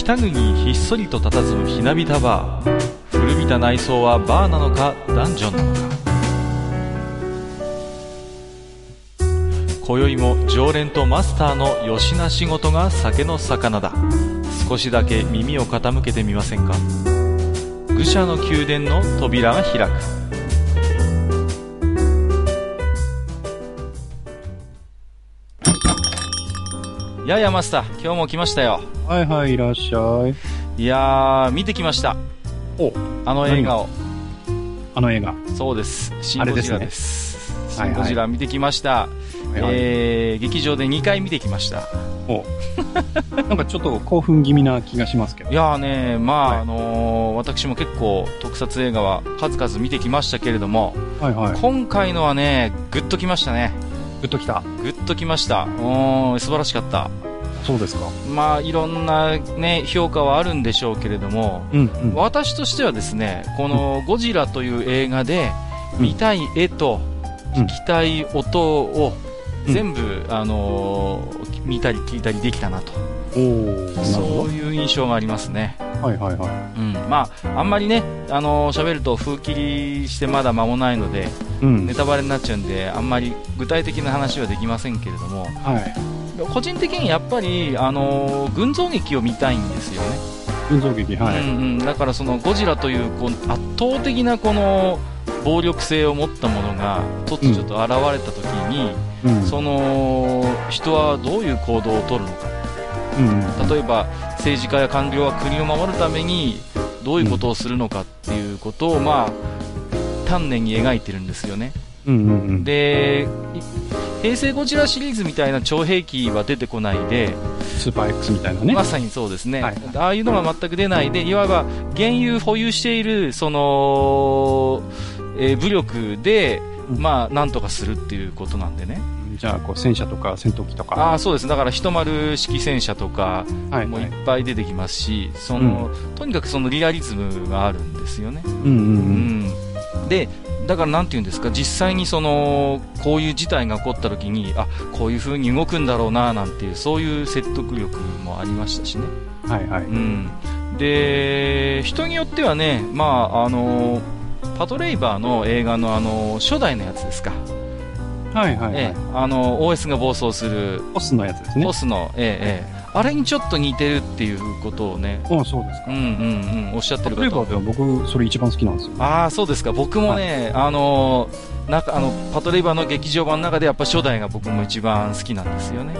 北国にひっそりと佇むひなびたバー。古びた内装はバーなのかダンジョンなのか。今宵も常連とマスターのよしな仕事が酒の魚だ。少しだけ耳を傾けてみませんか。愚者の宮殿の扉が開く。ややマスター、今日も来ましたよ。 はいはい、いらっしゃい。 いやー、見てきました。あの映画を。 あの映画。 そうです。シン・ゴジラです。シン・ゴジラ見てきました。劇場で2回見てきました。 なんかちょっと興奮気味な気がしますけど。 いやーね、まあ、私も結構特撮映画は数々見てきましたけれども、 はいはい、 今回のはね、グッときましたね。 グッときた。 グッときました。素晴らしかった。 そうですか。 まあいろんなね評価はあるんでしょうけれども、私としてはですね、このゴジラという映画で見たい絵と聞きたい音を全部、見たり聞いたりできたなと。そういう印象がありますね。 はいはいはい。 まああんまりね喋ると風切りしてまだ間もないので、ネタバレになっちゃうんであんまり具体的な話はできませんけれども、個人的にやっぱり群像劇を見たいんですよね。 群像劇、はい。 だからそのゴジラという圧倒的なこの暴力性を持ったものが突如と現れた時に、その人はどういう行動を取るのか。例えば政治家や官僚は国を守るためにどういうことをするのかっていうことを、まあ丹念に描いてるんですよね。で、平成ゴジラシリーズみたいな超兵器は出てこないで、 スーパー X みたいなね、 まさにそうですね、ああいうのが全く出ないで、いわば現有保有しているその、武力で、まあなんとかするっていうことなんでね。 じゃあこう戦車とか戦闘機とか、 そうです。だから一丸式戦車とかもいっぱい出てきますし、とにかくそのリアリズムがあるんですよね。でだからなんていうんですか、実際にこういう事態が起こった時にこういう風に動くんだろうななんていう、そういう説得力もありましたしね。で人によってはね、まあパトレイバーの映画の初代のやつですか。OS が暴走するオスのやつですね。 オスの、あれにちょっと似てるっていうことをね。 そうですか。 おっしゃってる方。 パトレイバーでは僕それ一番好きなんですよ。 そうですか。僕もね、パトレイバーの劇場版の中でやっぱ初代が僕も一番好きなんですよね。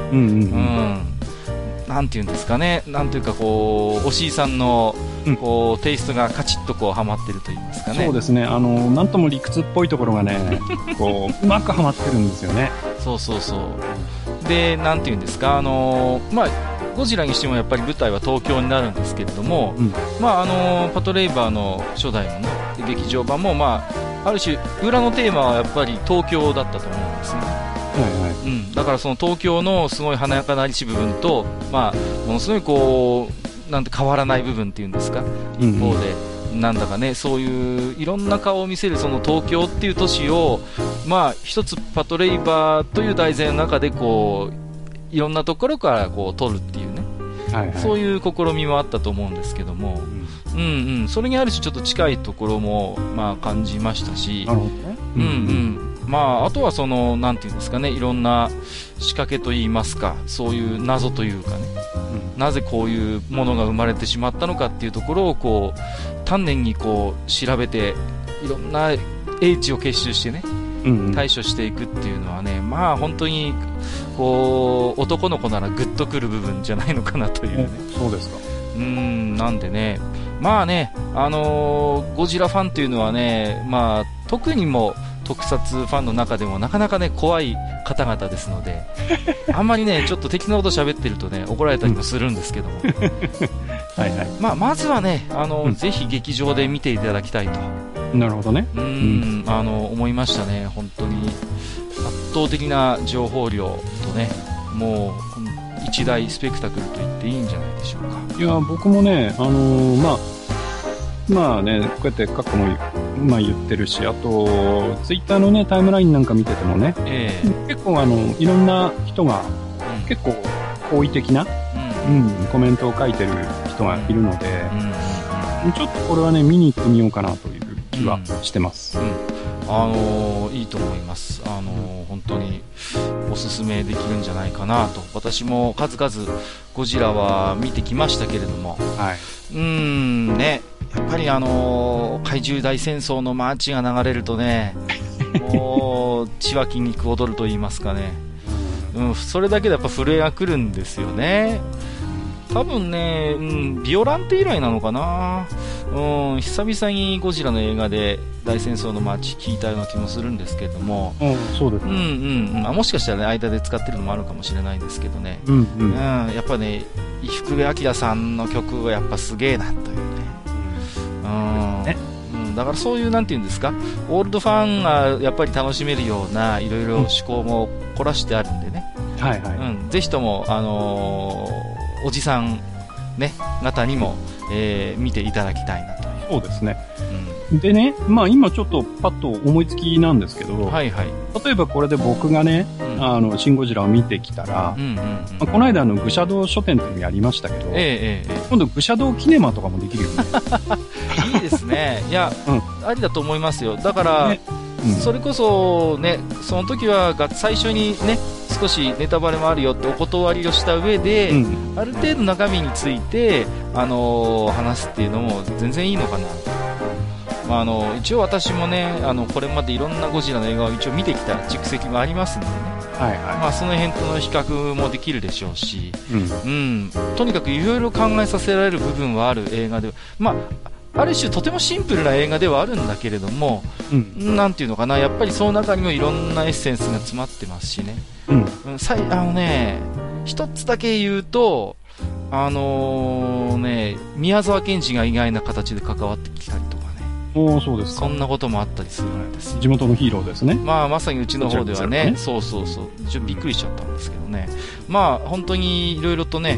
なんていうんですかね、なんていうかこう、おしいさんのこうテイストがカチッとこうはまってると言いますかね。 そうですね。なんとも理屈っぽいところがね、こううまくはまってるんですよね。 そう。で、なんていうんですか、まあゴジラにしてもやっぱり舞台は東京になるんですけれども、まあパトレイバーの初代のね劇場版もまあある種裏のテーマはやっぱり東京だったと思うんですね。だからその東京のすごい華やかなりし部分と、まあものすごいこうなんて変わらない部分っていうんですか、一方でなんだかね、そういういろんな顔を見せるその東京っていう都市を、まあ一つパトレイバーという題材の中でこういろんなところからこう撮るっていうね、そういう試みもあったと思うんですけども、それにある種ちょっと近いところもまあ感じましたし、まああとはそのなんていうんですかね、いろんな仕掛けといいますか、そういう謎というかね、なぜこういうものが生まれてしまったのかっていうところをこう丹念にこう調べて、いろんな英知を結集してね、対処していくっていうのはね、まあ本当にこう男の子ならグッとくる部分じゃないのかなというね。 そうですか。 なんでね、まあね、ゴジラファンというのはね、まあ特にも特撮ファンの中でもなかなかね怖い方々ですのであんまりねちょっと適当なこと喋ってるとね怒られたりもするんですけどもまずはねぜひ劇場で見ていただきたいと。 なるほどね。 思いましたね。本当に圧倒的な情報量とね、もう一大スペクタクルと言っていいんじゃないでしょうか。 いや僕もねまあね、こうやって過去も言ってるし、あとツイッターのねタイムラインなんか見ててもね、結構いろんな人が、結構好意的な、 コメントを書いてる人がいるので、ちょっとこれはね、見に行ってみようかなという気はしてます。 いいと思います。本当におすすめできるんじゃないかなと。私も数々ゴジラは見てきましたけれども、 はい。 ね、やっぱり怪獣大戦争のマーチが流れるとね、もう血は筋肉踊ると言いますかね。それだけでやっぱ震えが来るんですよね。多分ね、ビオランテ以来なのかな。久々にゴジラの映画で大戦争のマーチ聞いたような気もするんですけれども、 そうですね。 もしかしたら、ね、間で使ってるのもあるかもしれないですけどね。やっぱね、伊福部昭さんの曲がやっぱすげえなというね。だからそういうなんていうんですか、オールドファンがやっぱり楽しめるようないろいろ趣向も凝らしてあるんでね。ぜひともおじさんね方にも、見ていただきたいなと。 そうですね。でね、今ちょっとパッと思いつきなんですけど、例えばこれで僕がね、シン・ゴジラを見てきたら、この間愚者道書店っていうのやりましたけど、今度愚者道キネマとかもできるよね。 いいですね。いや、ありだと思いますよ。だから、それこそね、その時は最初にね、少しネタバレもあるよってお断りをした上で、ある程度中身について、話すっていうのも全然いいのかな。一応私もね、これまでいろんなゴジラの映画を一応見てきた蓄積もありますんでね。その辺との比較もできるでしょうし、とにかくいろいろ考えさせられる部分はある映画で、ある種とてもシンプルな映画ではあるんだけれども、なんていうのかな、やっぱりその中にもいろんなエッセンスが詰まってますしね。一つだけ言うと、宮沢賢治が意外な形で関わってきたりとかね。 そうですか。 そんなこともあったりするんですよ。 地元のヒーローですね。 まさにうちの方ではね、そう。ちょっとびっくりしちゃったんですけどね。本当にいろいろとね、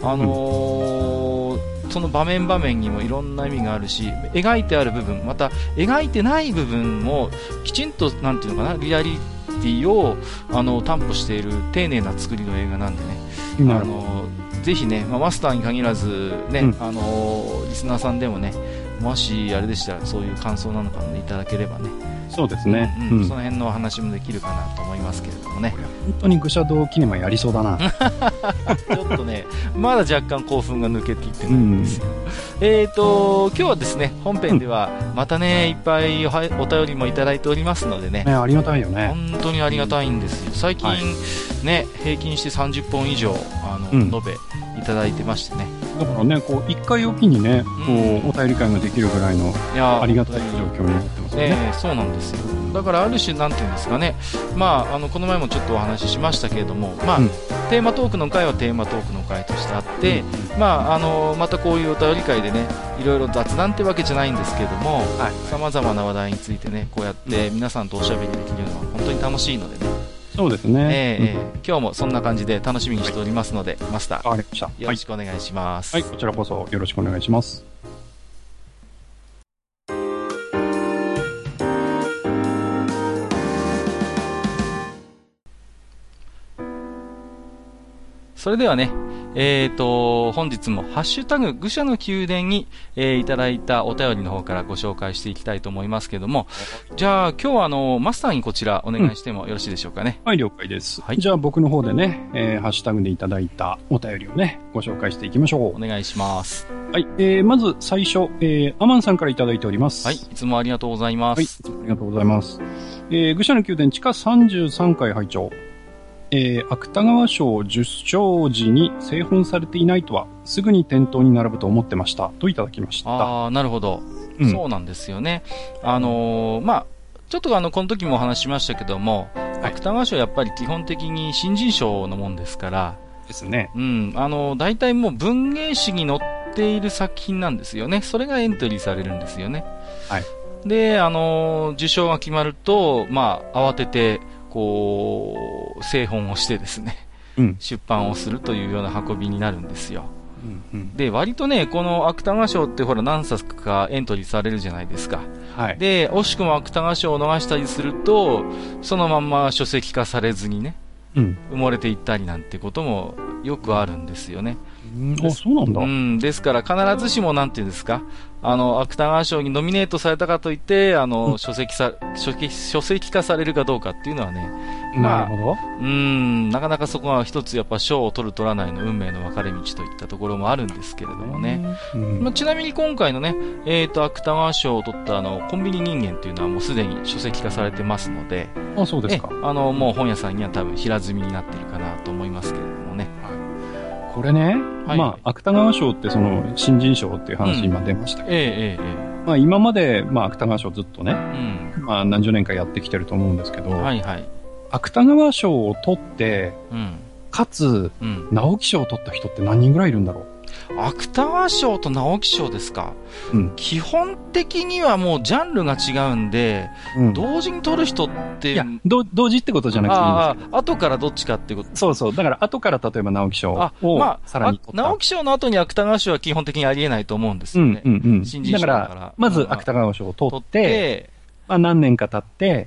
その場面場面にもいろんな意味があるし、描いてある部分、また描いてない部分もきちんとなんていうのかな、リアリティを担保している丁寧な作りの映画なんでね。ぜひね、マスターに限らずね、リスナーさんでもね、もしあれでしたらそういう感想なのかもねいただければね。 そうですね。 その辺の話もできるかなと思いますけれどもね。 本当に愚者道キネマやりそうだな。 ちょっとね、まだ若干興奮が抜けていってないんですよ。今日はですね、本編ではまたね、いっぱいお便りもいただいておりますのでね。 ありがたいよね。 本当にありがたいんですよ。最近ね、平均して30本以上延べいただいてましてね。 だからね、一回おきにね、お便り会ができるぐらいのありがたい状況になってますね。 そうなんですよ。だからある種なんていうんですかね、この前もちょっとお話ししましたけれども、テーマトークの回はテーマトークの回としてあって、またこういうお便り会でね、いろいろ雑談ってわけじゃないんですけれども、様々な話題についてね、こうやって皆さんとおしゃべりできるのは本当に楽しいのでね。 そうですね。 今日もそんな感じで楽しみにしておりますので、マスター、よろしくお願いします。 こちらこそよろしくお願いします。 それではね、本日もハッシュタグ愚者の宮殿に、いただいたお便りの方からご紹介していきたいと思いますけども、じゃあ今日はマスターにこちらお願いしてもよろしいでしょうかね。 了解です。じゃあ僕の方でね、ハッシュタグでいただいたお便りをね、ご紹介していきましょう。 お願いします。 まず最初、アマンさんからいただいております。 いつもありがとうございます。 いつもありがとうございます。愚者の宮殿地下33階拝聴。芥川賞受賞時に製本されていないとはすぐに店頭に並ぶと思ってましたといただきました。 なるほど、そうなんですよね。ちょっとこの時もお話ししましたけども、芥川賞やっぱり基本的に新人賞のもんですからですね。 大体もう文芸誌に載っている作品なんですよね。それがエントリーされるんですよね。で、受賞が決まると、慌てて製本をしてですね、出版をするというような運びになるんですよ。で、割とね、この芥川賞ってほら何冊かエントリーされるじゃないですか。で、惜しくも芥川賞を逃したりすると、そのまんま書籍化されずにね、埋もれていったりなんてこともよくあるんですよね。 そうなんだ。 うん。ですから、必ずしも、なんていうんですか、芥川賞にノミネートされたかといって、書籍化されるかどうかっていうのはね、 なるほど。 なかなかそこは一つやっぱ賞を取る取らないの運命の分かれ道といったところもあるんですけれどもね。ちなみに今回のね、芥川賞を取ったコンビニ人間っていうのはもうすでに書籍化されてますので、 あ、そうですか。 もう本屋さんには多分平積みになってるかなと思いますけれどもね。 これね、芥川賞ってその新人賞っていう話今出ましたけど、今まで、芥川賞ずっとね、何十年かやってきてると思うんですけど、芥川賞を取って、かつ、直木賞を取った人って何人ぐらいいるんだろう。 芥川賞と直木賞ですか。基本的にはもうジャンルが違うんで、同時に取る人って。いや、 同時ってことじゃなくていいんですよ。 後からどっちかってこと。 そうそう。だから後から例えば直木賞をさらに取った。 直木賞の後に芥川賞は基本的にありえないと思うんですよね。新人賞だから。 まず芥川賞を取って、何年か経って、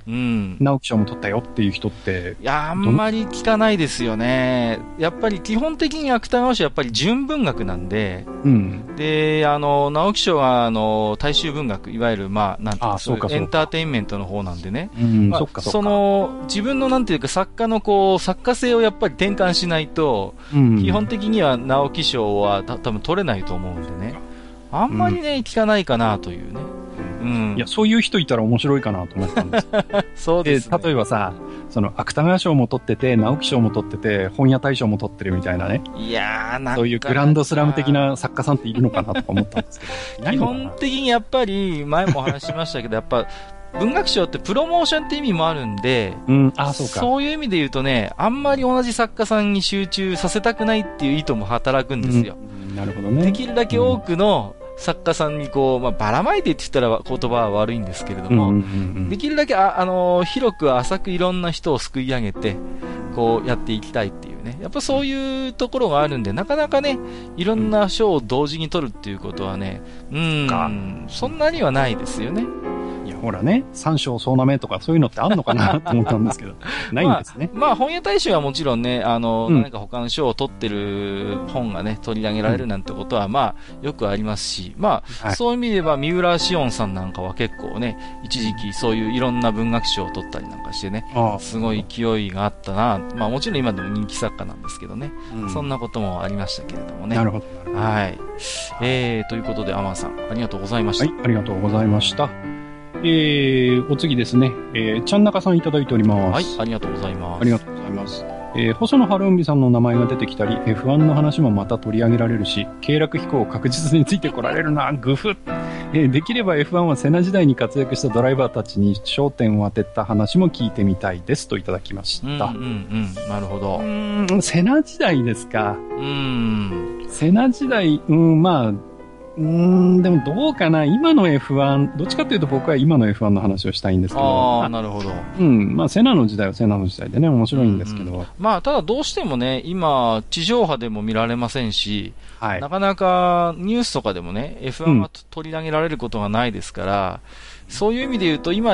直木賞も取ったよっていう人って。 いや、あんまり聞かないですよね。やっぱり基本的に芥川賞やっぱり純文学なんで、で、直木賞は大衆文学、いわゆるなんていうか、エンターテインメントの方なんでね。自分のなんていうか作家の作家性をやっぱり転換しないと、基本的には直木賞は多分取れないと思うんでね。あんまりね、聞かないかなというね。 いや、そういう人いたら面白いかなと思ったんです。 そうですね。 例えばさ、芥川賞も取ってて、直木賞も取ってて、本屋大賞も取ってるみたいなね。 いやー、 そういうグランドスラム的な作家さんっているのかなとか思ったんですけど。 基本的にやっぱり、前も話しましたけど、やっぱ、文学賞ってプロモーションって意味もあるんで、そういう意味で言うとね、あんまり同じ作家さんに集中させたくないっていう意図も働くんですよ。 なるほどね。 できるだけ多くの、作家さんにばらまいてって言ったら言葉は悪いんですけれども、できるだけ広く浅くいろんな人をすくい上げて、やっていきたいっていうね。やっぱそういうところがあるんで、なかなかね、いろんな賞を同時に取るっていうことはね、そんなにはないですよね。 いや、ほらね、三賞総なめとかそういうのってあんのかなと思ったんですけど、ないんですね。 本屋大賞はもちろんね、何か他の賞を取ってる本がね、取り上げられるなんてことは、よくありますし、そういう意味で言えば、三浦紫音さんなんかは結構ね、一時期そういういろんな文学賞を取ったりなんかしてね、すごい勢いがあったな、もちろん今でも人気作家なんですけどね、そんなこともありましたけれどもね。 なるほど。 はい。ということで、アマンさん、ありがとうございました。 はい、ありがとうございました。お次ですね、ちゃんなかさんいただいております。 はい、ありがとうございます。 ありがとうございます。細野晴臣さんの名前が出てきたり、F1 の話もまた取り上げられるし、経絡飛行確実についてこられるな、グフ。できれば F1 はセナ時代に活躍したドライバーたちに焦点を当てた話も聞いてみたいですといただきました。 なるほど。 セナ時代ですか。セナ時代、でもどうかな、今の F1、どっちかというと僕は今の F1 の話をしたいんですけど。 なるほど。 セナの時代はセナの時代でね、面白いんですけど。 ただどうしてもね、今、地上波でも見られませんし、なかなかニュースとかでもね、F1 は取り上げられることがないですから、そういう意味で言うと、今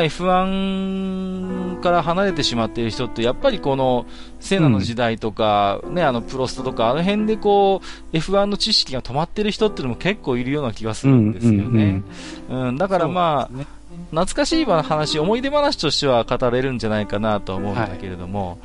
F1 から離れてしまっている人って、やっぱりこの、セナの時代とか、プロストとか、あの辺でF1 の知識が止まっている人っていうのも結構いるような気がするんですよね。だから懐かしい話、思い出話としては語れるんじゃないかなとは思うんだけれども。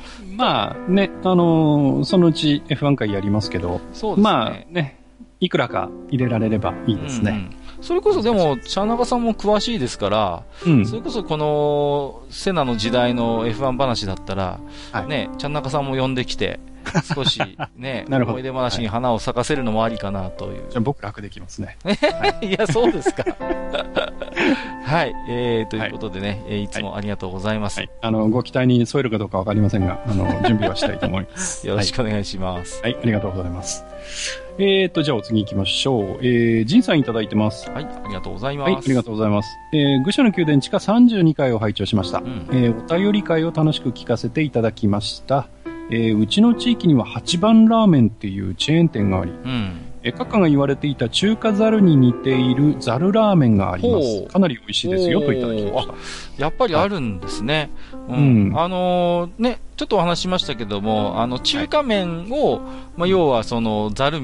そのうち F1 回やりますけど、そうですね。いくらか入れられればいいですね。 それこそでも、茶中さんも詳しいですから、それこそこの、セナの時代の F1 話だったら、茶中さんも呼んできて、少しね、思い出話に花を咲かせるのもありかなという。 じゃあ僕楽できますね。 いや、そうですか。はい。ということでね、いつもありがとうございます。 ご期待に添えるかどうかわかりませんが、準備はしたいと思います。 よろしくお願いします。 はい、ありがとうございます。じゃあお次行きましょう。ジンさんいただいてます。 はい、ありがとうございます。 はい、ありがとうございます。愚者の宮殿地下32回を拝聴しました。お便り会を楽しく聞かせていただきました。うちの地域には八番ラーメンっていうチェーン店があり、閣下が言われていた中華ザルに似ているザルラーメンがあります。かなり美味しいですよといただきました。 やっぱりあるんですね。ちょっとお話しましたけども、中華麺を、要はそのザル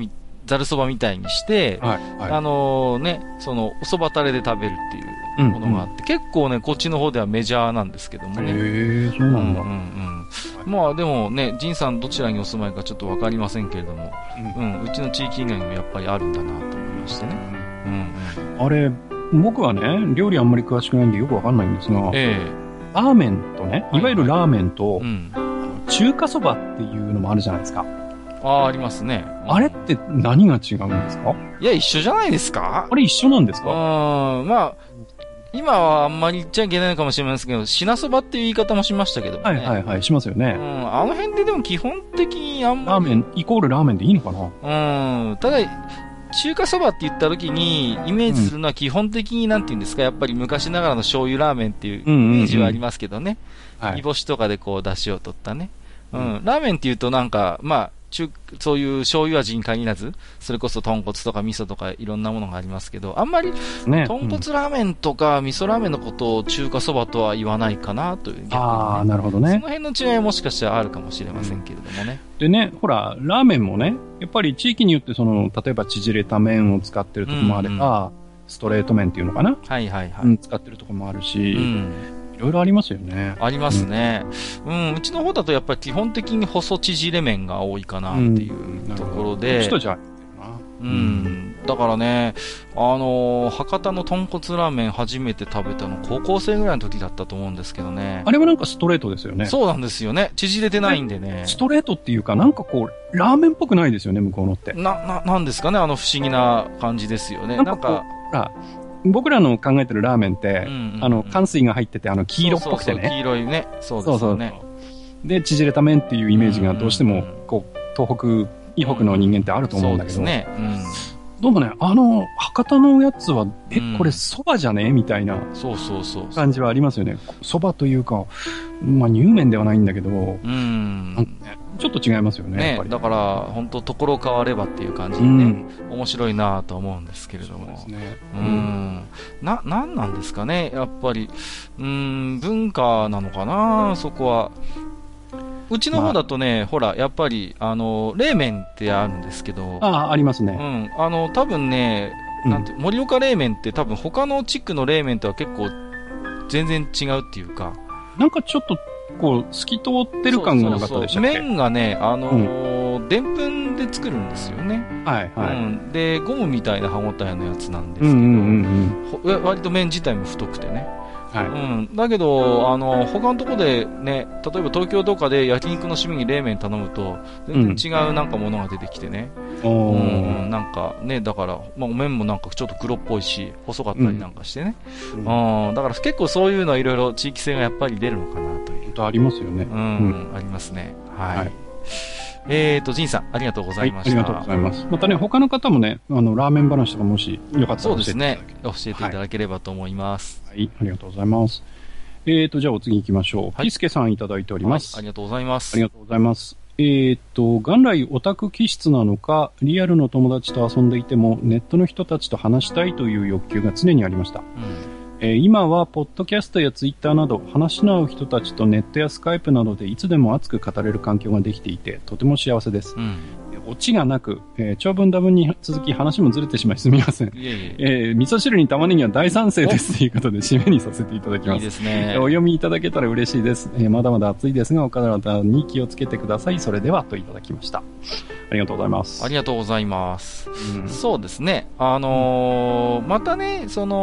ざるそばみたいにして、はいはい、お蕎麦タレで食べるっていうものがあって、結構ね、こっちの方ではメジャーなんですけどもね。 そうなんだ。 まあでもね、ジンさんどちらにお住まいかちょっとわかりませんけれども、うちの地域以外にもやっぱりあるんだなと思いましてね。 あれ、僕はね、料理あんまり詳しくないんでよくわかんないんですが、ラーメンとね、いわゆるラーメンと、中華そばっていうのもあるじゃないですか。 ありますね。 あれって何が違うんですか？ いや、一緒じゃないですか？ あれ一緒なんですか？ まあ、今はあんまり言っちゃいけないかもしれませんけど、品そばっていう言い方もしましたけどもね。 はいはいはい、しますよね。 あの辺ででも基本的にあんまり。 ラーメン、イコールラーメンでいいのかな？ ただ、中華そばって言った時にイメージするのは基本的になんて言うんですか、やっぱり昔ながらの醤油ラーメンっていうイメージはありますけどね。煮干しとかでこう出汁を取ったね。ラーメンって言うとなんか、まあ、そういう醤油味に限らず、それこそ豚骨とか味噌とかいろんなものがありますけど、あんまり、豚骨ラーメンとか味噌ラーメンのことを中華そばとは言わないかなという、逆に、ね。 なるほどね。 その辺の違いはもしかしたらあるかもしれませんけれどもね。 でね、ほら、ラーメンもね、やっぱり地域によって例えば縮れた麺を使ってるところもあれば、ストレート麺っていうのかな？はいはいはい。使ってるところもあるし、いろいろありますよね。 ありますね。うちの方だとやっぱり基本的に細縮れ麺が多いかなっていうところで。だからね、博多の豚骨ラーメン初めて食べたの高校生ぐらいの時だったと思うんですけどね。 あれはなんかストレートですよね。 そうなんですよね。縮れてないんでね。 ストレートっていうかなんかこう、ラーメンっぽくないですよね、向こうのって。 なんですかね、不思議な感じですよね。なんか僕らの考えてるラーメンって、乾水が入ってて、黄色っぽくてね。 黄色いね。そうですよね。 で、縮れた麺っていうイメージがどうしても、こう、東北、以北の人間ってあると思うんだけど。そうですね。どうもね、博多のやつは、これ蕎麦じゃねみたいな。感じはありますよね。蕎麦というか、まあ、乳麺ではないんだけど、ちょっと違いますよね。 だから、本当ところ変わればっていう感じでね、面白いなと思うんですけれども。そうですね。なんなんですかね、やっぱり、文化なのかな、そこは。うちの方だとね、ほら、やっぱり、冷麺ってあるんですけど。 ありますね。 多分ね、盛岡冷麺って多分他の地区の冷麺とは結構全然違うっていうか。 なんかちょっと、こう、透き通ってる感がなかったでしたっけ？ 麺がね、でんぷんで作るんですよね。はいはい。で、ゴムみたいな歯応えのやつなんですけど、割と麺自体も太くてね。だけど、他のとこでね、例えば東京とかで焼肉の締めに冷麺頼むと、全然違うなんかものが出てきてね。なんかね、だから、麺もなんかちょっと黒っぽいし、細かったりなんかしてね。だから結構そういうのはいろいろ地域性がやっぱり出るのかなという。 本当ありますよね。 ありますね。はい。ジンさん、ありがとうございました。 ありがとうございます。またね、他の方もね、ラーメン話とかもしよかったら教えていただければ。そうですね。教えていただければと思います。 はい、ありがとうございます。じゃあお次行きましょう。ピスケさんいただいております。 ありがとうございます。 ありがとうございます。元来オタク気質なのか、リアルの友達と遊んでいても、ネットの人たちと話したいという欲求が常にありました。今は、ポッドキャストやツイッターなど、話の合う人たちとネットやスカイプなどでいつでも熱く語れる環境ができていて、とても幸せです。オチがなく、長文多文に続き話もずれてしまいすみません。味噌汁に玉ねぎは大賛成ですということで締めにさせていただきます。いいですね。お読みいただけたら嬉しいです。まだまだ暑いですが、お体に気をつけてください。それでは、といただきました。ありがとうございます。 ありがとうございます。そうですね。またね、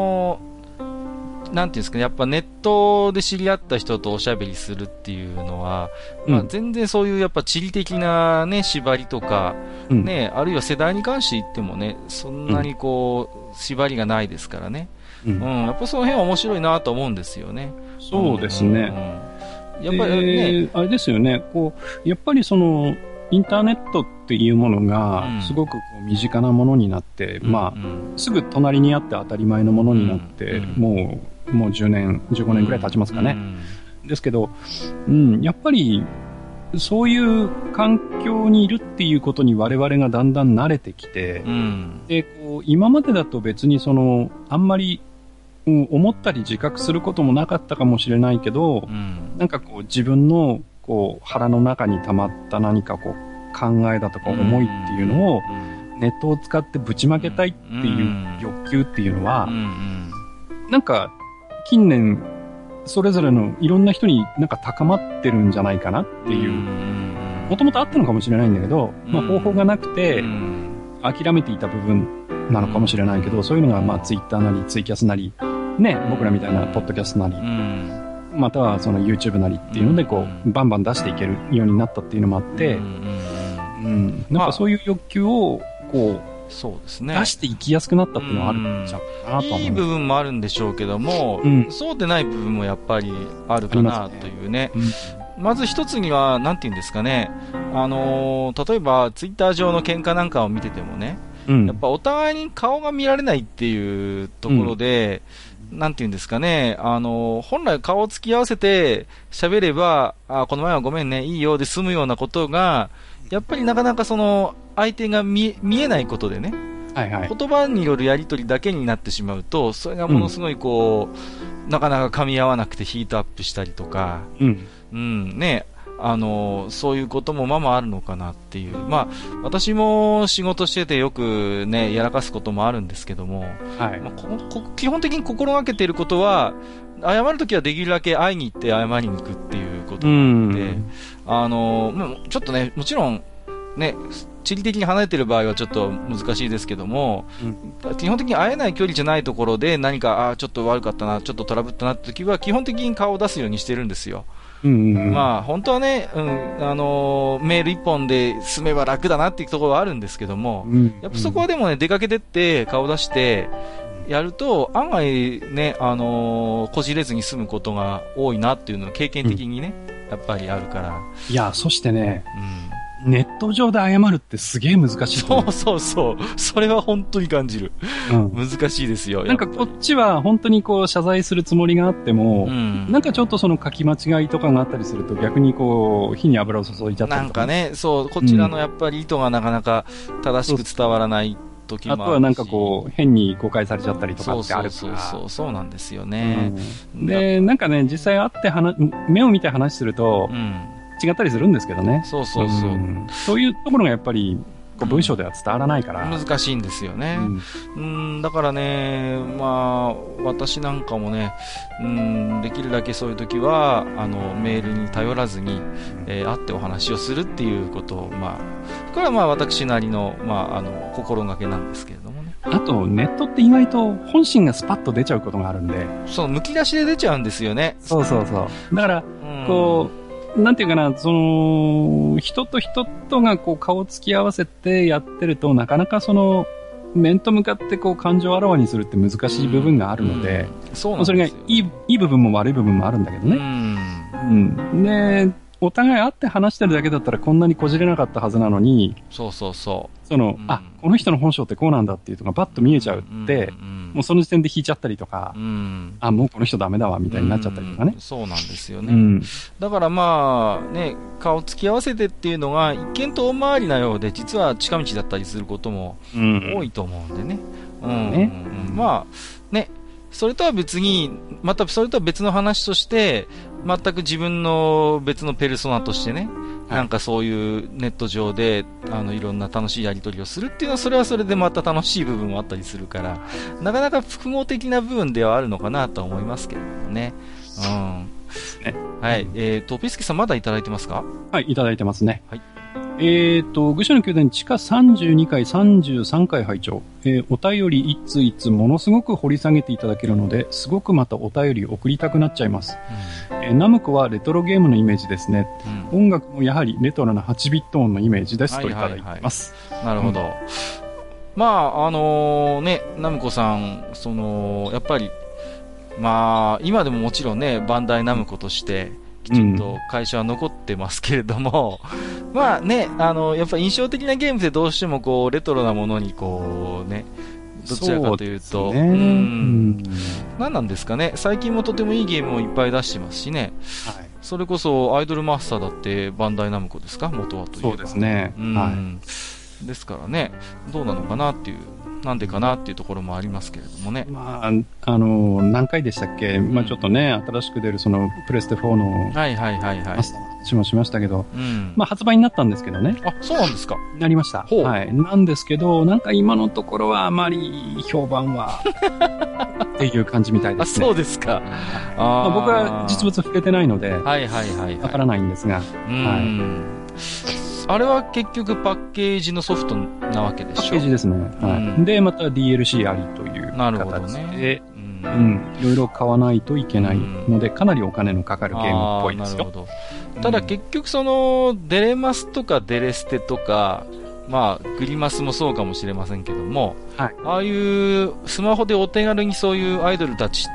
なんていうんですかね、やっぱネットで知り合った人とおしゃべりするっていうのは、全然そういうやっぱ地理的なね、縛りとか、ね、あるいは世代に関して言ってもね、そんなにこう、縛りがないですからね。やっぱその辺は面白いなと思うんですよね。 そうですね。やっぱりね、あれですよね、こう、やっぱりインターネットっていうものがすごくこう身近なものになって、すぐ隣にあって当たり前のものになって、もう10年、15年くらい経ちますかね。ですけど、やっぱり、そういう環境にいるっていうことに我々がだんだん慣れてきて、で、こう、今までだと別にあんまり、思ったり自覚することもなかったかもしれないけど、なんかこう自分のこう腹の中に溜まった何かこう考えだとか思いっていうのを、 ネットを使ってぶちまけたいっていう欲求っていうのは、なんか、近年、それぞれのいろんな人になんか高まってるんじゃないかなっていう、もともとあったのかもしれないんだけど、まあ方法がなくて、諦めていた部分なのかもしれないけど、そういうのがまあツイッターなりツイキャスなり、ね、僕らみたいなポッドキャストなり、またはその YouTube なりっていうのでこう、バンバン出していけるようになったっていうのもあって、なんかそういう欲求をこう、 そうですね。 出していきやすくなったっていうのはあるんじゃないかなと思う。 いい部分もあるんでしょうけども、そうでない部分もやっぱりあるかなというね。まず一つには、なんて言うんですかね。例えば、ツイッター上の喧嘩なんかを見ててもね、やっぱお互いに顔が見られないっていうところで、なんて言うんですかね、本来顔を突き合わせて喋れば、この前はごめんね、いいよで済むようなことが、やっぱりなかなかその、相手が見えないことでね、言葉によるやりとりだけになってしまうと、それがものすごいこう、なかなか噛み合わなくてヒートアップしたりとか、ね、そういうこともままあるのかなっていう。まあ、私も仕事しててよくね、やらかすこともあるんですけども、基本的に心がけていることは、謝るときはできるだけ会いに行って謝りに行くっていうことなので、ちょっとね、もちろん、ね、地理的に離れている場合はちょっと難しいですけども、基本的に会えない距離じゃないところで何か、ちょっと悪かったな、ちょっとトラブったなって時は、基本的に顔を出すようにしてるんですよ。まあ、本当はね、メール一本で済めば楽だなっていうところはあるんですけども、やっぱそこはでもね、出かけてって顔出して、やると、案外ね、こじれずに済むことが多いなっていうのは経験的にね、やっぱりあるから。 いや、そしてね、ネット上で謝るってすげえ難しいと思う。 そう。それは本当に感じる。難しいですよ。 なんかこっちは本当にこう謝罪するつもりがあっても、なんかちょっとその書き間違いとかがあったりすると逆にこう火に油を注いじゃったりとか。 なんかね、そう、こちらのやっぱり意図がなかなか正しく伝わらない時もあるし。 あとはなんかこう変に誤解されちゃったりとかってあるから。 そうなんですよね。 で、なんかね、実際会って目を見て話すると、違ったりするんですけどね。そういうところがやっぱり文章では伝わらないから、 難しいんですよね。だからね、まあ私なんかもね、できるだけそういう時はメールに頼らずに、会ってお話をするっていうことを、まあこれはまあ私なりの心がけなんですけれどもね。 あとネットって意外と本心がスパッと出ちゃうことがあるんで、 そうむき出しで出ちゃうんですよね。 そう。だからこう。なんていうかな、その、人と人とがこう顔を突き合わせてやってると、なかなかその、面と向かってこう感情をあらわにするって難しい部分があるので、それがいい部分も悪い部分もあるんだけどね。で、お互い会って話してるだけだったらこんなにこじれなかったはずなのに、 その、この人の本性ってこうなんだっていうのがバッと見えちゃうって、もうその時点で引いちゃったりとか、もうこの人ダメだわみたいになっちゃったりとかね。 そうなんですよね。だからまあ、ね、顔突き合わせてっていうのが一見遠回りなようで、実は近道だったりすることも多いと思うんでね。まあ、ね、それとは別に、またそれとは別の話として、全く自分の別のペルソナとしてね、なんかそういうネット上でいろんな楽しいやり取りをするっていうのはそれはそれでまた楽しい部分もあったりするからなかなか複合的な部分ではあるのかなと思いますけれどもね。はい。ピスケさんまだいただいてますか？ はい、いただいてますね。はい。愚者の宮殿地下32階33階拝聴。お便りいつものすごく掘り下げていただけるので、すごくまたお便り送りたくなっちゃいます。ナムコはレトロゲームのイメージですね。音楽もやはりレトロな8ビット音のイメージですといただいています。 なるほど。まあ、ね、ナムコさん、やっぱり、まあ、今でももちろんね、バンダイナムコとして、きちんと会社は残ってますけれども、まあね、やっぱり印象的なゲームってどうしてもこう、レトロなものにこうね、どちらかというと、何なんですかね、最近もとてもいいゲームをいっぱい出してますしね、それこそアイドルマスターだってバンダイナムコですか、元はというか。 そうですね。 ですからね、どうなのかなっていう。なんでかなっていうところもありますけれどもね。 まあ、何回でしたっけ、まあちょっとね、新しく出るそのプレステ4のマスターの話もしましたけど、まあ発売になったんですけどね。 あ、そうなんですか。 なりました。はい。なんですけど、なんか今のところはあまり評判は、っていう感じみたいですね。 あ、そうですか。 まあ、僕は実物触れてないので、 はいはいはい。 わからないんですが、はい。 あれは結局パッケージのソフトなわけでしょ？ パッケージですね。はい。で、また DLC ありという形で、いろいろ買わないといけないので、かなりお金のかかるゲームっぽいですよ。 なるほど。ただ結局デレマスとかデレステとか、まあ、グリマスもそうかもしれませんけども、はい、ああいうスマホでお手軽にそういうアイドルたち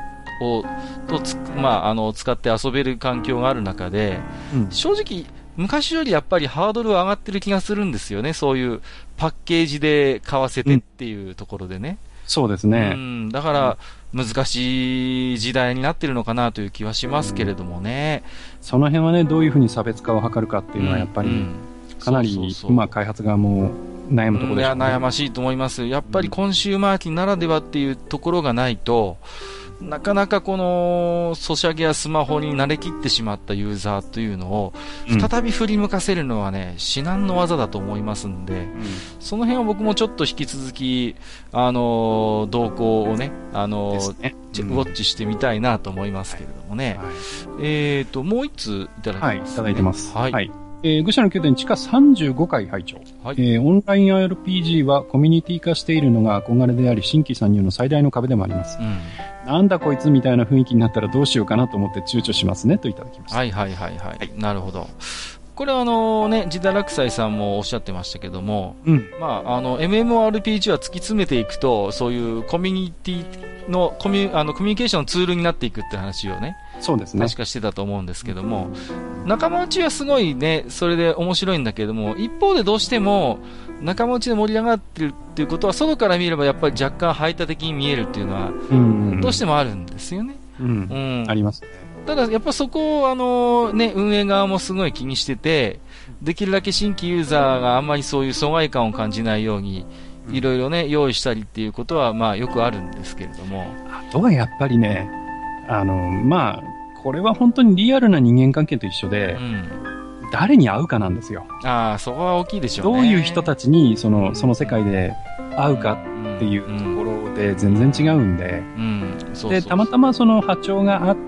使って遊べる環境がある中で、正直、昔よりやっぱりハードルは上がってる気がするんですよね。そういうパッケージで買わせてっていうところでね。 そうですね。 だから、難しい時代になってるのかなという気はしますけれどもね。 その辺はね、どういうふうに差別化を図るかっていうのはやっぱり、かなり今開発側も悩むところでしょうね。 悩ましいと思います。やっぱりコンシューマー機ならではっていうところがないと、なかなかこのソシャゲやスマホに慣れきってしまったユーザーというのを再び振り向かせるのはね、至難の技だと思いますんで、その辺は僕もちょっと引き続き動向をね、ウォッチしてみたいなと思いますけれどもね。もう一ついただきます、ね。 はい、いただいてます。はい。愚者の宮殿地下35階拝聴、オンライン RPG はコミュニティ化しているのが憧れであり、新規参入の最大の壁でもあります。なんだこいつみたいな雰囲気になったらどうしようかなと思って躊躇しますねといただきました。 はいはいはいはい。なるほど。これはジダラクサイさんもおっしゃってましたけども、まあ、MMORPG は突き詰めていくと、そういうコミュニティのコミュニケーションのツールになっていくって話をね、 そうですね。 確かしてたと思うんですけども、仲間内はすごいね、それで面白いんだけども、一方でどうしても、仲間内で盛り上がってるっていうことは、外から見ればやっぱり若干排他的に見えるっていうのは、どうしてもあるんですよね。 ありますね。 ただ、やっぱそこを運営側もすごい気にしてて、できるだけ新規ユーザーがあんまりそういう疎外感を感じないように、いろいろね、用意したりっていうことは、まあよくあるんですけれども。 あとはやっぱりね、まあ、これは本当にリアルな人間関係と一緒で、誰に会うかなんですよ。 ああ、そこは大きいでしょうね。 どういう人たちにその世界で会うかっていうところで全然違うんで、で、たまたまその波長があって、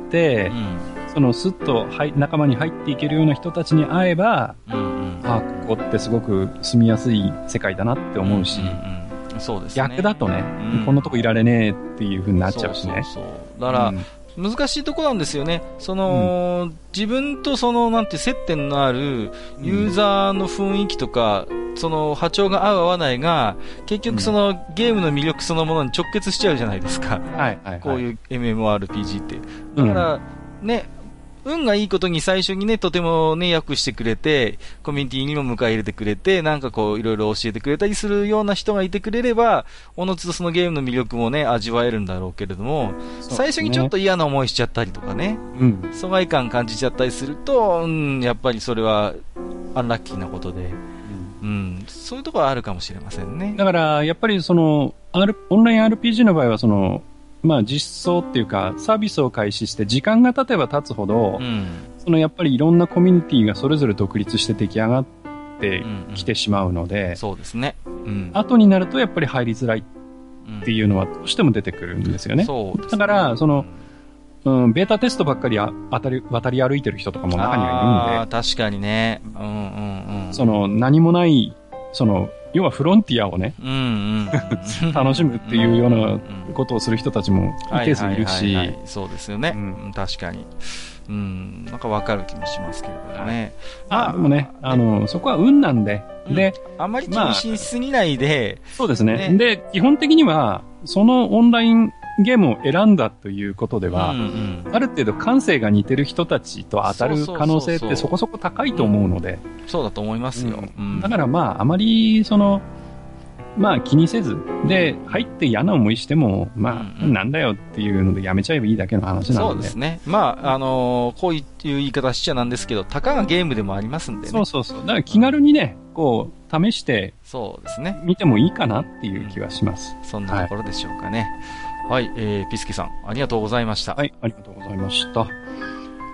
スッと仲間に入っていけるような人たちに会えば、ここってすごく住みやすい世界だなって思うし、 そうですね。 逆だとね、こんなとこいられねえっていう風になっちゃうしね。 だから、難しいとこなんですよね。自分となんて接点のあるユーザーの雰囲気とか、波長が合う合わないが、結局ゲームの魅力そのものに直結しちゃうじゃないですか。こういう MMORPG って。だから、ね、運がいいことに最初にね、とてもね、訳してくれて、コミュニティにも迎え入れてくれて、なんかこう、いろいろ教えてくれたりするような人がいてくれれば、おのずとそのゲームの魅力もね、味わえるんだろうけれども、最初にちょっと嫌な思いしちゃったりとかね、疎外感感じちゃったりすると、やっぱりそれは、アンラッキーなことで、そういうところはあるかもしれませんね。 だから、やっぱりオンライン RPG の場合はまあ実装っていうかサービスを開始して時間が経てば経つほど、やっぱりいろんなコミュニティがそれぞれ独立して出来上がってきてしまうので、 そうですね。 後になるとやっぱり入りづらいっていうのはどうしても出てくるんですよね。だから、ベータテストばっかり渡り歩いてる人とかも中にはいるんで。 確かにね。 何もない、要はフロンティアをね、楽しむっていうようなことをする人たちも一定数いるし。 そうですよね。確かに。なんかわかる気もしますけれどもね。 でもね、そこは運なんで。で、 あんまり気にしすぎないで。 そうですね。で、基本的には、そのオンラインゲームを選んだということでは、ある程度感性が似てる人たちと当たる可能性ってそこそこ高いと思うので。 そうだと思いますよ。 だからまあ、あまりまあ気にせず、で、入って嫌な思いしても、まあ、なんだよっていうのでやめちゃえばいいだけの話なので。 そうですね。まあ、こういう言い方しちゃなんですけど、たかがゲームでもありますんでね。 そう。だから気軽にね、試して、 そうですね。 見てもいいかなっていう気はします。 そんなところでしょうかね。はい、ピスケさん、ありがとうございました。 はい、ありがとうございました。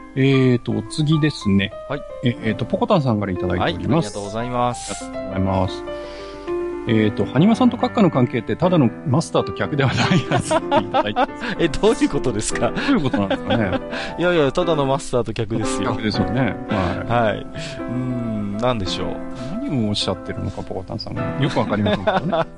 次ですね。 はい。 ポコタンさんからいただいております。はい、ありがとうございます。 ありがとうございます。ハニマさんと閣下の関係ってただのマスターと客ではないはずっていただいてます。 どういうことですか？ どういうことなんですかね。 いやいや、ただのマスターと客ですよ。 客ですよね。 はい。はい。なんでしょう。 何をおっしゃってるのか、ポコタンさんも。よくわかりませんけどね。はい、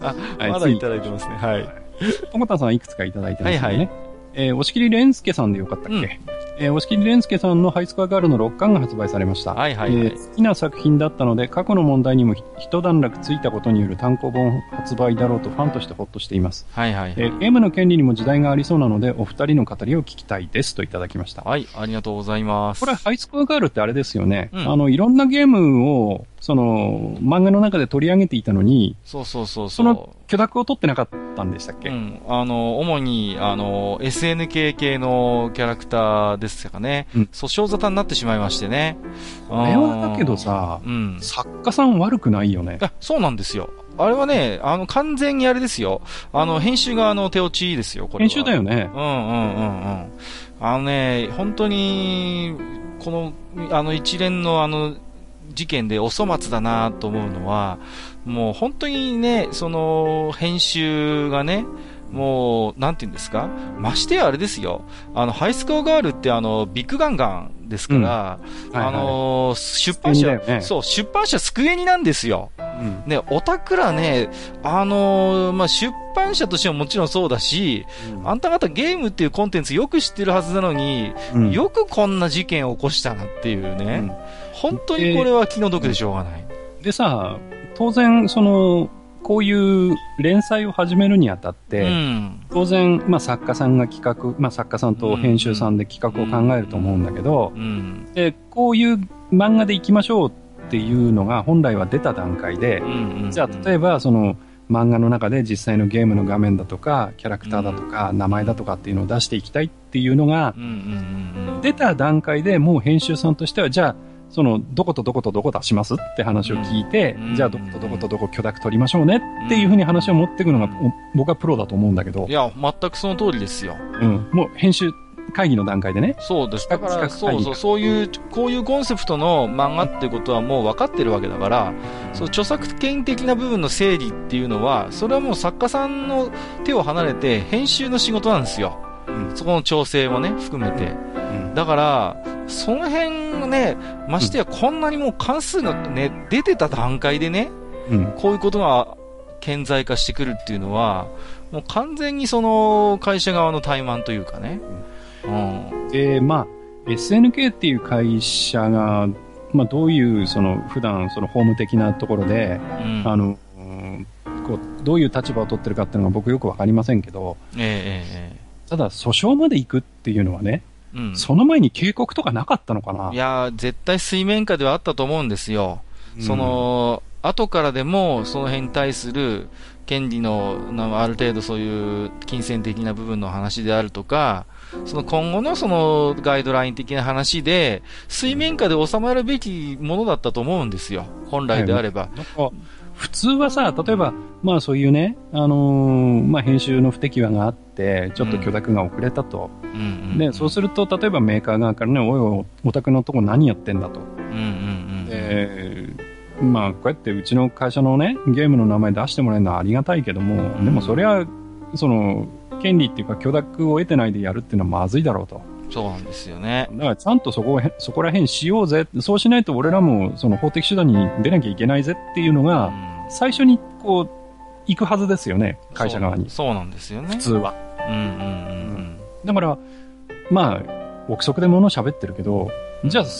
まだいただいてますね。はい。 ポコタンさんはいくつかいただいてますね。 はいはい。 押切蓮介さんでよかったっけ？押切蓮介さんのハイスコアガールの6巻が発売されました。 はいはいはい。 好きな作品だったので、過去の問題にも一段落ついたことによる単行本発売だろうとファンとしてホッとしています。 はいはいはい。 ゲームの権利にも時代がありそうなので、お二人の語りを聞きたいですといただきました。 はい、ありがとうございます。 これハイスコアガールってあれですよね。いろんなゲームを、漫画の中で取り上げていたのに、 その許諾を取ってなかったんでしたっけ？ 主に、SNK 系のキャラクターですかね。訴訟沙汰になってしまいましてね。 これはだけどさ、作家さん悪くないよね。 そうなんですよ。あれはね、完全にあれですよ。編集側の手落ちですよ、これは。 編集だよね。 本当に、この、一連の事件でお粗末だなと思うのは、もう本当にね、編集がね、もう、なんて言うんですか？ましてやあれですよ。ハイスコアガールってビッグガンガンですから、出版社、ね、そう、出版社スクエニなんですよ。ね、オタクらね、出版社としてももちろんそうだし、あんた方ゲームっていうコンテンツよく知ってるはずなのに、よくこんな事件を起こしたなっていうね、本当にこれは気の毒でしょうがない。 でさ、当然、こういう連載を始めるにあたって、当然、作家さんが企画、作家さんと編集さんで企画を考えると思うんだけど、でこういう漫画でいきましょうっていうのが本来は出た段階で、じゃあ例えば漫画の中で実際のゲームの画面だとか、キャラクターだとか、名前だとかっていうのを出していきたいっていうのが、出た段階でもう編集さんとしては、じゃあ、どことどことどこ出しますって話を聞いて、じゃあどことどことどこ許諾取りましょうねっていうふうに話を持っていくのが、僕はプロだと思うんだけど。 いや、全くその通りですよ。 もう編集会議の段階でね。 そうです。だから、そういう、こういうコンセプトの漫画っていうことはもう分かってるわけだから、著作権的な部分の整理っていうのは、それはもう作家さんの手を離れて編集の仕事なんですよ。そこの調整もね、含めて。だから、その辺がね、ましてやこんなにもう関数がね、出てた段階でね、こういうことが顕在化してくるっていうのは、もう完全に会社側の怠慢というかね。 SNK っていう会社が、どういう普段法務的なところで、どういう立場を取ってるかっていうのが僕よくわかりませんけど、ただ訴訟まで行くっていうのはね、その前に警告とかなかったのかな？ いや、絶対水面下ではあったと思うんですよ。後からでもその辺に対する権利のある程度そういう金銭的な部分の話であるとか、今後のガイドライン的な話で水面下で収まるべきものだったと思うんですよ。本来であれば。 普通はさ、例えば、そういうね、編集の不手際があって、ちょっと許諾が遅れたと。で、そうすると、例えばメーカー側からね、おいお宅のとこ何やってんだと。こうやってうちの会社のね、ゲームの名前出してもらえるのはありがたいけども、でもそれは、権利っていうか許諾を得てないでやるっていうのはまずいだろうと。 そうなんですよね。 だからちゃんとそこら辺しようぜ。そうしないと俺らも法的手段に出なきゃいけないぜっていうのが、最初に行くはずですよね、会社側に。 そうなんですよね。 普通は。だから、憶測で物喋ってるけど、じゃあ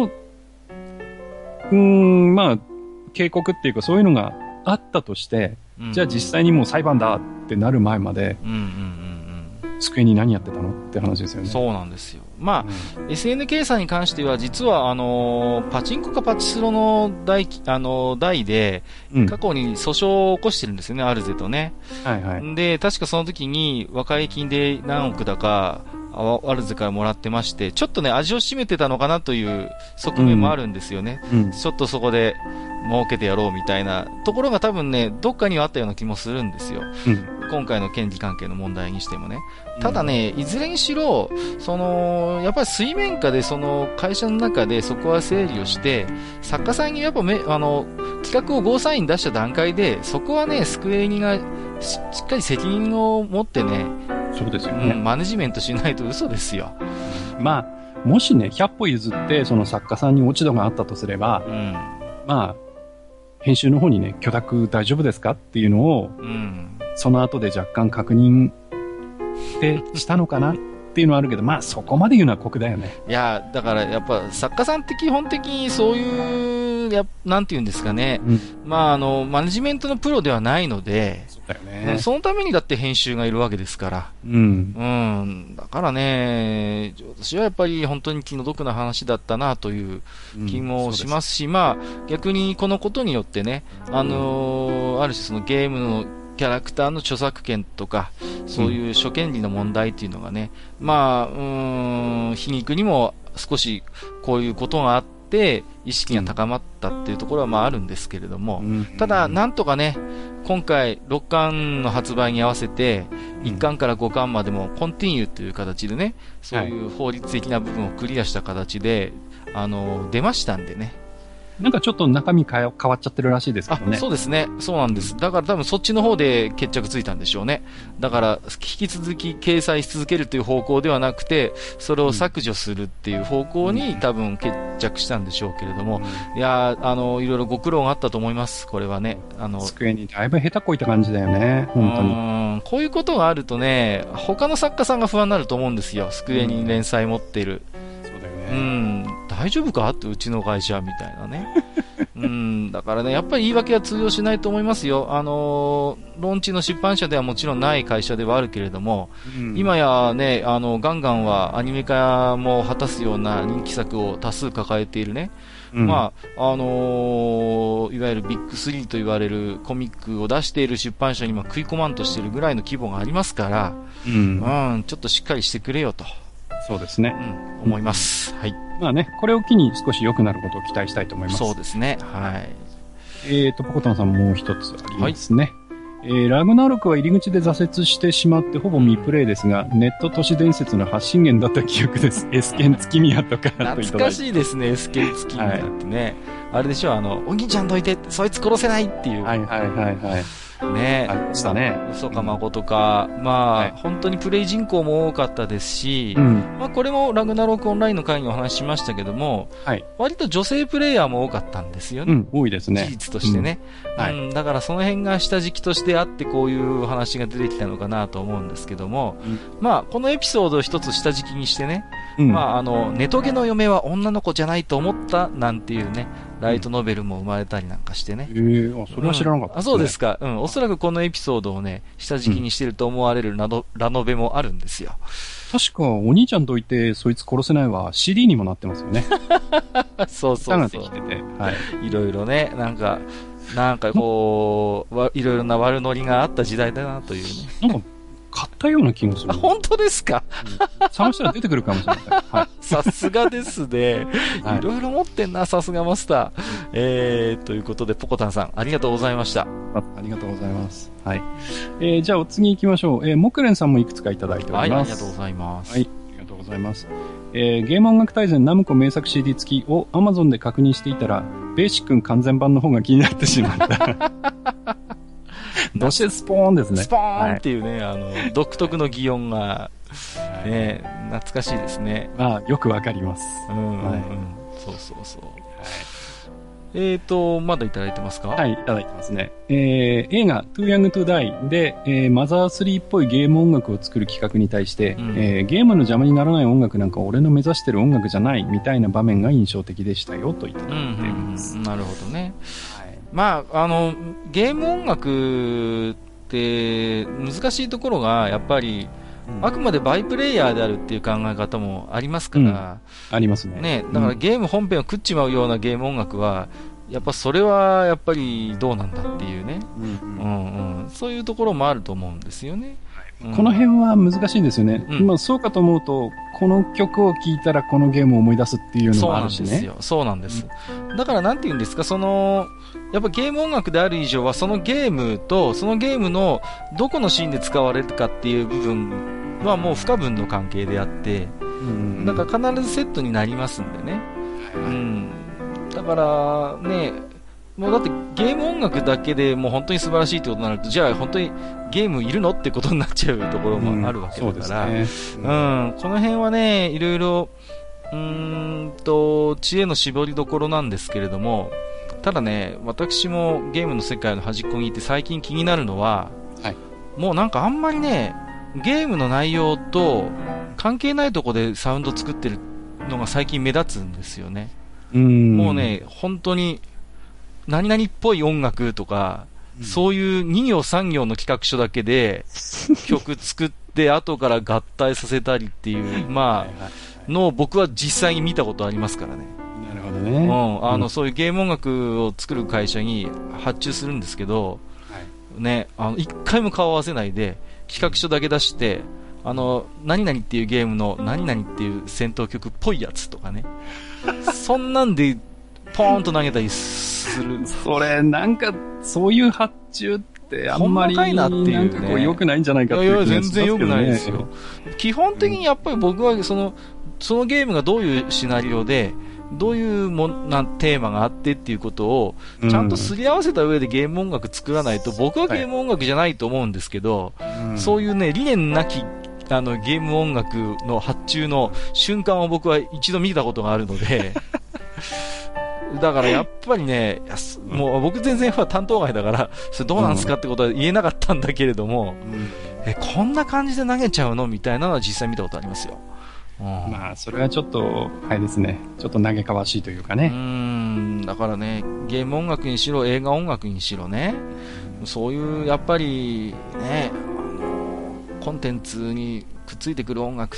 警告っていうかそういうのがあったとして、じゃあ実際にもう裁判だってなる前まで、机に何やってたのって話ですよね。 そうなんですよ。SNK さんに関しては実はパチンコかパチスロの代で、過去に訴訟を起こしてるんですよね、アルゼとね。で、確かその時に和解金で何億だかアルゼからもらってまして、ちょっとね、味を占めてたのかなという側面もあるんですよね。ちょっとそこで儲けてやろうみたいなところが多分ね、どっかにはあったような気もするんですよ。 今回の権利関係の問題にしてもね。ただね、いずれにしろ、やっぱり水面下で会社の中でそこは整理をして、作家さんにやっぱ企画をゴーサイン出した段階で、そこはね、スクエニがしっかり責任を持ってね、 そうですよね。 マネジメントしないと嘘ですよ。 まあ、もしね、100歩譲って、その作家さんに落ち度があったとすれば、まあ、編集の方にね、許諾大丈夫ですかっていうのを、その後で若干確認ってしたのかなっていうのはあるけど、まあそこまで言うのは酷だよね。 いや、だからやっぱ作家さんって基本的にそういう、なんていうんですかね、まあマネジメントのプロではないので、 そうだよね。 そのためにだって編集がいるわけですから。だからね、私はやっぱり本当に気の毒な話だったなという気もしますし、まあ逆にこのことによってね、ある種そのゲームのキャラクターの著作権とか、そういう諸権利の問題っていうのがね、まあ、皮肉にも少しこういうことがあって、意識が高まったっていうところはまああるんですけれども、ただ、なんとかね、今回6巻の発売に合わせて、1巻から5巻までもコンティニューという形でね、そういう法律的な部分をクリアした形で、出ましたんでね。 なんかちょっと中身変わっちゃってるらしいですけどね。 そうですね。そうなんです。だから多分そっちの方で決着ついたんでしょうね。だから引き続き掲載し続けるという方向ではなくて、それを削除するっていう方向に多分決着したんでしょうけれども、いやいろいろご苦労があったと思います。これはね。 机にだいぶ下手こいた感じだよね。本当に。 こういうことがあるとね、他の作家さんが不安になると思うんですよ。机に連載持っている。 そうだよね。 大丈夫かってうちの会社みたいなね。だからね、やっぱり言い訳は通用しないと思いますよ。ローンチの出版社ではもちろんない会社ではあるけれども、今やね、ガンガンはアニメ化も果たすような人気作を多数抱えているね。まあ、いわゆるビッグ3と言われるコミックを出している出版社に食い込まんとしているぐらいの規模がありますから、ちょっとしっかりしてくれよと。 そうですね。 思います。はい。 まあね、これを機に少し良くなることを期待したいと思います。 そうですね。はい。 ポコタンさんもう一つありますね。ラグナロクは入り口で挫折してしまってほぼ未プレイですが、ネット都市伝説の発信源だった記憶です。エスケン月宮とか懐かしいですね、エスケン月宮ってね。あれでしょ、お兄ちゃんどいて、そいつ殺せないっていう。 はい。 ね、 ありましたね。 嘘か誠か、本当にプレイ人口も多かったですし、これもラグナロクオンラインの会にお話ししましたけども、割と女性プレイヤーも多かったんですよね。 多いですね。 事実としてね。だからその辺が下敷きとしてあってこういう話が出てきたのかなと思うんですけども、このエピソードを一つ下敷きにしてね、ネトゲの嫁は女の子じゃないと思ったなんていうね、ライトノベルも生まれたりなんかしてね。 それは知らなかったですね。 そうですか。おそらくこのエピソードをね、下敷きにしてると思われるラノベもあるんですよ。 確か、お兄ちゃんといて、そいつ殺せないは CD にもなってますよね。 そう。いろいろね、なんかこう、いろいろな悪ノリがあった時代だなというね。 なんか買ったような気がする。 本当ですか？ 探したら出てくるかもしれない。 さすがですね。いろいろ持ってんな、さすがマスター。ということで、ポコタンさん、ありがとうございました。 ありがとうございます。はい。じゃあ、お次行きましょう。モクレンさんもいくつかいただいております。 はい、ありがとうございます。 はい、ありがとうございます。ゲーム音楽大全ナムコ名作 CD 付きを Amazon で確認していたら、ベーシックン完全版の方が気になってしまった。どうしてスポーンですね。 スポーンっていうね、独特の擬音が、ね、懐かしいですね。 よくわかります。 そう。まだいただいてますか？ はい、いただいてますね。映画 Too Young to Die で、マザー3っぽいゲーム音楽を作る企画に対して、ゲームの邪魔にならない音楽なんか俺の目指してる音楽じゃないみたいな場面が印象的でしたよといただいています。 なるほどね。ゲーム音楽って難しいところがやっぱり、あくまでバイプレイヤーであるっていう考え方もありますから、 ありますね。 だからゲーム本編を食っちまうようなゲーム音楽は、やっぱそれはやっぱりどうなんだっていうね、そういうところもあると思うんですよね。 この辺は難しいんですよね。まあそうかと思うと、この曲を聴いたらこのゲームを思い出すっていうのもあるしね。 そうなんですよ。だからなんて言うんですか、やっぱゲーム音楽である以上は、そのゲームと、そのゲームのどこのシーンで使われるかっていう部分はもう不可分の関係であって、だから必ずセットになりますんでね。だからね、もうだってゲーム音楽だけでもう本当に素晴らしいってことになると、じゃあ本当にゲームいるのってことになっちゃうところもあるわけだから、この辺はね、いろいろ知恵の絞りどころなんですけれども、ただね、私もゲームの世界の端っこにいて最近気になるのは、もうなんかあんまりね、ゲームの内容と関係ないところでサウンド作ってるのが最近目立つんですよね。もうね、本当に何々っぽい音楽とか、そういう2行3行の企画書だけで曲作って後から合体させたりっていう、まあ、のを僕は実際に見たことありますからね。 なるほどね。 そういうゲーム音楽を作る会社に発注するんですけど、ね、一回も顔合わせないで企画書だけ出して、何々っていうゲームの何々っていう戦闘曲っぽいやつとかね。そんなんでポーンと投げたりする。 それ、なんか、そういう発注ってあんまり、なんかこう良くないんじゃないかっていう、 いや全然良くないですよ。基本的にやっぱり僕はそのゲームがどういうシナリオで、どういうテーマがあってっていうことを、ちゃんとすり合わせた上でゲーム音楽作らないと、僕はゲーム音楽じゃないと思うんですけど、そういうね、理念なき、ゲーム音楽の発注の瞬間を僕は一度見たことがあるので、だからやっぱりね、もう僕全然担当外だから、それどうなんですかってことは言えなかったんだけれども、こんな感じで投げちゃうのみたいなのは実際見たことありますよ。 まあ、それはちょっと、あれですね。ちょっと嘆かわしいというかね。 だからね、ゲーム音楽にしろ、映画音楽にしろね、そういう、やっぱり、ね、コンテンツにくっついてくる音楽って、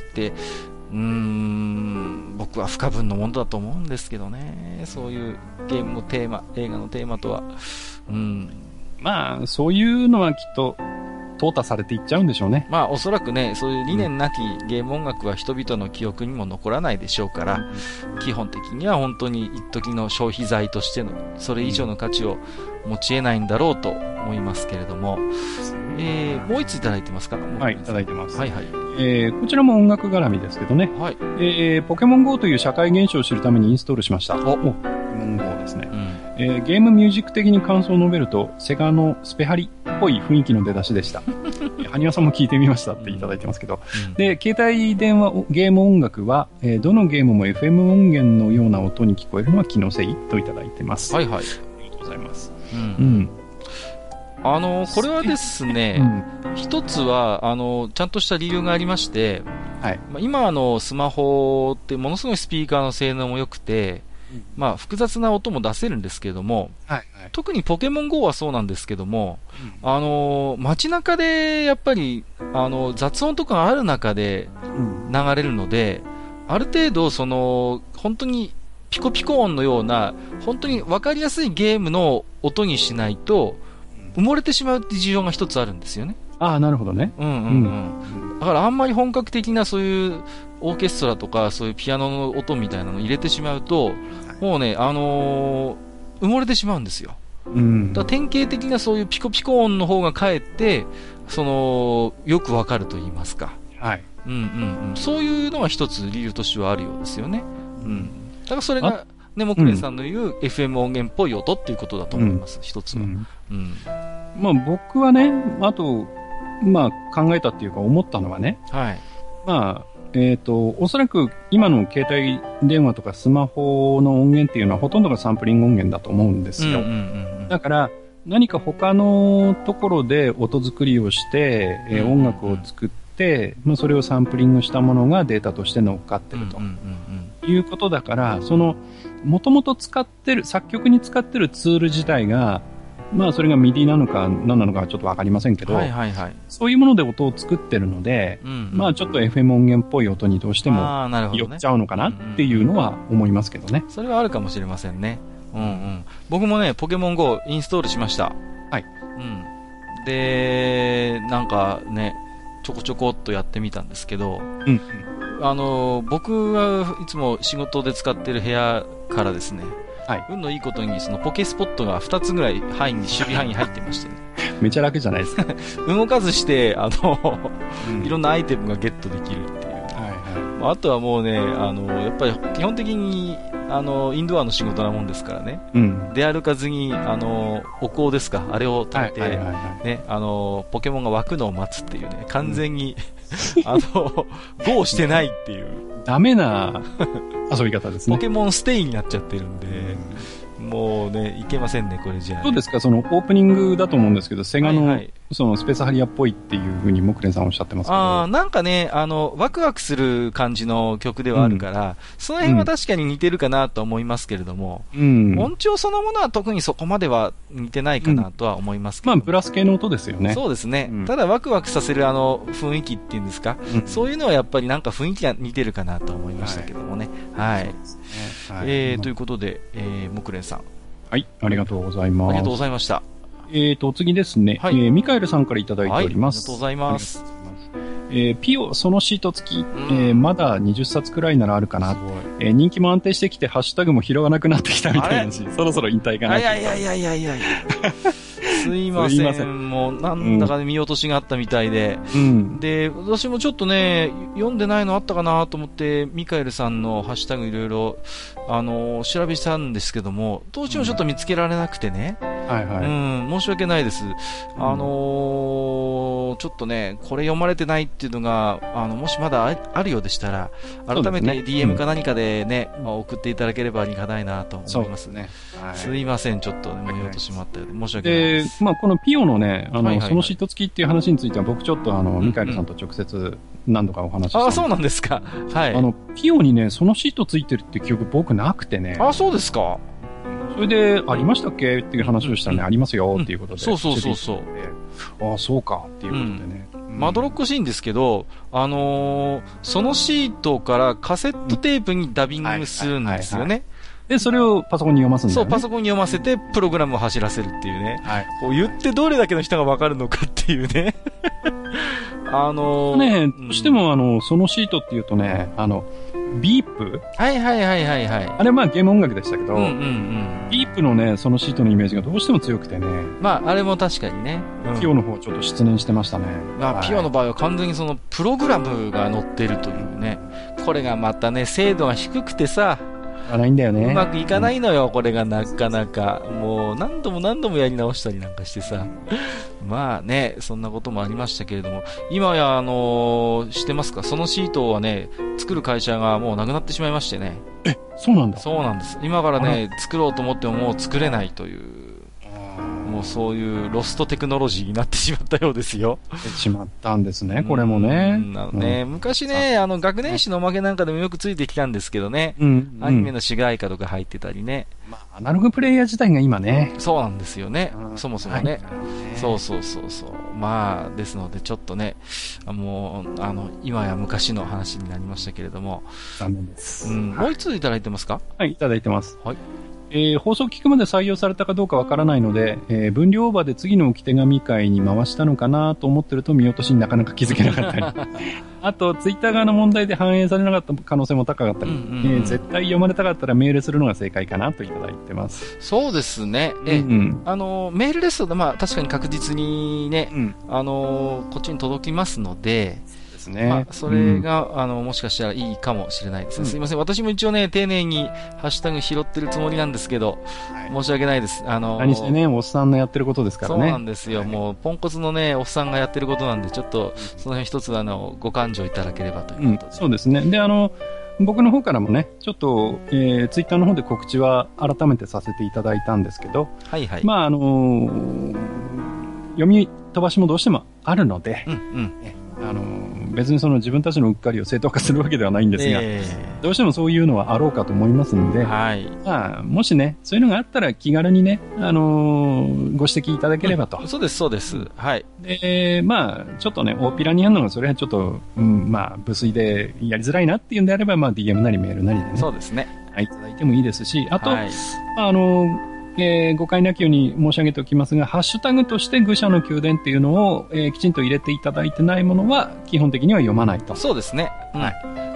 僕は不可分のものだと思うんですけどね。そういうゲームのテーマ、映画のテーマとは。 まあ、そういうのはきっと、淘汰されていっちゃうんでしょうね。 まあおそらくね、そういう理念なきゲーム音楽は人々の記憶にも残らないでしょうから、基本的には本当に一時の消費財としてのそれ以上の価値を持ち得ないんだろうと思いますけれども、もう一ついただいてますか？ はい、いただいてます。 はいはい。 こちらも音楽絡みですけどね。はい。ポケモン GO という社会現象を知るためにインストールしました。ポケモン GO ですね。ゲームミュージック的に感想を述べると、セガのスペハリっぽい雰囲気の出だしでした。埴輪さんも聞いてみましたっていただいてますけど。で、携帯電話ゲーム音楽は、どのゲームも FM 音源のような音に聞こえるのは気のせいといただいてます。 はいはい。 ありがとうございます。 これはですね、一つは、ちゃんとした理由がありまして、はい。今スマホってものすごいスピーカーの性能も良くて、まあ、複雑な音も出せるんですけども、はいはい、特にポケモン GO はそうなんですけども、街中でやっぱり雑音とかがある中で流れるので、ある程度本当にピコピコ音のような本当に分かりやすいゲームの音にしないと埋もれてしまうっていう事情が一つあるんですよね。 ああ、なるほどね。 だからあんまり本格的なそういうオーケストラとかそういうピアノの音みたいなのを入れてしまうと、もうね、埋もれてしまうんですよ。だから典型的なそういうピコピコ音の方がかえって、よくわかると言いますか。はい。そういうのが一つ理由としてはあるようですよね。だからそれが、ね、木蓮さんの言う FM 音源っぽい音っていうことだと思います、一つは。 まあ僕はね、あと、まあ考えたっていうか思ったのはね。はい。まあ、おそらく今の携帯電話とかスマホの音源っていうのはほとんどがサンプリング音源だと思うんですよ。だから何か他のところで音作りをして、音楽を作って、まあ、それをサンプリングしたものがデータとして乗っかってるということだから、もともと使ってる、作曲に使ってるツール自体がまあそれがミディなのか何なのかちょっとわかりませんけど、そういうもので音を作ってるので、まあちょっと FM 音源っぽい音にどうしても寄っちゃうのかなっていうのは思いますけどね。 それはあるかもしれませんね。僕もね、ポケモン GO インストールしました。はい。で、なんかね、 ちょこちょこっとやってみたんですけど、僕がいつも仕事で使ってる部屋からですね、運のいいことにそのポケスポットが2つぐらい守備範囲に入ってましてね。 めちゃ楽じゃないですか。 動かずして、いろんなアイテムがゲットできるっていう。あとはもうね、やっぱり基本的に、インドアの仕事なもんですからね。出歩かずに、お香ですか、あれを食べて、ね、ポケモンが湧くのを待つっていうね、完全に、ゴーしてないっていう。 ダメな遊び方ですね。 ポケモンステイになっちゃってるんで、もうね、いけませんね、これじゃあ、ね。 どうですか、そのオープニングだと思うんですけど、セガの、そのスペースハリアっぽいっていう風に木蓮さんおっしゃってますけど。 なんかね、ワクワクする感じの曲ではあるから、その辺は確かに似てるかなと思いますけれども、音調そのものは特にそこまでは似てないかなとは思いますけど。 まあ、プラス系の音ですよね。 そうですね。ただワクワクさせる雰囲気っていうんですか、そういうのはやっぱりなんか雰囲気が似てるかなと思いましたけどもね。はい。ということで、木蓮さん。 はい、ありがとうございます。 ありがとうございました。 次ですね、ミカエルさんからいただいております。 ありがとうございます。 ピオそのシート付き、まだ20冊くらいならあるかな。人気も安定してきてハッシュタグも拾わなくなってきたみたいなし、そろそろ引退かな。 いや。すいません。もう、なんだか見落としがあったみたいで。で、私もちょっとね、読んでないのあったかなと思って、ミカエルさんのハッシュタグいろいろ、調べしたんですけども、どうしてもちょっと見つけられなくてね。申し訳ないです。ちょっとね、これ読まれてないっていうのが、もしまだあるようでしたら、改めて DM か何かでね、送っていただければありがたいなと思いますね。すいません、ちょっと見落としまったようで、申し訳ないです。 まあ、このピオのね、そのシート付きっていう話については、僕ちょっとミカエルさんと直接何度かお話ししたんです。 そうなんですか。はい。 ピオにね、そのシート付いてるって記憶僕なくてね。 そうですか。 それで、ありましたっけっていう話をしたらね、ありますよっていうことで。 そう。 そうかっていうことでね。 まどろっこしいんですけど、そのシートからカセットテープにダビングするんですよね。 で、それをパソコンに読ますんだよね。 そう、パソコンに読ませて、プログラムを走らせるっていうね。こう言ってどれだけの人がわかるのかっていうね。 どうしてもそのシートっていうとね、ビープはい。 あれまあゲーム音楽でしたけど、ビープのね、そのシートのイメージがどうしても強くてね。 まあ、あれも確かにね。 ピオの方ちょっと失念してましたね。 ピオの場合は完全にそのプログラムが載ってるというね。これがまたね、精度が低くてさ、 ないんだよね。 うまくいかないのよ、これがなかなか。もう何度もやり直したりなんかしてさ。まあね、そんなこともありましたけれども、今や知ってますか？そのシートはね、作る会社がもうなくなってしまいましてね。 そうなんだ。 そうなんです。今からね、作ろうと思ってももう作れないという。もうそういうロストテクノロジーになってしまったようですよ。 しまったんですね、これもね。 昔ね、学年誌のおまけなんかでもよくついてきたんですけどね。アニメの主題歌とか入ってたりね。 まあ、アナログプレイヤー自体が今ね。 そうなんですよね。そもそもね。そう。まあ、ですので、ちょっとね、もう、今や昔の話になりましたけれども。 残念です。 もう一ついただいてますか？ はい、いただいてます。 はい。 放送聞くまで採用されたかどうかわからないので、分量オーバーで次の置き手紙会に回したのかなと思ってると見落としになかなか気づけなかったり。あと、ツイッター側の問題で反映されなかった可能性も高かったり、絶対読まれたかったらメールするのが正解かなといただいてます。 そうですね。メールですと、まあ確かに確実にね、こっちに届きますので、それが、もしかしたらいいかもしれないですね。すいません。私も一応ね、丁寧にハッシュタグ拾ってるつもりなんですけど、申し訳ないです。 何してね、おっさんのやってることですからね。 そうなんですよ。もう、ポンコツのね、おっさんがやってることなんで、ちょっと、その辺一つ、ご感情いただければということで。 そうですね。で、僕の方からもね、ちょっと、ツイッターの方で告知は改めてさせていただいたんですけど、まあ、読み飛ばしもどうしてもあるので、別にその自分たちのうっかりを正当化するわけではないんですが、どうしてもそういうのはあろうかと思いますので、まあ、もしね、そういうのがあったら気軽にね、ご指摘いただければと。 そうです。はい。 で、まあ、ちょっとね、大っぴらにやるのが、それはちょっと、まあ、無粋でやりづらいなっていうんであれば、まあ、DM なりメールなりでね。 そうですね。 はい、いただいてもいいですし、あと、 誤解なきように申し上げておきますが、ハッシュタグとして愚者の宮殿っていうのを、きちんと入れていただいてないものは、基本的には読まないと。 そうですね。 はい。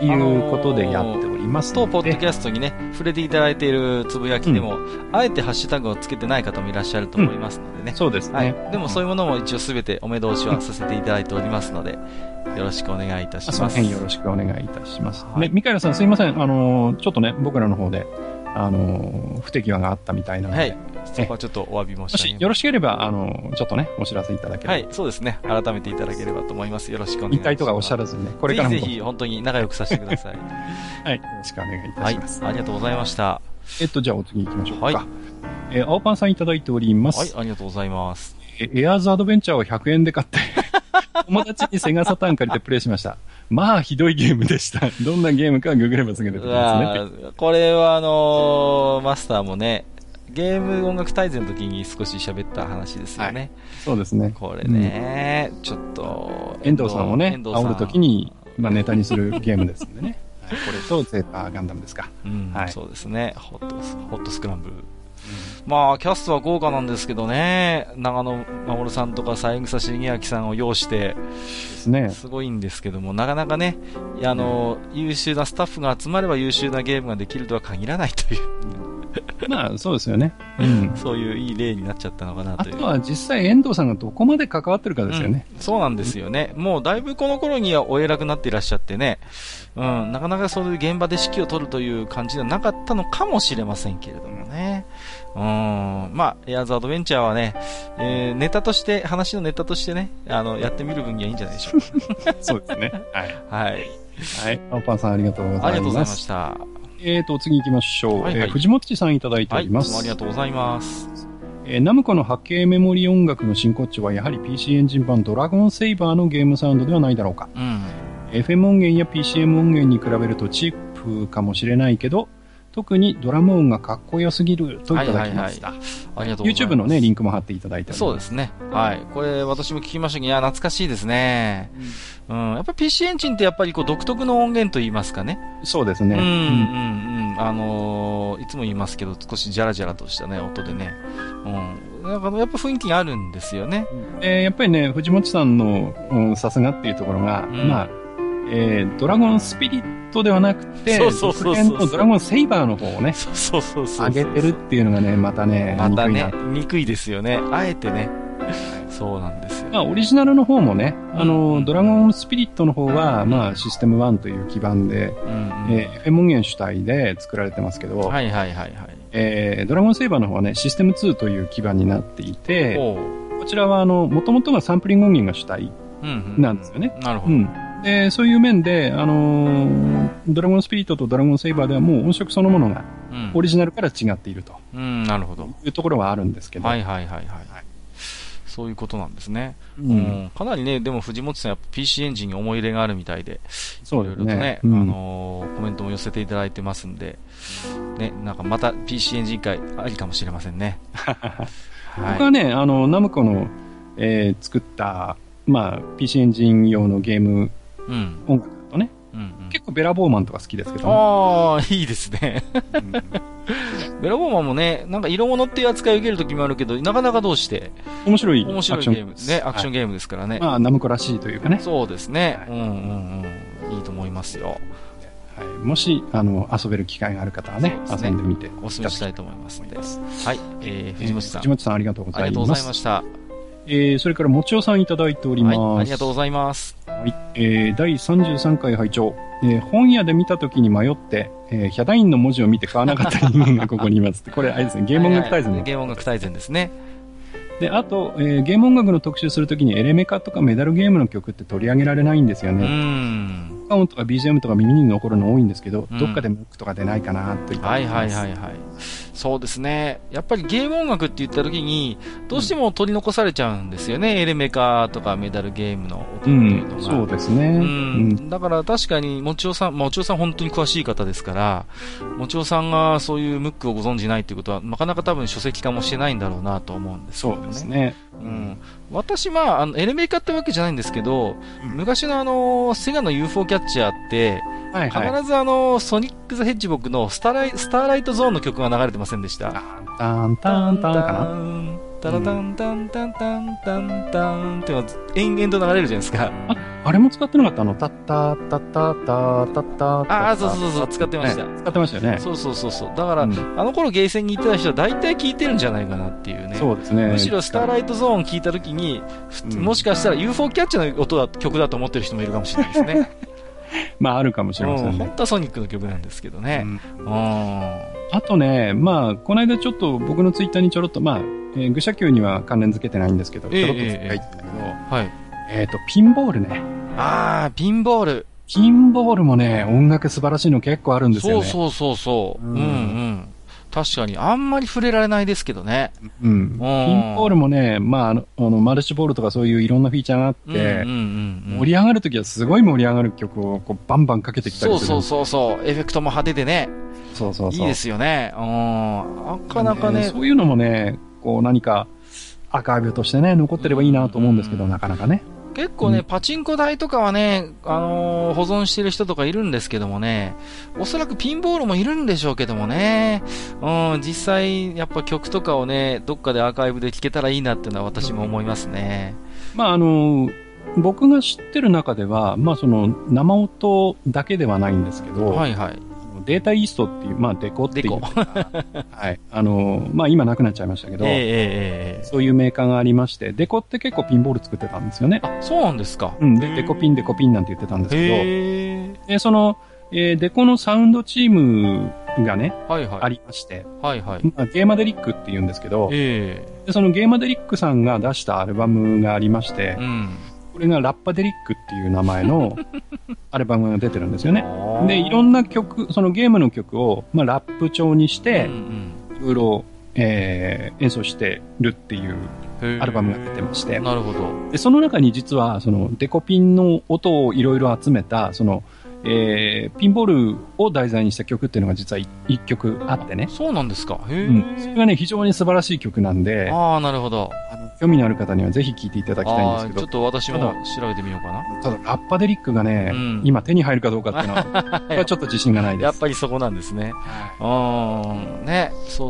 いうことでやっておりますので。 当ポッドキャストにね、触れていただいているつぶやきでも、あえてハッシュタグをつけてない方もいらっしゃると思いますのでね。 そうですね。 はい。でもそういうものも一応すべてお目通しはさせていただいておりますので、よろしくお願いいたします。 その辺よろしくお願いいたします。ね、ミカエルさんすいません。ちょっとね、僕らの方で、不手際があったみたいなので。 はい。そこはちょっとお詫び申し上げます。もしよろしければ、ちょっとね、お知らせいただければ。 はい、そうですね。改めていただければと思います。よろしくお願いします。 引退とかおっしゃらずにね、これからも。 ぜひぜひ、本当に仲良くさせてください。 はい、よろしくお願いいたします。 はい、ありがとうございました。 じゃあお次行きましょうか。 はい。 青パンさんいただいております。 はい、ありがとうございます。 エアーズアドベンチャーを100円で買って、友達にセガサターン借りてプレイしました。まあ、ひどいゲームでした。どんなゲームかググればすぐ出てきますね。 これはマスターもね、ゲーム音楽大全の時に少し喋った話ですよね。はい、 そうですね。 これね、ちょっと。 遠藤さんをね、煽る時に、ネタにするゲームですんでね。これとゼータガンダムですか。 はい。そうですね。ホットスクランブル。まあ、キャストは豪華なんですけどね、長野守さんとか三枝茂明さんを擁して、すごいんですけども、なかなかね、優秀なスタッフが集まれば優秀なゲームができるとは限らないという。 まあ、そうですよね。 そういういい例になっちゃったのかなという。 あとは実際遠藤さんがどこまで関わってるかですよね。 そうなんですよね。もうだいぶこの頃にはお偉くなっていらっしゃってね、なかなかそういう現場で指揮を取るという感じではなかったのかもしれませんけれどもね。まあ、エアーズアドベンチャーはね、ネタとして、話のネタとしてね、やってみる分にはいいんじゃないでしょうか。 そうですね。はい。 はい。 はい。青パンさんありがとうございます。 ありがとうございました。 次行きましょう。藤本さんいただいております。 ありがとうございます。 ナムコの波形メモリ音楽の真骨頂はやはり PC エンジン版ドラゴンセイバーのゲームサウンドではないだろうか。FM 音源や PCM 音源に比べるとチープかもしれないけど、特にドラム音がかっこよすぎるといただきました。ありがとうございます。YouTube のね、リンクも貼っていただいております。 そうですね。はい。これ私も聞きましたけど、いや、懐かしいですね。やっぱり PC エンジンってやっぱりこう独特の音源と言いますかね。 そうですね。 いつも言いますけど、少しジャラジャラとしたね、音でね。なんかやっぱ雰囲気があるんですよね。 やっぱりね、藤本さんの、さすがっていうところが、まあ、ドラゴンスピリットではなくて、ドラゴンセイバーの方をね、上げてるっていうのがね、またね、 憎いですよね。あえてね。そうなんですよ。 まあ、オリジナルの方もね、ドラゴンスピリットの方は、まあ、システム1という基盤で、FM 音源主体で作られてますけど、ドラゴンセイバーの方はね、システム2という基盤になっていて、こちらは、もともとがサンプリング音源が主体なんですよね。 なるほど。 で、そういう面で、ドラゴンスピリットとドラゴンセイバーではもう音色そのものが、オリジナルから違っていると。 なるほど。 いうところはあるんですけど。 そういうことなんですね。かなりね、でも藤本さんやっぱ PC エンジンに思い入れがあるみたいで、 そうですね。 いろいろとね、コメントも寄せていただいてますんで、ね、なんかまた PC エンジン会ありかもしれませんね。 僕はね、ナムコの、作った、まあ、PC エンジン用のゲーム音楽だとね、結構ベラボーマンとか好きですけどね。 ああ、いいですね。ベラボーマンもね、なんか色物っていう扱いを受けるときもあるけど、なかなかどうして。 面白いゲームね、アクションゲームですからね。 まあ、ナムコらしいというかね。 そうですね。いいと思いますよ。 はい。もし、遊べる機会がある方はね、遊んでみて。 お勧めしたいと思いますので。はい。藤本さん。 藤本さんありがとうございます。 ありがとうございました。 それから、もちおさんいただいております。 はい、ありがとうございます。 はい。第33回拝聴本屋で見たときに迷って、ヒャダインの文字を見て買わなかった人間がここにいます。これ、あれですね、ゲーム音楽大全の。 ゲーム音楽大全ですね。 で、あと、ゲーム音楽の特集するときにエレメカとかメダルゲームの曲って取り上げられないんですよね。音とか BGM とか耳に残るの多いんですけど、どっかでムックとか出ないかなといったりします。 そうですね。やっぱりゲーム音楽って言った時に、どうしても取り残されちゃうんですよね。エレメカとかメダルゲームの音っていうのが。 そうですね。 だから確かに、もちおさん本当に詳しい方ですから、もちおさんがそういうムックをご存じないっていうことは、なかなか多分書籍化もしてないんだろうなと思うんですよね。 そうですね。 私、エレメカってわけじゃないんですけど、昔のセガの UFO キャッチャーって、 はいはい、必ずソニック・ザ・ヘッジボックのスターライトゾーンの曲が流れてませんでした？ タンタンタンかな、 タラタンタンタンタンタンタンってのが延々と流れるじゃないですか。 あれも使ってなかった？タッタッタッタッタッタッタッタッ。 そう、使ってました。 使ってましたよね。 そう。だから、あの頃ゲーセンに行ってた人は大体聞いてるんじゃないかなっていうね。 そうですね。 むしろスターライトゾーン聞いた時に、もしかしたら UFO キャッチャーの曲だと思ってる人もいるかもしれないですね。 まあ、あるかもしれませんね。 本当はソニックの曲なんですけどね。 あとね、まあ、この間ちょっと僕のツイッターにちょろっと、まあ、愚者級には関連付けてないんですけど、ちょろっと書いてたけど、はい。ピンボールね。 ピンボール。 ピンボールもね、音楽素晴らしいの結構あるんですよね。 そう。確かに、あんまり触れられないですけどね。 ピンボールもね、まあ、マルチボールとかそういういろんなフィーチャーがあって、盛り上がるときはすごい盛り上がる曲をこうバンバンかけてきたりする。 そう。エフェクトも派手でね。 そう。 いいですよね。なかなかね。 そういうのもね、こう何かアーカイブとしてね、残ってればいいなと思うんですけど、なかなかね。 結構ね、パチンコ台とかはね、保存してる人とかいるんですけどもね、おそらくピンボールもいるんでしょうけどもね、実際、やっぱ曲とかをね、どっかでアーカイブで聴けたらいいなっていうのは私も思いますね。 まあ僕が知ってる中では、まあその、生音だけではないんですけど、はいはい。データイーストっていう、まあデコっていう。はい。まあ今なくなっちゃいましたけど、そういうメーカーがありまして、デコって結構ピンボール作ってたんですよね。 そうなんですか。 で、デコピンなんて言ってたんですけど、で、その、デコのサウンドチームがね、ありまして、まあ、ゲーマデリックって言うんですけど、で、そのゲーマデリックさんが出したアルバムがありまして、これがラッパデリックっていう名前のアルバムが出てるんですよね。で、いろんな曲、そのゲームの曲を、まあ、ラップ調にして、いろいろ、演奏してるっていうアルバムが出てまして。 なるほど。 で、その中に実は、そのデコピンの音をいろいろ集めた、その、ピンボールを題材にした曲っていうのが実は一曲あってね。 そうなんですか。 それがね、非常に素晴らしい曲なんで。 なるほど。 興味のある方にはぜひ聴いていただきたいんですけど。 ちょっと私も調べてみようかな。 ただ、ラッパデリックがね、今手に入るかどうかっていうのは、ちょっと自信がないです。 やっぱりそこなんですね。ね。そう。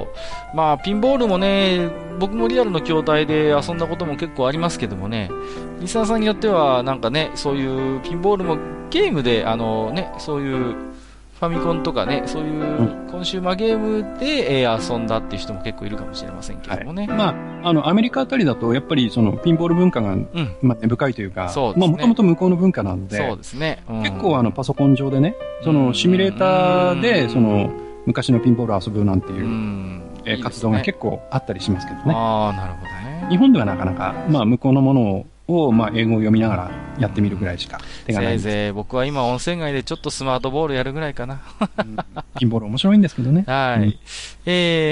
まあ、ピンボールもね、僕もリアルの筐体で遊んだことも結構ありますけどもね、リスナーさんによっては、なんかね、そういうピンボールもゲームで、そういうファミコンとかね、そういうコンシューマーゲームで、遊んだっていう人も結構いるかもしれませんけどもね。 まあ、アメリカあたりだと、やっぱりそのピンボール文化が、まあ、根深いというか、まあ、もともと向こうの文化なので、 そうですね。 結構パソコン上でね、そのシミュレーターで、その、昔のピンボールを遊ぶなんていう、活動が結構あったりしますけどね。 なるほどね。 日本ではなかなか、まあ、向こうのものを、まあ、英語を読みながらやってみるぐらいしか手がないんです。 せいぜい僕は今温泉街でちょっとスマートボールやるぐらいかな。 ピンボール面白いんですけどね。 はい。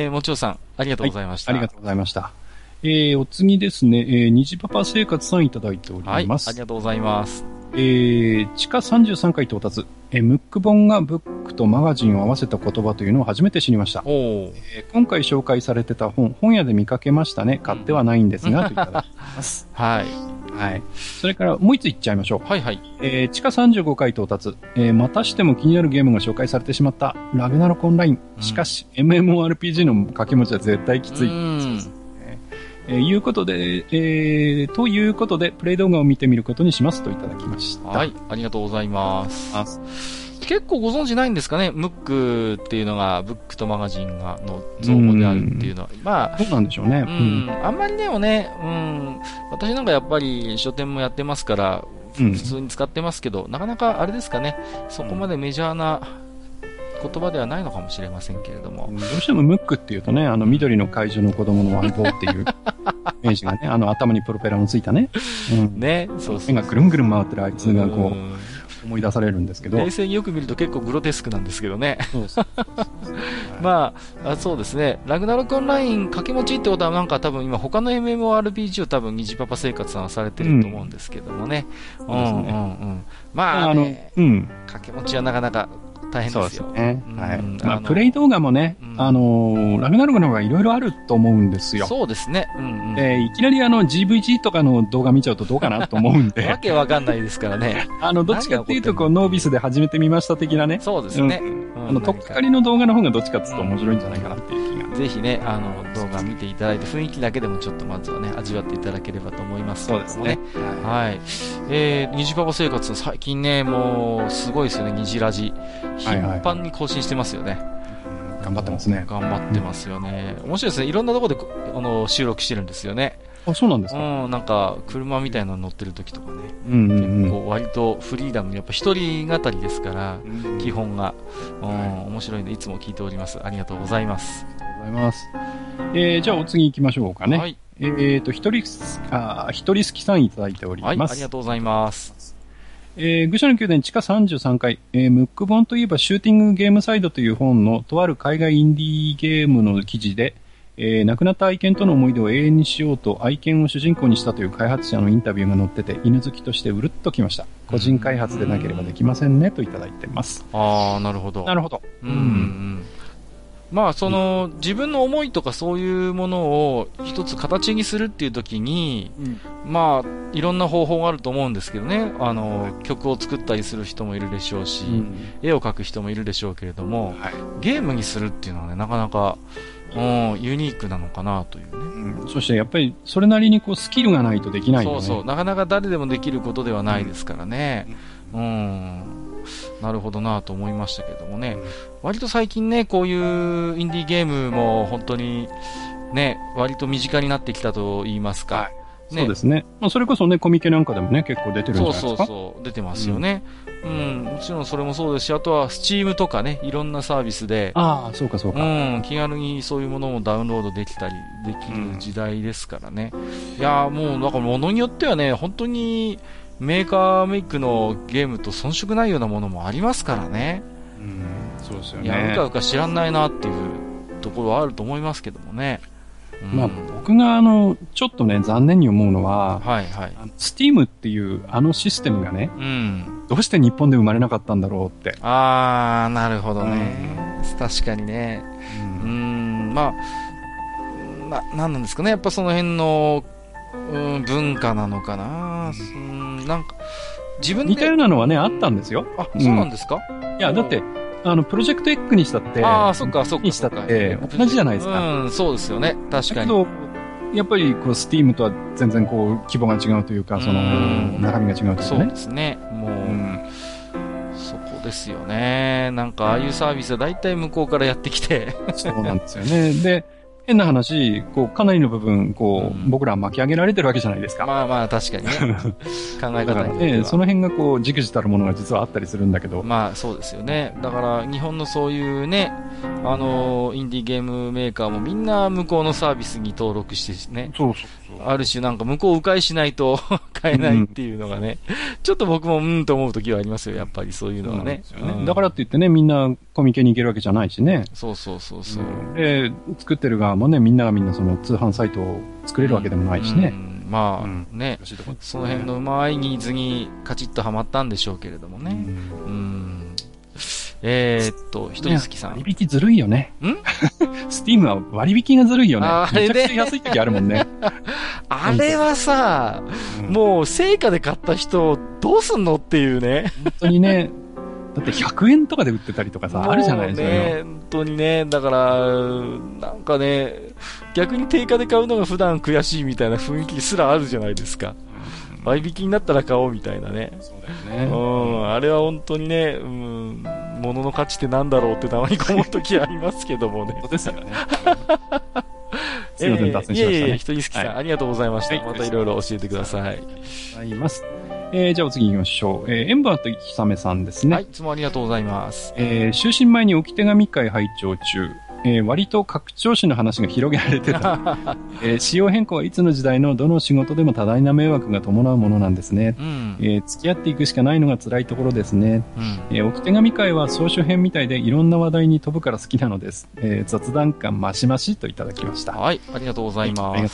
もちろさん、ありがとうございました。 ありがとうございました。お次ですね、虹パパ生活さんいただいております。 ありがとうございます。 地下33階到達。ムック本がブックとマガジンを合わせた言葉というのを初めて知りました。今回紹介されてた本屋で見かけましたね。買ってはないんですが、といただきます。はい。それからもう一つ言っちゃいましょう。地下35階到達。またしても気になるゲームが紹介されてしまった。ラグナロクオンライン。しかし、MMORPG の掛け持ちは絶対きつい。ということで、プレイ動画を見てみることにしますといただきました。 はい、ありがとうございます。結構ご存知ないんですかね、ムックっていうのが、ブックとマガジンがの造語であるっていうのは。まあ、 そうなんでしょうね。 あんまりでもね、私なんかやっぱり書店もやってますから、普通に使ってますけど、なかなかあれですかね、そこまでメジャーな、言葉ではないのかもしれませんけれども。 どうしてもムックっていうとね、緑の怪獣の子供の相棒っていうイメージがね、頭にプロペラのついたね。 ね、 目がぐるんぐるん回ってるあいつがこう、思い出されるんですけど。 冷静によく見ると結構グロテスクなんですけどね。まあ、そうですね。ラグナロクオンライン掛け持ちってことはなんか多分今他の MMORPG を多分虹パパ生活さんはされてると思うんですけどもね。まあ、掛け持ちはなかなか大変ですよ。 そうですね。はい。まあ、プレイ動画もね、ラグナロクの方がいろいろあると思うんですよ。 そうですね。 いきなりGVG とかの動画見ちゃうとどうかなと思うんで。 わけわかんないですからね。 どっちかっていうと、ノービスで始めてみました的なね。 そうですね。 とっかかりの動画の方がどっちかっていうと面白いんじゃないかなっていう気が。 ぜひね、動画見ていただいて、雰囲気だけでもちょっとまずはね、味わっていただければと思います。 そうですね。 はい。虹パパ生活、最近ね、もう、すごいですよね、虹ラジ。頻繁に更新してますよね。 頑張ってますね。 頑張ってますよね。面白いですね。いろんなところで、収録してるんですよね。 あ、そうなんですか？ なんか、車みたいなの乗ってる時とかね。結構、割とフリーダムに、やっぱ一人語りですから、基本が。面白いんで、いつも聞いております。ありがとうございます。 ありがとうございます。じゃあ、お次行きましょうかね。はい。一人好きさんいただいております。 はい、ありがとうございます。 愚者の宮殿地下33階、ムック本といえばシューティングゲームサイドという本のとある海外インディーゲームの記事で、亡くなった愛犬との思い出を永遠にしようと愛犬を主人公にしたという開発者のインタビューが載ってて犬好きとしてうるっときました。個人開発でなければできませんねといただいてます。 ああ、なるほど。 なるほど。 まあ、自分の思いとかそういうものを一つ形にするっていう時に、まあ、いろんな方法があると思うんですけどね。曲を作ったりする人もいるでしょうし、絵を描く人もいるでしょうけれども、ゲームにするっていうのはね、なかなか、ユニークなのかなというね。 そしてやっぱりそれなりにこうスキルがないとできないよね。 そうそう。なかなか誰でもできることではないですからね。なるほどなと思いましたけどもね。割と最近ね、こういうインディーゲームも本当にね、割と身近になってきたと言いますか。 そうですね。まあ、それこそね、コミケなんかでもね、結構出てるんじゃないですか。 そう、出てますよね。もちろんそれもそうですし、あとはスチームとかね、いろんなサービスで。 ああ、そうかそうか。 気軽にそういうものもダウンロードできたりできる時代ですからね。いやーもう、なんか物によってはね、本当にメーカーメイクのゲームと遜色ないようなものもありますからね。 そうですよね。 いや、うかうか知らないなっていうところはあると思いますけどもね。 まあ、僕がちょっとね、残念に思うのは、スティームっていうシステムがね、どうして日本で生まれなかったんだろうって。 あー、なるほどね。確かにね。まあ、なんなんですかね。やっぱその辺の、文化なのかな。なんか、自分で。 似たようなのはね、あったんですよ。 あ、そうなんですか？ いや、だって、プロジェクト X にしたって、 そっか。 にしたって、同じじゃないですか。 そうですよね。確かに。 だけど、やっぱり、こう、Steam とは全然こう、規模が違うというか、中身が違うというかね。 そうですね。もう、そこですよね。なんか、ああいうサービスは大体向こうからやってきて。 そうなんですよね。で、変な話、こう、かなりの部分、こう、僕ら巻き上げられてるわけじゃないですか。 まあ、確かにね。考え方にね。その辺がこう、じくじたるものが実はあったりするんだけど。 まあ、そうですよね。だから、日本のそういうね、インディーゲームメーカーもみんな向こうのサービスに登録してね。ある種なんか向こう迂回しないと買えないっていうのがね、ちょっと僕もと思う時はありますよ、やっぱりそういうのはね。 だからって言ってね、みんなコミケに行けるわけじゃないしね。 そう。 で、作ってる側もね、みんながみんなその通販サイトを作れるわけでもないしね。 まあね、その辺のうまいニーズにカチッとはまったんでしょうけれどもね。一人好きさん。 割引ずるいよね。スティームは割引がずるいよね。めちゃくちゃ安い時あるもんね。 あれはさ、もう成果で買った人どうすんのっていうね。 本当にね。だって100円とかで売ってたりとかさ、あるじゃないですか。 本当にね。だから、なんかね、逆に定価で買うのが普段悔しいみたいな雰囲気すらあるじゃないですか。割引になったら買おうみたいなね。 そうだよね。 あれは本当にね、物の価値ってなんだろうってたまに思うときありますけどもね。 そうですよね。すいません、脱線しましたね。 ひとりすきさん、ありがとうございました。またいろいろ教えてください。 ありがとうございます。じゃあお次行きましょう。エンバーとひさめさんですね。 はい、いつもありがとうございます。 就寝前に置き手紙会拝聴中。割と拡張子の話が広げられてた。仕様変更はいつの時代のどの仕事でも多大な迷惑が伴うものなんですね。付き合っていくしかないのが辛いところですね。置き手紙会は総集編みたいでいろんな話題に飛ぶから好きなのです。雑談感マシマシといただきました。 はい、ありがとうございます。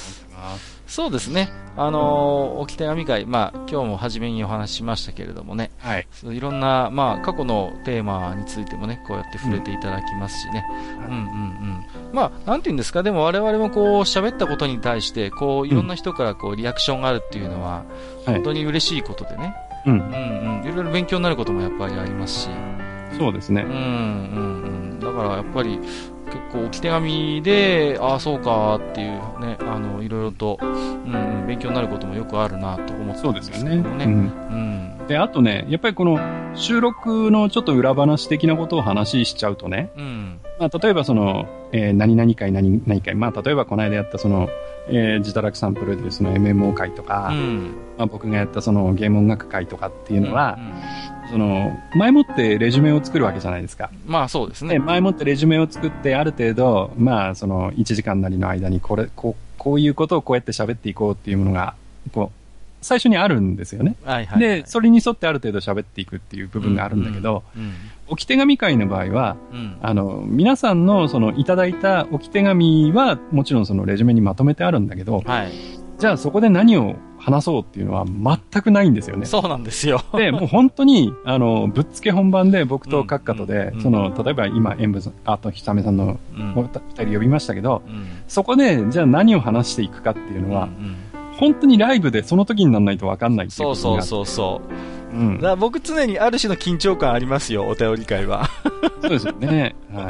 そうですね。置き手紙会、今日も初めにお話ししましたけれどもね。はい。いろんな、過去のテーマについてもね、こうやって触れていただきますしね。なんていうんですか、でも我々も喋ったことに対して、いろんな人からリアクションがあるっていうのは、本当に嬉しいことでね。いろいろ勉強になることもやっぱりありますし。 そうですね。 だからやっぱり、結構置き手紙で、そうかっていうね、いろいろと、勉強になることもよくあるなと思ってますけどもね。 で、あとね、やっぱりこの収録のちょっと裏話的なことを話しちゃうとね、例えば何々会、何々会、例えばこの間やった自堕落さんプロデュースの MMO 会とか、僕がやったゲーム音楽会とかっていうのは、前もってレジュメを作るわけじゃないですか。 そうですね。 前もってレジュメを作って、ある程度、1時間なりの間にこういうことをこうやって喋っていこうっていうものが、最初にあるんですよね。で、それに沿ってある程度喋っていくっていう部分があるんだけど、置き手紙会の場合は、皆さんのいただいた置き手紙は、もちろんレジュメにまとめてあるんだけど、じゃあそこで何を話そうっていうのは全くないんですよね。 そうなんですよ。 で、もう本当に、ぶっつけ本番で僕とカッカとで、例えば今、演舞あとひさめさんの二人呼びましたけど、そこで、じゃあ何を話していくかっていうのは、本当にライブでその時にならないと分かんないっていうことが。 そう。だから僕常にある種の緊張感ありますよ、お便り会は。 そうですよね。はい。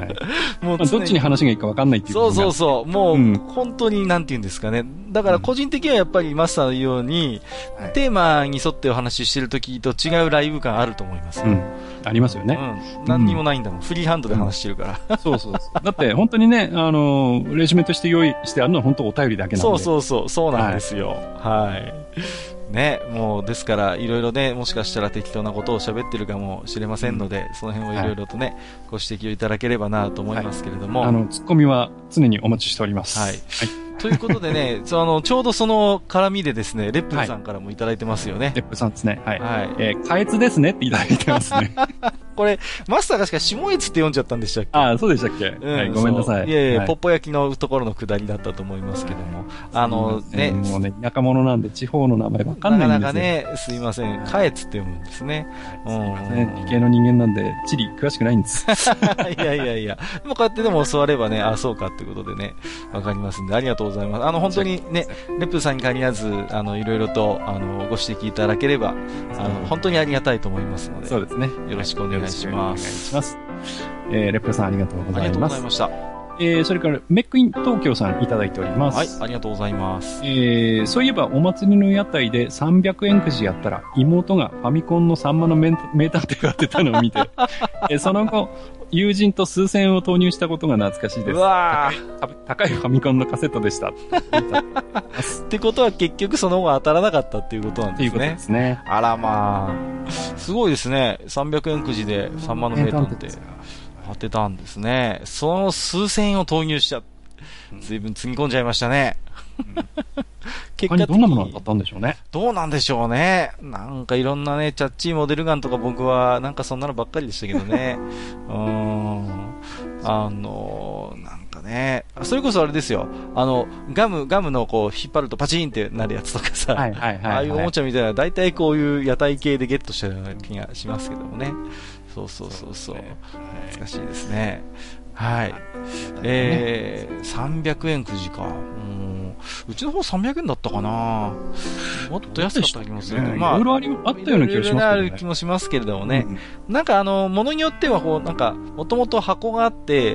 もうどっちに話がいいか分かんないっていう。 そう。もう、本当になんて言うんですかね。だから個人的にはやっぱりマスターのように、テーマに沿ってお話ししてる時と違うライブ感あると思います。 ありますよね。 何にもないんだもん。フリーハンドで話してるから。 そう。だって本当にね、レジュメとして用意してあるのは本当お便りだけなんで。 そうなんですよ。はい。ね、もうですからいろいろね、もしかしたら適当なことを喋ってるかもしれませんので、その辺をいろいろとね、ご指摘をいただければなと思いますけれども、 ツッコミは常にお待ちしております。 はい。ということでね、ちょうどその絡みでですね、レップンさんからもいただいてますよね。 レップンさんですね。はい。下越ですねっていただいてますね。 これ、マスターがしか下越って読んじゃったんでしたっけ？ そうでしたっけ？はい、ごめんなさい。 いや、ポッポ焼きのところの下りだったと思いますけども。 もうね、田舎者なんで地方の名前わかんないんですよ。 なかなかね、すいません。下越って読むんですね。 理系の人間なんで、地理詳しくないんです。 いや。でもこうやってでも教わればね、そうかってことでね、わかりますんで、ありがとうございます。本当にね、レップさんに限らず、いろいろと、ご指摘いただければ、本当にありがたいと思いますので。 そうですね。 よろしくお願いします。 お願いします。レップさんありがとうございます。 ありがとうございました。 それから、メックイン東京さんいただいております。 はい、ありがとうございます。 そういえば、お祭りの屋台で300円くじやったら、妹がファミコンのサンマの名探偵が当てたのを見て、その後、友人と数千円を投入したことが懐かしいです。高いファミコンのカセットでした。 ってことは結局その後当たらなかったっていうことなんですね。 っていうことですね。 あらまあ。すごいですね。300円くじでサンマの名探偵当てたんですね。その数千円を投入しちゃって、随分つぎ込んじゃいましたね。 結果的にどんなものだったんでしょうね。 どうなんでしょうね。なんかいろんなね、チャッチーモデルガンとか僕はなんかそんなのばっかりでしたけどね。なんかね、それこそあれですよ。ガムのこう引っ張るとパチンってなるやつとかさ、ああいうおもちゃみたいな、大体こういう屋台系でゲットしたような気がしますけどもね。そう。懐かしいですね。はい。300円くじか。うちの方300円だったかな。もっと安かった気もするけど、 いろいろあったような気がしますけどね。 ある気もしますけれどもね。なんか物によってはこう、なんか、もともと箱があって、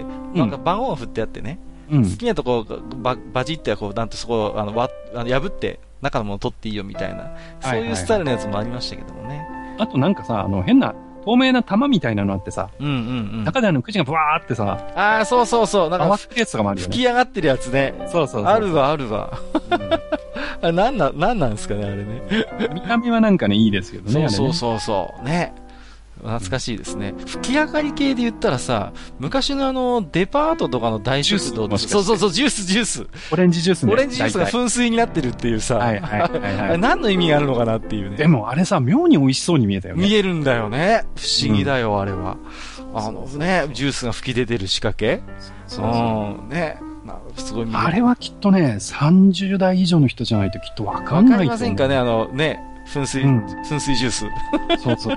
なんか番号が振ってあってね。好きなとこバジってこう、なんてそこ破って、中のもの取っていいよみたいな、そういうスタイルのやつもありましたけどもね。 あとなんかさ、変な、透明な玉みたいなのあってさ、中でくじがブワーってさ、 そう。 なんか、回ってるやつとかもあるよね。 吹き上がってるやつね。 そう。 あるわ。なんなんですかね、あれね。 見た目はなんかね、いいですけどね。 そう。ね。懐かしいですね。吹き上がり系で言ったらさ、昔のデパートとかの大食堂で、そう、ジュース。 オレンジジュースね。 オレンジジュースが噴水になってるっていうさ、何の意味があるのかなっていうね。 でもあれさ、妙に美味しそうに見えたよね。 見えるんだよね。不思議だよ、あれは。ジュースが吹き出てる仕掛け。ね。 すごいあれはきっとね、30代以上の人じゃないときっとわかんないと思う。 わかりませんかね、噴水ジュース。 そうそう。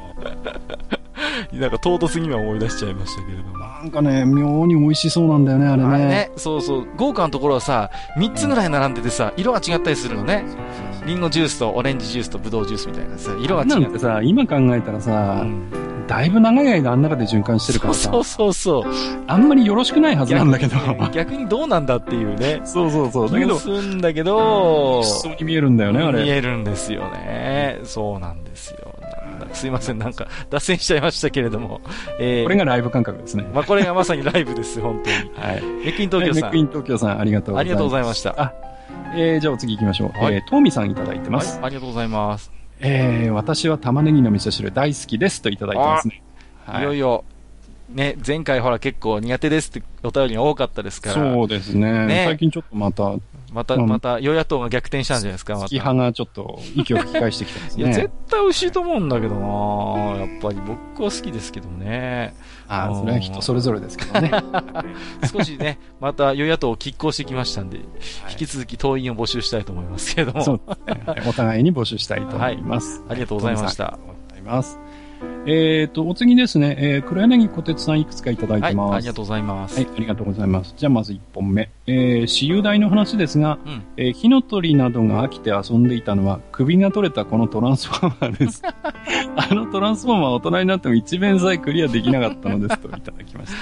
なんか唐突には思い出しちゃいましたけれども。 なんかね、妙に美味しそうなんだよね、あれね。あれね、 そうそう。豪華のところはさ、3つぐらい並んでてさ、色が違ったりするのね。リンゴジュースとオレンジジュースとブドウジュースみたいなさ、色が違う。 なんてさ、今考えたらさ、だいぶ長い間あん中で循環してるからさ。 そう。 あんまりよろしくないはずなんだけど。 逆にどうなんだっていうね。 そう。だけど、 するんだけど、 そうに見えるんだよね、あれ。 見えるんですよね。そうなんですよ。すいません、なんか、脱線しちゃいましたけれども。 これがライブ感覚ですね。 これがまさにライブです、本当に。はい。メックイン東京さん。 メックイン東京さん、ありがとうございます。 ありがとうございました。 じゃあお次行きましょう。はい、トーミさんいただいてます。 はい、ありがとうございます。 私は玉ねぎの味噌汁大好きですといただいてますね。 いよいよ、ね、前回ほら結構苦手ですってお便りが多かったですから。 そうですね。最近ちょっとまた与野党が逆転したんじゃないですか、また。 月派がちょっと息を吹き返してきてますね。 いや、絶対美味しいと思うんだけどなやっぱり僕は好きですけどね。 それは人それぞれですけどね。 少しね、また与野党を拮抗してきましたんで、引き続き党員を募集したいと思いますけれども。 そうですね。お互いに募集したいと思います。 ありがとうございました。 ありがとうございます。お次ですね、黒柳小鉄さんいくつかいただいてます。 ありがとうございます。 はい、ありがとうございます。じゃあまず1本目。私有大の話ですが、火の鳥などが飽きて遊んでいたのは首が取れたこのトランスフォーマーです。あのトランスフォーマー大人になっても一面さえクリアできなかったのですといただきました。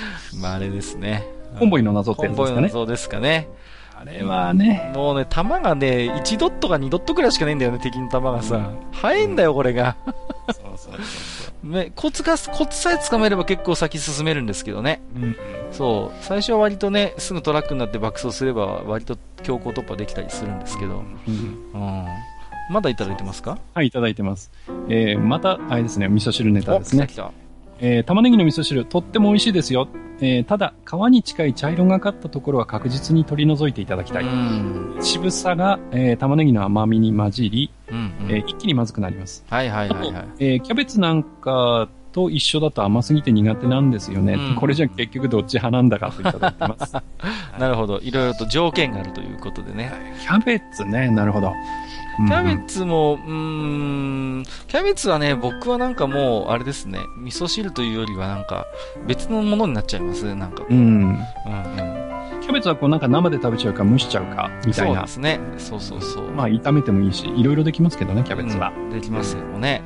あれですね。 コンボイの謎ってやつですかね。 コンボイの謎ですかね。 あれはね。 もうね、弾がね、1ドットか2ドットくらいしかないんだよね、敵の弾がさ。早いんだよ、これが。ね、コツさえ掴めれば結構先進めるんですけどね。そう。最初は割とね、すぐトラックになって爆走すれば割と強行突破できたりするんですけど。まだいただいてますか？ はい、いただいてます。また、あれですね、味噌汁ネタですね。玉ねぎの味噌汁、とっても美味しいですよ。ただ、皮に近い茶色がかったところは確実に取り除いていただきたい。渋さが、玉ねぎの甘みに混じり、一気にまずくなります。キャベツなんかと一緒だと甘すぎて苦手なんですよね。これじゃ結局どっち派なんだかといただいてます。 なるほど。いろいろと条件があるということでね。 キャベツね、なるほど。 キャベツも、キャベツはね、僕はなんかもう、あれですね、味噌汁というよりはなんか、別のものになっちゃいますね、なんか。キャベツはこうなんか生で食べちゃうか蒸しちゃうか、みたいな。 そうですね。そう。 まあ、炒めてもいいし、いろいろできますけどね、キャベツは。 できますけどね。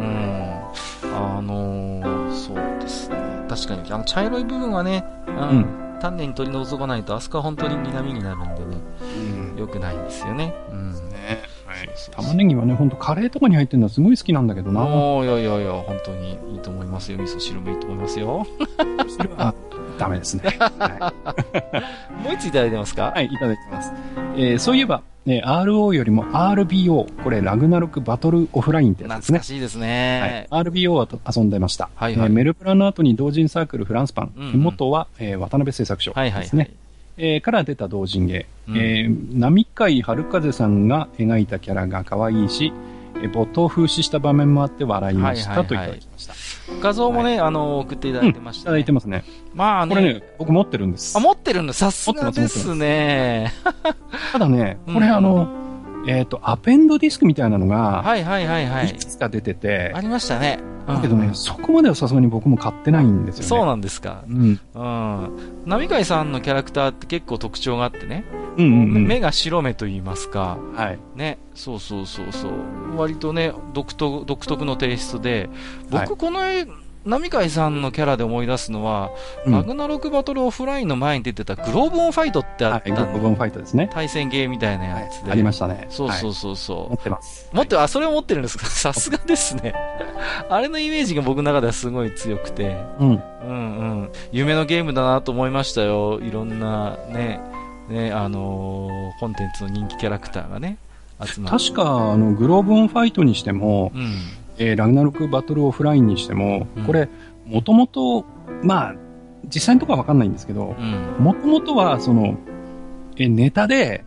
そうですね。確かに、茶色い部分はね、丹念に取り除かないと、あそこは本当に苦味になるんでね、良くないんですよね。 玉ねぎはね、ほんとカレーとかに入ってるのはすごい好きなんだけどな。 いや、本当にいいと思いますよ。味噌汁もいいと思いますよ。 汁はダメですね。 もう一ついただいてますか？ はい、いただいてます。そういえば、RO よりも RBO、これラグナロクバトルオフラインってやつですね。 懐かしいですね。 RBO は遊んでました。メルプラの後に同人サークルフランスパン、元は、渡辺製作所ですね。から出た同人芸。波海春風さんが描いたキャラが可愛いし、没頭風刺した場面もあって笑いましたといただきました。 画像もね、送っていただいてましたね。 いただいてますね。まあね。これね、僕持ってるんです。 持ってるんだ。さすがですね。 ただね、これアペンドディスクみたいなのが、いくつか出てて、 ありましたね。 だけどね、そこまではさすがに僕も買ってないんですよね。 そうなんですか。波海さんのキャラクターって結構特徴があってね。目が白目と言いますか。ね。そう。割とね、独特のテイストで、僕この波海さんのキャラで思い出すのは、ラグナロクバトルオフラインの前に出てたグローブオンファイトってあったグローブオンファイトですね。 対戦ゲーみたいなやつで。 ありましたね。 そう。 持ってます。 それを持ってるんですか？さすがですね。あれのイメージが僕の中ではすごい強くて。夢のゲームだなと思いましたよ。いろんなね、コンテンツの人気キャラクターがね、集まって。 確か、グローブオンファイトにしても、ラグナロクバトルオフラインにしても、これ、もともと、まあ、実際のところはわかんないんですけど、もともとは、ネタで、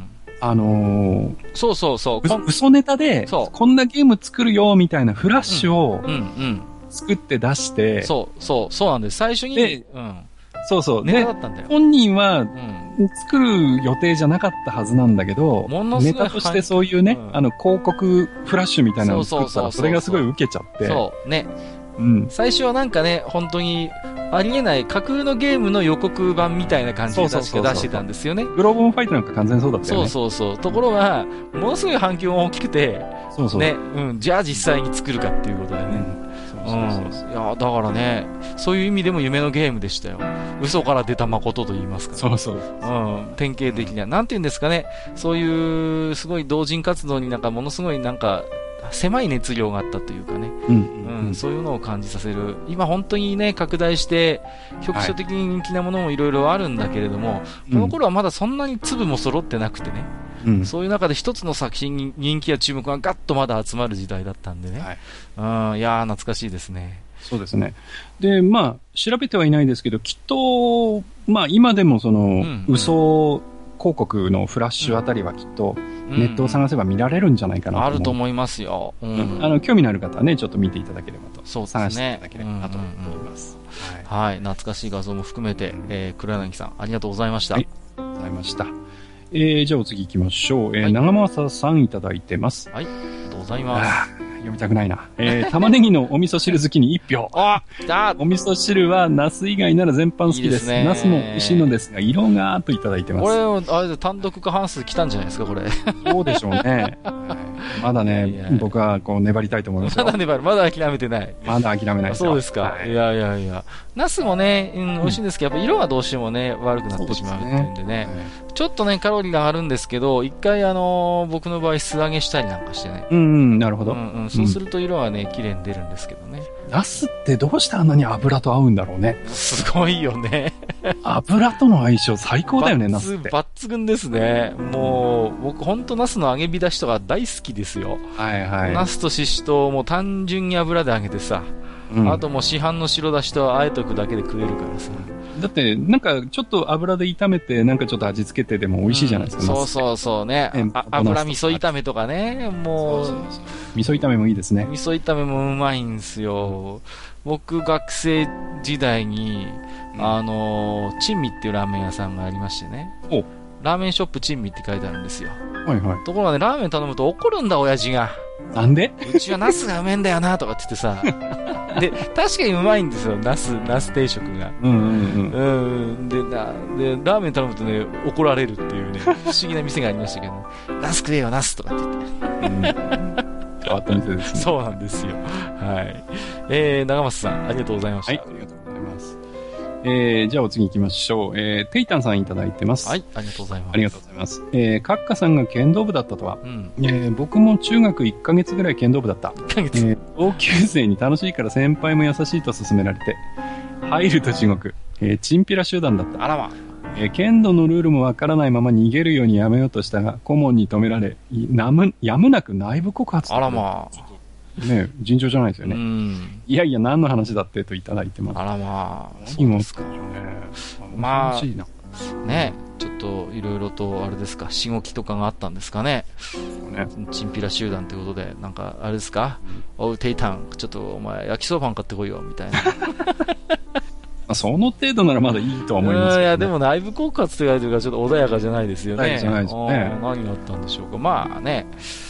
嘘ネタで、こんなゲーム作るよ、みたいなフラッシュを、作って出して、 そうなんです。最初に、 そうそう。 ネタだったんだよ。 本人は、作る予定じゃなかったはずなんだけど、ネタとしてそういうね、広告フラッシュみたいなのを作ったら、それがすごい受けちゃって。 そう、ね。最初はなんかね、本当に、ありえない架空のゲームの予告版みたいな感じで確か出してたんですよね。 グローブオンファイトなんか完全そうだったよね。 そう。ところが、ものすごい反響が大きくて、ね、じゃあ実際に作るかっていうことでね。いや、だからね、そういう意味でも夢のゲームでしたよ。嘘から出た誠と言いますか、 ね。そう。 典型的な、なんて言うんですかね、そういうすごい同人活動になんかものすごいなんか、狭い熱量があったというかね、そういうのを感じさせる。今本当にね、拡大して、局所的に人気なものもいろいろあるんだけれども、この頃はまだそんなに粒も揃ってなくてね、そういう中で一つの作品に人気や注目がガッとまだ集まる時代だったんでね、いやー懐かしいですね。 そうですね。で、まあ、調べてはいないですけど、きっと、まあ今でもその、嘘広告のフラッシュあたりはきっと、ネットを探せば見られるんじゃないかなと、 あると思いますよ。 興味のある方はね、ちょっと見ていただければと。 そうですね。 探していただければなと思います。 はい。懐かしい画像も含めて、黒柳さん、ありがとうございました。 ありがとうございました。じゃあお次行きましょう。長政さんいただいてます。 はい。ありがとうございます。 読みたくないな。玉ねぎのお味噌汁好きに1票。お味噌汁はナス以外なら全般好きです。ナスも美味しいのですが、色がといただいてます。 これ、あれで単独過半数来たんじゃないですか、これ。 そうでしょうね。まだね、僕はこう粘りたいと思いますよ。 まだ諦めてない。 まだ諦めないですよ。 そうですか。いや。ナスもね、美味しいんですけど、やっぱ色がどうしてもね、悪くなってしまうっていうんでね。ちょっとね、カロリーがあるんですけど、一回僕の場合素揚げしたりなんかしてね。 なるほど。 そうすると色はね、綺麗に出るんですけどね。 ナスってどうしてあんなに油と合うんだろうね。 すごいよね。 油との相性最高だよね、ナスって。 抜群ですね。もう、僕ほんとナスの揚げ浸しとか大好きですよ。ナスとシシトウも単純に油で揚げてさ、あともう市販の白だしとあえとくだけで食えるからさ。 だって、なんかちょっと油で炒めて、なんかちょっと味付けてでも美味しいじゃないですか。 そうね。油味噌炒めとかね。もう。 味噌炒めもいいですね。 味噌炒めもうまいんですよ。僕学生時代に、珍味っていうラーメン屋さんがありましてね。ラーメンショップ珍味って書いてあるんですよ。ところがね、ラーメン頼むと怒るんだ、親父が。 なんで？ うちはナスがうめえんだよな、とかって言ってさ。で、確かにうまいんですよ、ナス定食が。で、ラーメン頼むとね、怒られるっていうね、不思議な店がありましたけど、ナス食えよ、ナスとかって言って。 変わった店ですね。 そうなんですよ。はい。長松さん、ありがとうございました。 はい、ありがとうございます。じゃあお次行きましょう。テイタンさんいただいてます。 はい、ありがとうございます。 ありがとうございます。カッカさんが剣道部だったとは。僕も中学1ヶ月ぐらい剣道部だった。 1ヶ月、 同級生に楽しいから先輩も優しいと勧められて、入ると地獄。チンピラ集団だった。 あらま。 剣道のルールもわからないまま逃げるようにやめようとしたが、顧問に止められ、やむなく内部告発。 あらまあ。 ね、尋常じゃないですよね。いやいや、何の話だってといただいてます。 あらまあ。 そうですか。 まあ、ね、ちょっといろいろとあれですか、しごきとかがあったんですかね。チンピラ集団ということで、なんかあれですか、おう、テイタン、ちょっとお前焼きそばパン買ってこいよ、みたいな。 その程度ならまだいいとは思いますけど、ね。 いや、でも内部告発って言われてるからちょっと穏やかじゃないですよね。 じゃないですね。 何があったんでしょうか。まあね、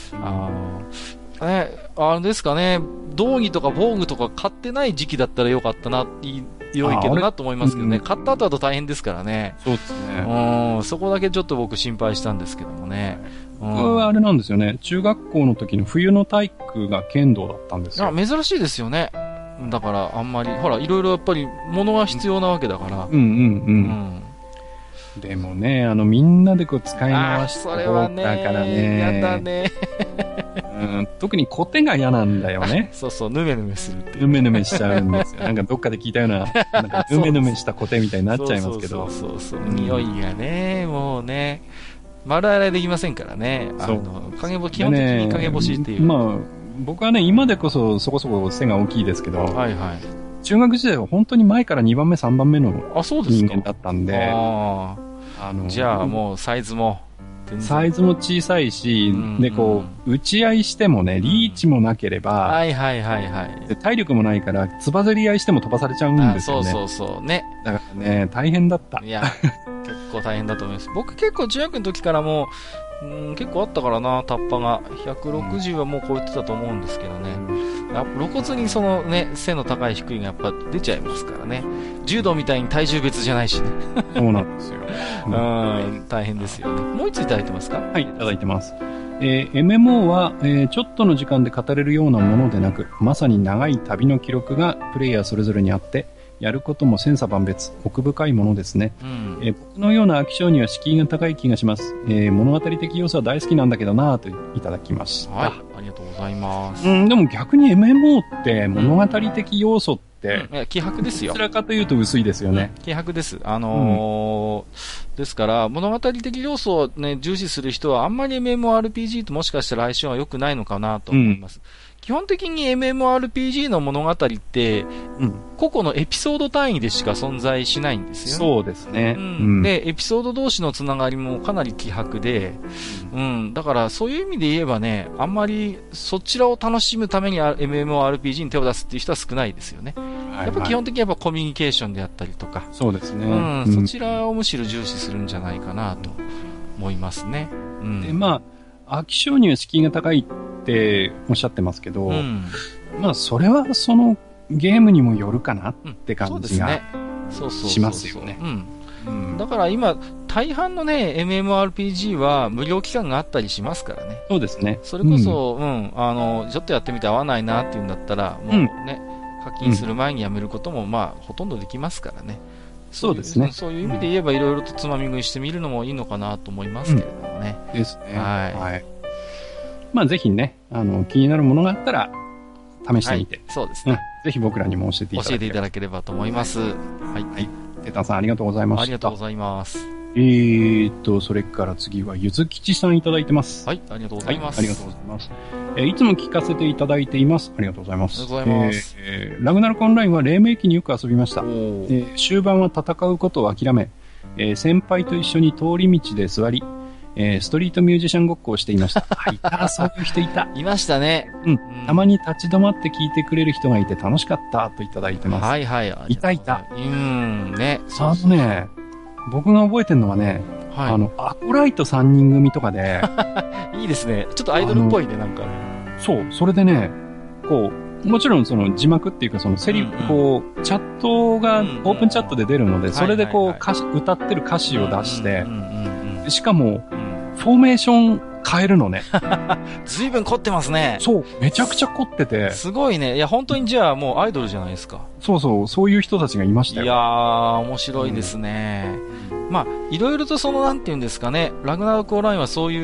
あれですかね、道着とか防具とか買ってない時期だったらよかったな、良いけどなと思いますけどね。買った後だと大変ですからね。 そうですね。 そこだけちょっと僕心配したんですけどもね。 僕はあれなんですよね。中学校の時の冬の体育が剣道だったんですよ。 珍しいですよね。だからあんまり、ほら、いろいろやっぱり物が必要なわけだから。 でもね、みんなでこう使い回してそれはね、 だからね。 やだね。 特にコテが嫌なんだよね。 そう、ヌメヌメするって。 ヌメヌメしちゃうんですよ。なんかどっかで聞いたような、なんかヌメヌメしたコテみたいになっちゃいますけど。 そう。匂いがね、もうね、丸洗いできませんからね。基本的に影干しっていう。 まあ、僕はね、今でこそそこそこ背が大きいですけど、中学時代は本当に前から2番目、3番目の人間だったんで、 じゃあもうサイズも、 サイズも小さいし、で、こう、打ち合いしてもね、リーチもなければ、 はいはいはいはい。 で体力もないから、つばぜり合いしても飛ばされちゃうんですよね。 そうそうそう、ね。 だからね、大変だった。 いや、結構大変だと思います。僕結構中学の時からも結構あったからな、タッパが。160はもう超えてたと思うんですけどね。露骨にそのね、背の高い低いがやっぱ出ちゃいますからね。柔道みたいに体重別じゃないしね。 そうなんですよ。 大変ですよね。もう一ついただいてますか？ はい、いただいてます。MMO は、ちょっとの時間で語れるようなものでなく、まさに長い旅の記録がプレイヤーそれぞれにあって、やることも千差万別、奥深いものですね。僕のような飽き性には敷居が高い気がします。物語的要素は大好きなんだけどなぁといただきました。 はい、ありがとうございます。 でも逆に MMO って物語的要素って、 希薄ですよ。 どちらかというと薄いですよね。 希薄です。ですから、物語的要素をね、重視する人はあんまり MMORPG ともしかしたら相性は良くないのかなと思います。基本的に MMORPG の物語って、個々のエピソード単位でしか存在しないんですよね。 そうですね。 で、エピソード同士のつながりもかなり希薄で、だからそういう意味で言えばね、あんまりそちらを楽しむために MMORPG に手を出すっていう人は少ないですよね。やっぱ基本的にやっぱコミュニケーションであったりとか、 そうですね。 そちらをむしろ重視するんじゃないかなと思いますね。 で、まあ、飽き性には敷居が高いっておっしゃってますけど、まあ、それはそのゲームにもよるかなって感じがしますよね。だから今、大半のね、MMORPG は無料期間があったりしますからね。 そうですね。 それこそ、ちょっとやってみて合わないなっていうんだったら、もうね、課金する前にやめることも、まあ、ほとんどできますからね。 そうですね。 そういう意味で言えば、いろいろとつまみ食いしてみるのもいいのかなと思いますけれどもね。 ですね。はい。まあ、ぜひね、気になるものがあったら、試してみて。 そうですね。 ぜひ僕らにも教えていただければと思います。はい。 テタさんありがとうございました。 ありがとうございます。 それから次はゆずきちさんいただいてます。 はい、ありがとうございます。 ありがとうございます。いつも聞かせていただいています。ありがとうございます。 ありがとうございます。 ラグナロクオンラインは黎明期によく遊びました。終盤は戦うことを諦め、先輩と一緒に通り道で座り、ストリートミュージシャンごっこをしていました。いた、そういう人いた。 いましたね。 たまに立ち止まって聞いてくれる人がいて楽しかったといただいてます。 はいはい。 いたいた。 ね。 ね、僕が覚えてるのはね、アコライト3人組とかで。 いいですね。ちょっとアイドルっぽいね、なんか。 そう、それでね、こう、もちろんその字幕っていうかそのセリフ、こう、チャットがオープンチャットで出るので、それでこう、歌ってる歌詞を出して、しかも、フォーメーション変えるのね。 随分凝ってますね。 そう、めちゃくちゃ凝ってて。 すごいね。いや、本当にじゃあもうアイドルじゃないですか。 そういう人たちがいましたよ。 いやー、面白いですね。まあ、いろいろとその、なんていうんですかね、ラグナロクオンラインはそういう、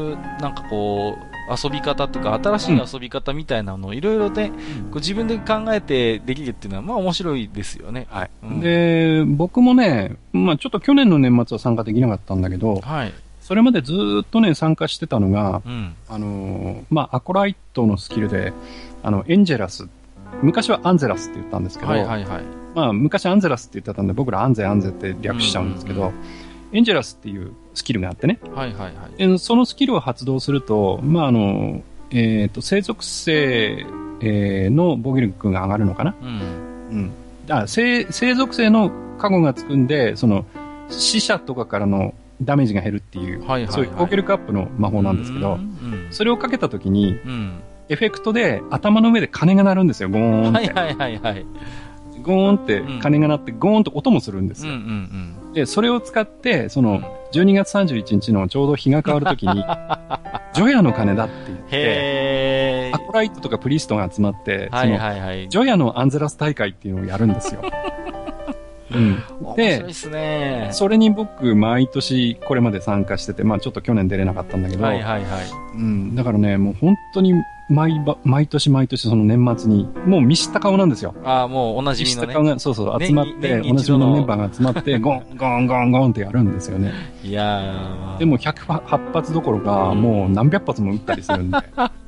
なんかこう、遊び方とか、新しい遊び方みたいなのをいろいろね、こう自分で考えてできるっていうのは、まあ面白いですよね。 はい。で、僕もね、まあちょっと去年の年末は参加できなかったんだけど、 はい。 それまでずっとね、参加してたのが、まあアコライトのスキルで、エンジェラス、昔はアンゼラスって言ったんですけど、まあ昔アンゼラスって言ってたんで、僕らアンゼって略しちゃうんですけど、エンジェラスっていうスキルがあってね。そのスキルを発動すると、まあ生属性、の防御力が上がるのかな。生属性の加護がつくんで、その死者とかからのダメージが減るっていう、そういう防御力アップの魔法なんですけど、それをかけたときに、エフェクトで頭の上で鐘が鳴るんですよ、ゴーンって。ゴーンって鐘が鳴って、ゴーンと音もするんですよ。で、それを使って、その、12月31日のちょうど日が変わるときに、ジョヤの鐘だって言って、アコライトとかプリストが集まって、その、ジョヤのアンゼラス大会っていうのをやるんですよ。で、それに僕、毎年これまで参加してて、まあちょっと去年出れなかったんだけど、だからね、もう本当に毎年その年末に、もう見知った顔なんですよ。 もうおなじみのね。 見知った顔が、そう、集まって、おなじみのメンバーが集まって、ゴンってやるんですよね。 いやー。 でも108発どころか、もう何百発も撃ったりするんで。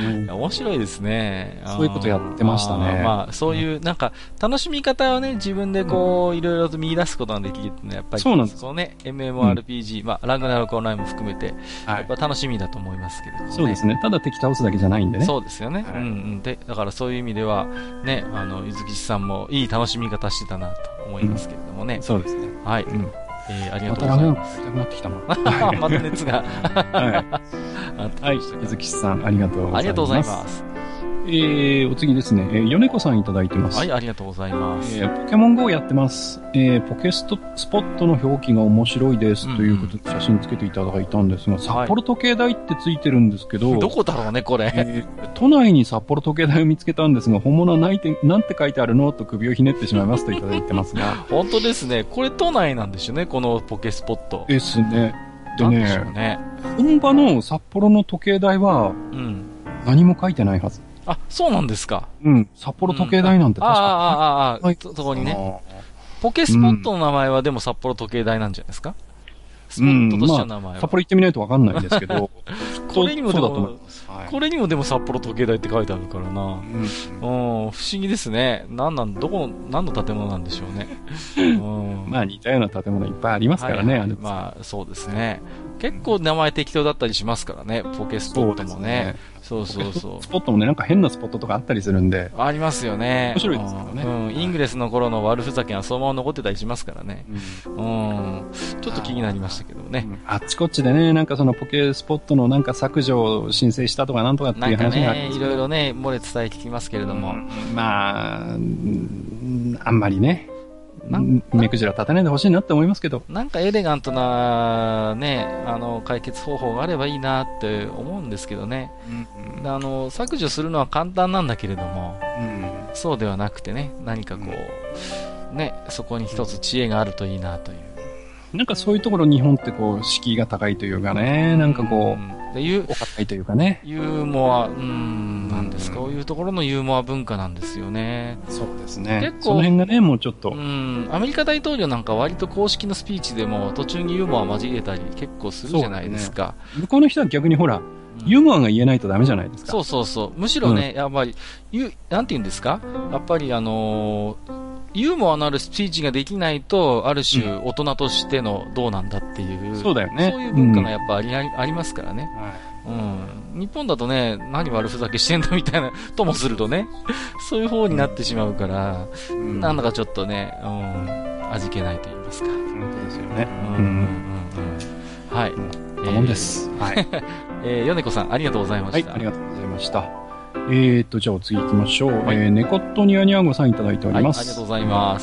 面白いですね。 そういうことやってましたね。 まあ、そういう、なんか、楽しみ方をね、自分でこう、いろいろと見出すことができるってね、やっぱり、 そうなんです。 そうね、MMORPG、まあ、ラグナロクオンラインも含めて、やっぱ楽しみだと思いますけれどもね。 そうですね。ただ敵倒すだけじゃないんでね。 そうですよね。うんうん。で、だからそういう意味では、ね、ゆずきさんもいい楽しみ方してたなと思いますけれどもね。 そうですね。 はい。ありがとうございます。 またなってきたな。 また熱が。 はい。ゆずきさん、ありがとうございます。 ありがとうございます。 お次ですね、米子さんいただいてます。 はい、ありがとうございます。 ポケモン GO やってます。ポケスポットの表記が面白いです、ということで写真つけていただいたんですが、札幌時計台ってついてるんですけど、 どこだろうね、これ。 都内に札幌時計台を見つけたんですが、本物はなんて書いてあるのと首をひねってしまいますといただいてますが。 本当ですね。これ都内なんでしょうね、このポケスポット。 ですね。でね、本場の札幌の時計台は、何も書いてないはず。 あ、そうなんですか。 札幌時計台なんて確かに。そこにね。ポケスポットの名前はでも札幌時計台なんじゃないですか。スポットとしての名前は。 札幌行ってみないとわかんないんですけど。 これにもでも札幌時計台って書いてあるからな。不思議ですね。何の建物なんでしょうね。 まあ似たような建物いっぱいありますからね。 まあそうですね。結構名前適当だったりしますからね、ポケスポットもね。そう。スポットもね、なんか変なスポットとかあったりするんで。 ありますよね。 面白いですからね。 イングレスの頃の悪ふざけがそのまま残ってたりしますからね。ちょっと気になりましたけどね。 あっちこっちでね、なんかそのポケスポットのなんか削除を申請したとかなんとかっていう話が。 いろいろね、漏れ伝え聞きますけれども。 まあ、あんまりね。目くじら立てないでほしいなって思いますけど。 なんかエレガントなね、解決方法があればいいなって思うんですけどね。削除するのは簡単なんだけれども、そうではなくてね、何かこう、ね、そこに一つ知恵があるといいなという。 なんかそういうところ日本ってこう、敷居が高いというかね、なんかこう、お堅いというかね。 ユーモア、なんですか、こういうところのユーモア文化なんですよね。 そうですね。結構、その辺がね、もうちょっと。 アメリカ大統領なんか割と公式のスピーチでも途中にユーモア交えたり結構するじゃないですか。 向こうの人は逆にほら、ユーモアが言えないとダメじゃないですか。 そう。むしろね、やっぱり、なんて言うんですか、やっぱりユーモアのあるスピーチができないと、ある種、大人としてのどうなんだっていう、 そうだよね。 そういう文化がやっぱありますからね。日本だとね、何悪ふざけしてんだみたいな、ともするとね、そういう方になってしまうから、なんだかちょっとね、味気ないと言いますか。 本当ですよね。 はい。 もんです。はい。 米子さん、ありがとうございました。 はい、ありがとうございました。じゃあ次行きましょう。猫っとニャニャゴさんいただいております。 ありがとうございます。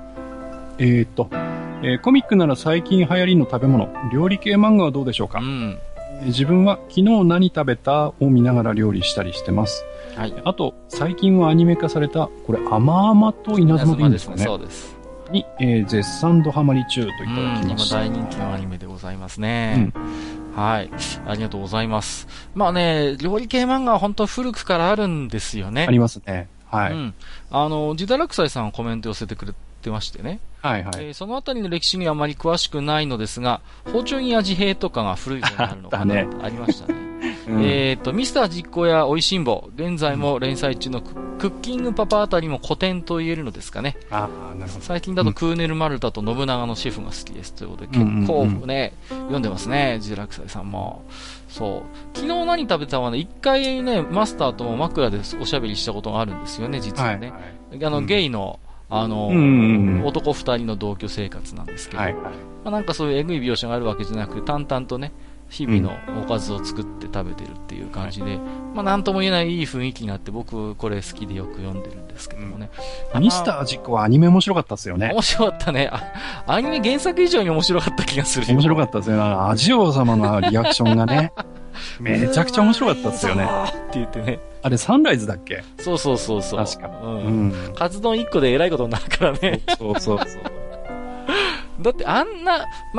コミックなら最近流行りの食べ物、料理系漫画はどうでしょうか。自分は昨日何食べたを見ながら料理したりしてます。はい。あと、最近はアニメ化された、これ、甘々と稲妻でいいんですかね。 そうです。 に、絶賛ドハマり中といただきました。 今大人気のアニメでございますね。はい。ありがとうございます。まあね、料理系漫画は本当古くからあるんですよね。 ありますね。はい。 ジダラクサイさんはコメント寄せてくれてましてね。 はいはい。 そのあたりの歴史にはあまり詳しくないのですが、包丁に味平とかが古いのになるのかなとありましたね。ミスター実行やおいしんぼ、現在も連載中のクッキングパパあたりも古典と言えるのですかね。 なるほど。 最近だとクーネル・マルタと信長のシェフが好きですということで、結構ね、読んでますね、ジダラクサイさんも。そう。昨日何食べたはね、一回ね、マスターとも枕でおしゃべりしたことがあるんですよね、実はね。ゲイの、男二人の同居生活なんですけど、なんかそういうエグい描写があるわけじゃなくて、淡々とね、日々のおかずを作って食べてるっていう感じで、なんとも言えないいい雰囲気があって、僕これ好きでよく読んでるんですけどもね。 ミスター実行はアニメ面白かったですよね。 面白かったね。アニメ原作以上に面白かった気がする。 面白かったですよね。アジオ様のリアクションがね、めちゃくちゃ面白かったですよね。 って言ってね。 あれサンライズだっけ？ そう。 確か。 カツ丼1個で偉いことになるからね。 そう。 だってあんな、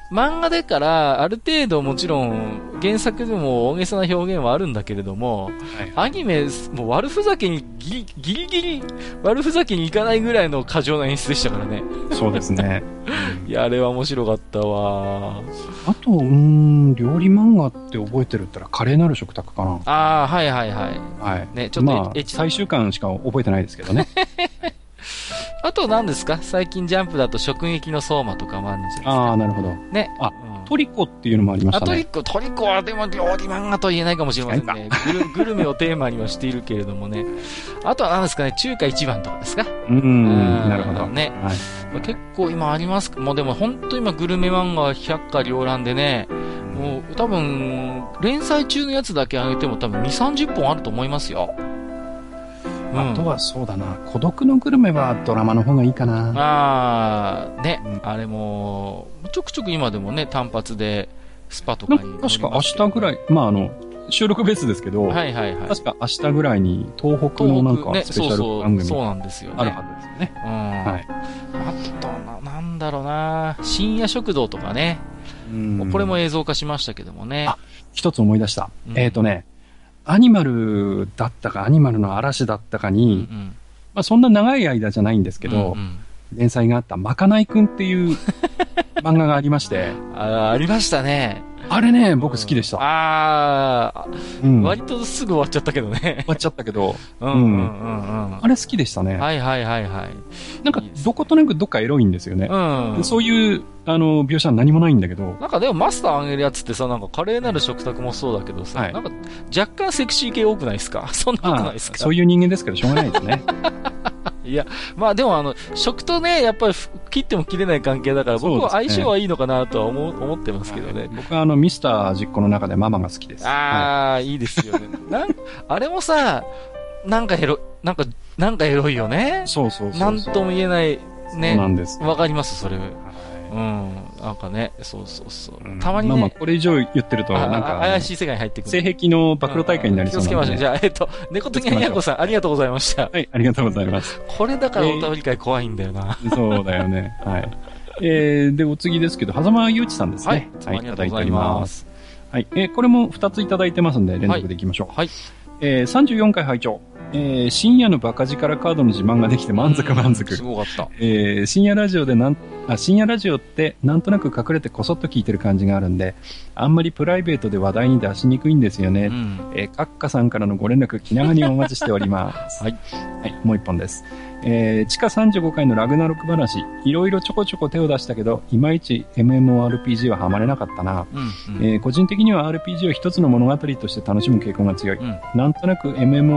漫画でからある程度もちろん原作でも大げさな表現はあるんだけれども、アニメもう悪ふざけにギリギリ悪ふざけにいかないぐらいの過剰な演出でしたからね。 そうですね。 いや、あれは面白かったわ。 あと、料理漫画って覚えてるったら華麗なる食卓かな。 ああ、はいはいはい。 はい。 ね、ちょっと、 まあ、最終巻しか覚えてないですけどね。 あと何ですか？最近ジャンプだと直撃の相馬とかもあるんじゃないですか。 ああ、なるほど。 ね。 トリコっていうのもありましたね。 トリコはでも料理漫画と言えないかもしれませんね。グルメをテーマにはしているけれどもね。あとは何ですかね、中華一番とかですか？ なるほど。 ね。 はい、 結構今あります。もうでも本当今グルメ漫画百花繚乱でね、もう多分、連載中のやつだけ上げても多分2、30本あると思いますよ。 あとはそうだな、孤独のグルメはドラマの方がいいかな。 ね、あれも、ちょくちょく今でもね、単発で、スパとかに。 確か明日ぐらい、収録ベースですけど、 はいはいはい。 確か明日ぐらいに東北のなんかスペシャル番組、 そうなんですよね。 あるはずですよね。 はい。あとなんだろうな、深夜食堂とかね。これも映像化しましたけどもね。 一つ思い出した。アニマルだったか、アニマルの嵐だったかに、そんな長い間じゃないんですけど、連載があったまかないくんっていう漫画がありまして。 ありましたね。 あれね、僕好きでした。 割とすぐ終わっちゃったけどね。 終わっちゃったけど。あれ好きでしたね。 はいはいはいはい。 なんか、どことなくどっかエロいんですよね。そういう、描写は何もないんだけど。 なんかでもマスターあげるやつってさ、なんか華麗なる食卓もそうだけどさ、なんか若干セクシー系多くないですか？そんな多くないですか？ そういう人間ですけどしょうがないですね。 いや、でも食とね、やっぱり切っても切れない関係だから、僕は相性はいいのかなとは思ってますけどね。 僕はミスター実行の中でママが好きです。 いいですよね。あれもさ、なんかエロいよね。 そう。 なんとも言えないね。 そうなんです。 わかります、それ。なんかね、そう。たまにね。 これ以上言ってると、なんか。 怪しい世界に入ってくる。 性癖の暴露大会になりそうなので。 気をつけましょう。じゃあ、猫ときあやこさん、ありがとうございました。 はい、ありがとうございます。 これだからお便り会怖いんだよな。 そうだよね。はい。で、お次ですけど、狭間祐一さんですね。 はい、いただいております。 はい、これも2ついただいてますんで、連続でいきましょう。はい。34回拝聴。深夜のバカ力カードの自慢ができて満足。 すごかった。 深夜ラジオってなんとなく隠れてこそっと聞いてる感じがあるんで、あんまりプライベートで話題に出しにくいんですよね。カッカさんからのご連絡気長にお待ちしております。はい。はい、もう一本です。地下35回のラグナロク話、いろいろちょこちょこ手を出したけど、いまいち MMORPG はハマれなかったな。個人的には RPG を一つの物語として楽しむ傾向が強い。なんとなく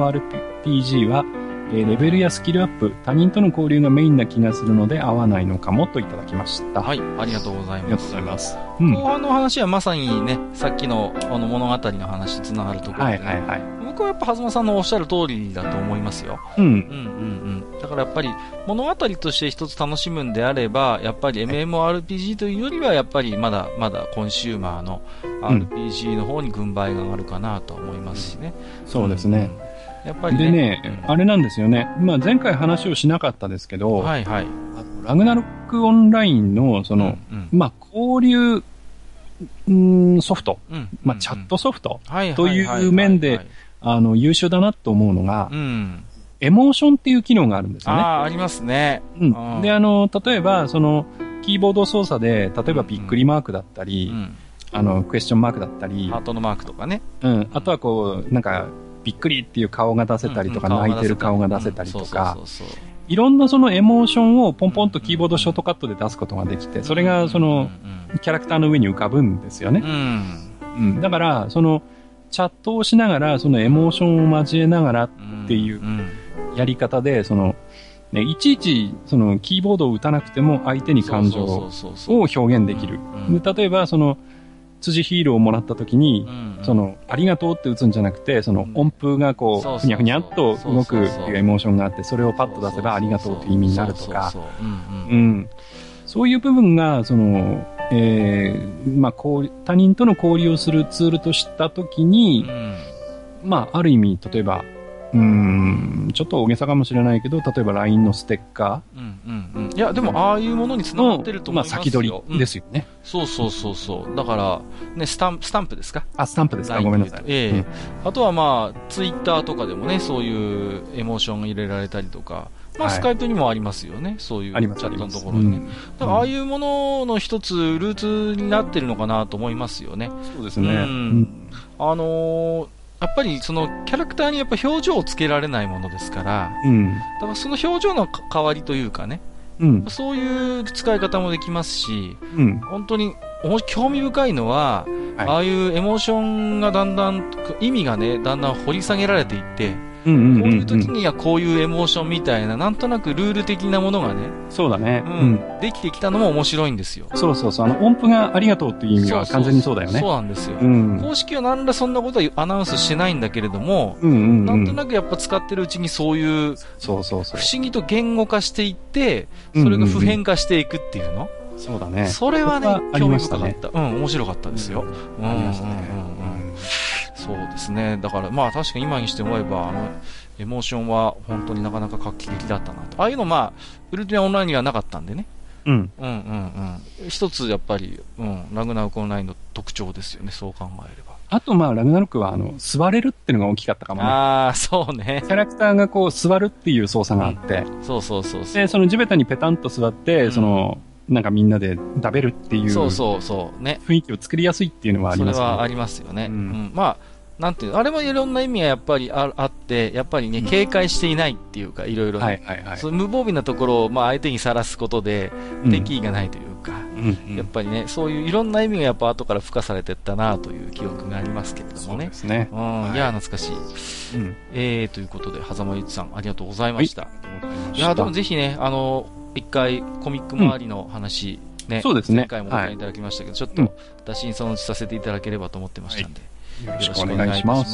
MMORPG は、レベルやスキルアップ、他人との交流がメインな気がするので合わないのかもといただきました。 はい、ありがとうございます。 ありがとうございます。 後半の話はまさにね、さっきの物語の話とつながるところで、僕はやっぱ、はずまさんのおっしゃる通りだと思いますよ。だからやっぱり、物語として一つ楽しむんであれば、やっぱり MMORPG というよりは、やっぱりまだコンシューマーの RPG の方に軍配が上がるかなと思いますしね。 そうですね。 やっぱりね。 でね、あれなんですよね。前回話をしなかったですけど、ラグナロックオンラインの、交流、ソフト、チャットソフトという面で、優秀だなと思うのが、エモーションっていう機能があるんですよね。 ありますね。 で、例えば、キーボード操作で、例えばびっくりマークだったり、クエスチョンマークだったり、 ハートのマークとかね。 あとはなんか、びっくりっていう顔が出せたりとか、泣いてる顔が出せたりとか、いろんなそのエモーションをポンポンとキーボードショートカットで出すことができて、それがキャラクターの上に浮かぶんですよね。だから、チャットをしながら、そのエモーションを交えながらっていうやり方で、いちいち、キーボードを打たなくても相手に感情を表現できる。例えば、辻ヒールをもらった時に、ありがとうって打つんじゃなくて、音符がふにゃふにゃっと動くっていうエモーションがあって、それをパッと出せばありがとうという意味になるとか、そういう部分が、他人との交流をするツールとした時に、ある意味、例えば、 ちょっと大げさかもしれないけど、例えば LINE のステッカー。いや、でもああいうものに繋がってると思いますよ。 先取りですよね。 そう。だから、ね、スタンプですか？ スタンプですか？ごめんなさい。 あとはまあ、ツイッターとかでもね、そういうエモーションが入れられたりとか、まあ、スカイプにもありますよね。そういうチャットのところにね。だから、ああいうものの一つ、ルーツになってるのかなと思いますよね。 そうですね。 やっぱりそのキャラクターにやっぱ表情をつけられないものですから、だからその表情の代わりというかね、そういう使い方もできますし、本当に興味深いのは、ああいうエモーションがだんだん、意味がね、だんだん掘り下げられていって、こういう時にはこういうエモーションみたいな、なんとなくルール的なものがね、 そうだね。 できてきたのも面白いんですよ。 そう。音符がありがとうっていう意味は完全にそうだよね。 そうなんですよ。公式は何らそんなことはアナウンスしてないんだけれども、なんとなくやっぱ使ってるうちにそういう、不思議と言語化していって、それが普遍化していくっていうの。 そうだね。 それはね、興味深かった。面白かったですよ。そうですね。だから、まあ確かに今にして思えば、エモーションは本当になかなか画期的だったなと。ああいうのまあ、ウルティナオンラインにはなかったんでね。一つやっぱり、ラグナロクオンラインの特徴ですよね。そう考えれば。 あとまあ、ラグナロクは座れるっていうのが大きかったかもね。 ああ、そうね。 キャラクターがこう座るっていう操作があって。 そう。 で、その地べたにペタンと座って、なんかみんなで食べるっていう。 ね。 雰囲気を作りやすいっていうのはありますよね。 それはありますよね。まあ、なんていう、あれもいろんな意味がやっぱりあって、やっぱりね、警戒していないっていうか、いろいろね。そう無防備なところを、まあ相手にさらすことで、敵意がないというか、やっぱりね、そういういろんな意味がやっぱ後から付加されてったなという記憶がありますけれどもね。そうですね。いや、懐かしい。ということで、狭間ゆうちさん、ありがとうございました。いや、でもぜひね、一回コミック周りの話、ね、 そうですね。 前回もご覧いただきましたけど、ちょっと、打診そのうちさせていただければと思ってましたんで。 よろしくお願いします。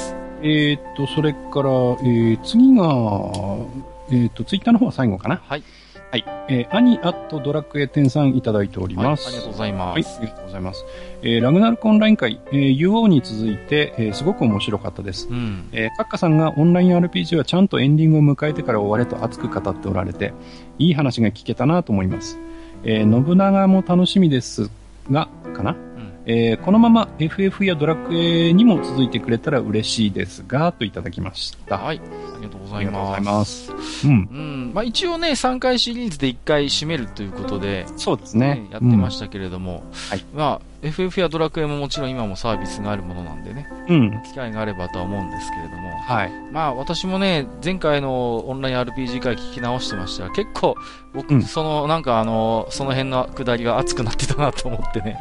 それから、次が、ツイッターの方は最後かな。はい。アニアットドラクエ10さんいただいております。 ありがとうございます。 ありがとうございます。ラグナルクオンライン会、UO に続いて、すごく面白かったです。カッカさんがオンライン RPG はちゃんとエンディングを迎えてから終われと熱く語っておられて、いい話が聞けたなと思います。信長も楽しみですが、かな。このまま FF やドラクエにも続いてくれたら嬉しいですが、といただきました。 はい。ありがとうございます。まあ一応ね、3回シリーズで1回締めるということで、 そうですね。 やってましたけれども、まあ、FF やドラクエももちろん今もサービスがあるものなんでね、機会があればとは思うんですけれども、まあ私もね、前回のオンライン RPG 回聞き直してましたら、結構僕、なんかその辺の下りが熱くなってたなと思ってね。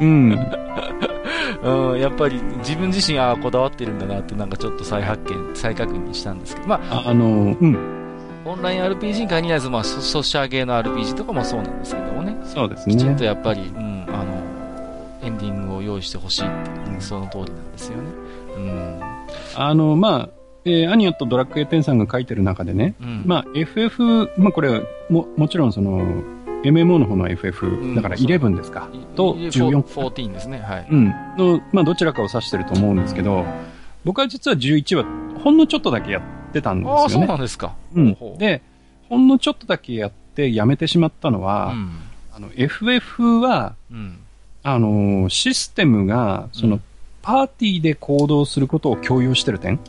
やっぱり自分自身こだわってるんだなってなんかちょっと再確認したんですけど、まあ、オンライン RPG に限らず、まあ、ソシャゲの RPG とかもそうなんですけどもね。 そうですね。 きちんとやっぱり、エンディングを用意してほしいっていう、その通りなんですよね。 まあ、アニオとドラクエ10さんが書いてる中でね、まあ、FF、まあこれ、もちろんその、MMO の方の FF、だから11ですか。と14。 14ですね。はい。 の、まあどちらかを指してると思うんですけど、僕は実は11はほんのちょっとだけやってたんですよね。 そうなんですか。 で、ほんのちょっとだけやってやめてしまったのは、FF は、システムが、その、パーティーで行動することを共有してる点。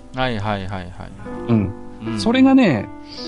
それがね、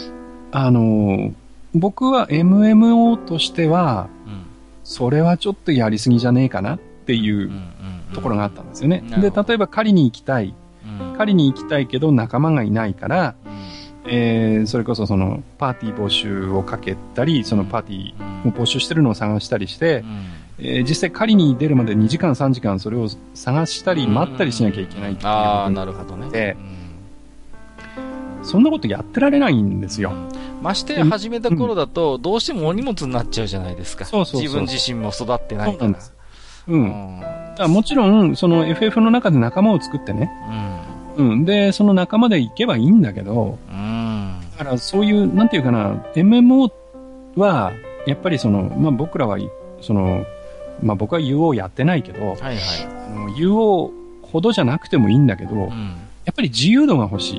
僕は MMO としては、それはちょっとやりすぎじゃねえかなっていうところがあったんですよね。で、例えば狩りに行きたいけど仲間がいないから、それこそそのパーティー募集をかけたり、そのパーティーを募集してるのを探したりして、実際狩りに出るまで2時間3時間それを探したり待ったりしなきゃいけないっていう。 なるほどね。 そんなことやってられないんですよ。 まして始めた頃だと、どうしてもお荷物になっちゃうじゃないですか。自分自身も育ってないから。そうなんです。 だからもちろん、その FF の中で仲間を作ってね。で、その仲間で行けばいいんだけど、だからそういう、なんていうかな、MMO は、やっぱりその、まあ僕らは、その、まあ僕は UO やってないけど、UO ほどじゃなくてもいいんだけど、やっぱり自由度が欲しい。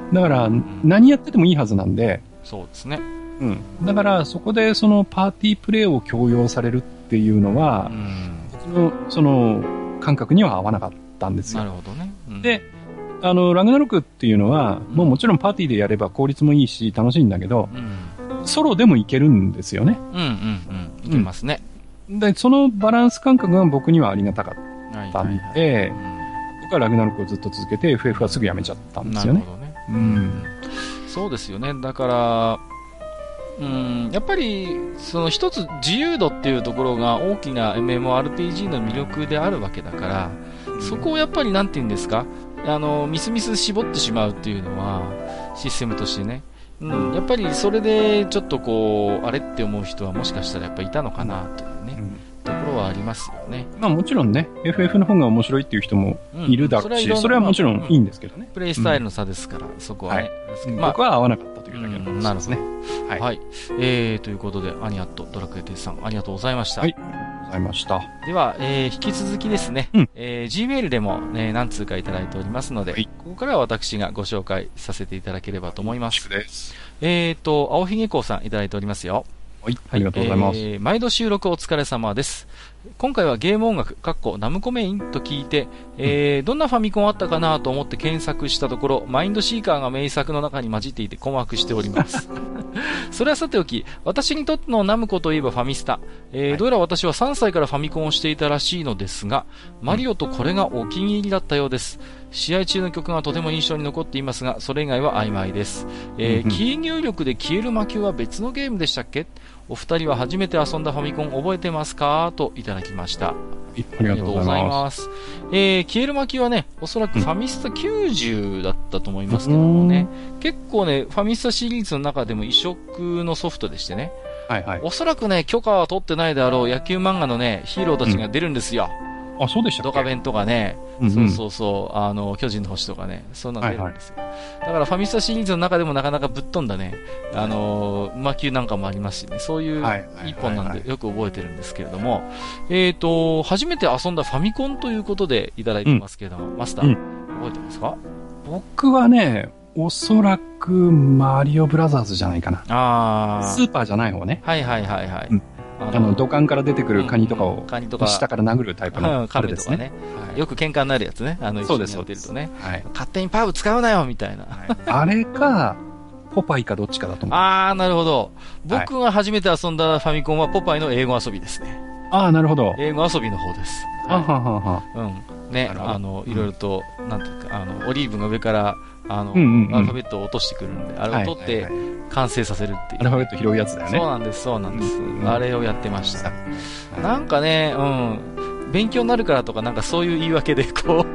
だから、何やっててもいいはずなんで。 そうですね。 うん。だから、そこでそのパーティープレイを強要されるっていうのは、その感覚には合わなかったんですよ。 なるほどね。 で、ラグナロクっていうのは、もちろんパーティーでやれば効率もいいし楽しいんだけど、ソロでもいけるんですよね。 いけますね。 で、そのバランス感覚が僕にはありがたかったんで、僕はラグナロクをずっと続けて FF はすぐやめちゃったんですよね。なるほどね。 そうですよね。だから、やっぱり、その一つ自由度っていうところが大きな MMORPG の魅力であるわけだから、そこをやっぱりなんて言うんですか、みすみす絞ってしまうっていうのは、システムとしてね。やっぱりそれでちょっとこう、あれって思う人はもしかしたらやっぱいたのかなというね、ところはありますよね。 まあもちろんね、FF の方が面白いっていう人もいるだろうし、それはもちろんいいんですけどね。 プレイスタイルの差ですから、そこはね。 僕は合わなかったというだけなんですね。 なるほど。はい。ということで、アニアットドラクエテさん、ありがとうございました。 はい。ありがとうございました。 では、引き続きですね、Gmail でも、何通かいただいておりますので、ここからは私がご紹介させていただければと思います。青ひげこうさんいただいておりますよ。 はい、ありがとうございます。 毎度収録お疲れ様です。今回はゲーム音楽、ナムコメインと聞いて、どんなファミコンあったかなと思って検索したところ、マインドシーカーが名作の中に混じっていて困惑しております。それはさておき、私にとってのナムコといえばファミスタ。どうやら私は3歳からファミコンをしていたらしいのですが、マリオとこれがお気に入りだったようです。試合中の曲がとても印象に残っていますが、それ以外は曖昧です。キー入力で消える魔球は別のゲームでしたっけ？お二人は初めて遊んだファミコン覚えてますか？といただきました。 ありがとうございます。 消える巻きはね、おそらくファミスタ90だったと思いますけどもね、結構ね、ファミスタシリーズの中でも異色のソフトでしてね、おそらくね、許可は取ってないであろう野球漫画のね、ヒーローたちが出るんですよ。 あ、そうでしたっけ？ ドカベンとかね、巨人の星とかね、そんなの出るんですよ。だからファミスタシリーズの中でもなかなかぶっ飛んだね、魔球なんかもありますしね、そういう一本なんでよく覚えてるんですけれども、初めて遊んだファミコンということでいただいてますけれども、マスター、覚えてますか？ 僕はね、おそらくマリオブラザーズじゃないかな。スーパーじゃない方ね。 はい。 土管から出てくるカニとかを下から殴るタイプのカメですね。よく喧嘩になるやつね。 そうです、そうです。勝手にパウ使うなよみたいな。 あれか、ポパイかどっちかだと思う。 なるほど。僕が初めて遊んだファミコンはポパイの英語遊びですね。 なるほど。 英語遊びの方です。ね、いろいろと、なんていうか、オリーブが上から、アルファベットを落としてくるんで、あれを取って完成させるっていう。 アルファベット拾うやつだよね。 そうなんです。あれをやってました。なんかね、勉強になるからとか、なんかそういう言い訳で、こ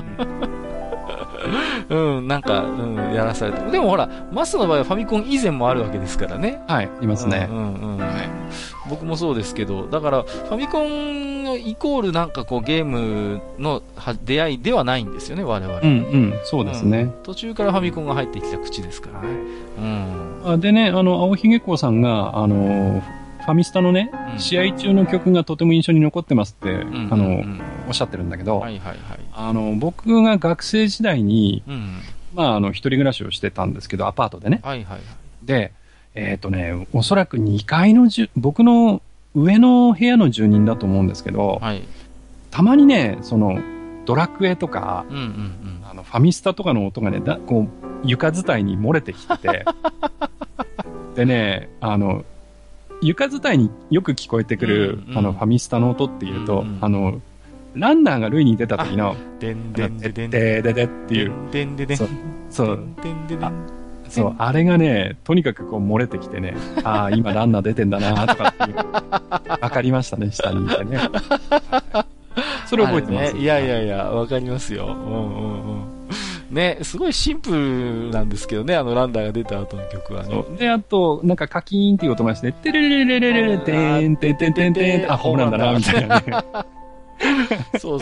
う、やらされて。でもほら、マスの場合はファミコン以前もあるわけですからね。 はい、いますね。 僕もそうですけど、だから、ファミコンイコールなんかこうゲームの出会いではないんですよね、我々。 そうですね。 途中からファミコンが入ってきた口ですからね。 でね、青ひげこうさんが、ファミスタのね、試合中の曲がとても印象に残ってますって、おっしゃってるんだけど、僕が学生時代に、一人暮らしをしてたんですけど、アパートでね。で、おそらく2階の僕の上の部屋の住人だと思うんですけど、たまにね、ドラクエとか、ファミスタとかの音がね、こう、床伝いに漏れてきてて、でね、床伝いによく聞こえてくる、ファミスタの音っていうと、ランナーが塁に出た時の、でんでんででんでででっていう、そう、あれがね、とにかくこう漏れてきてね、今ランナー出てんだなとかっていう、わかりましたね、下にいてね。それ覚えてます。 いや、わかりますよ。ね、すごいシンプルなんですけどね、ランナーが出た後の曲はね。 で、あと、なんかカキーンっていう音がして、テレレレレレレテーンテンテンテンテン、ホームランだな、みたいなね。 そう。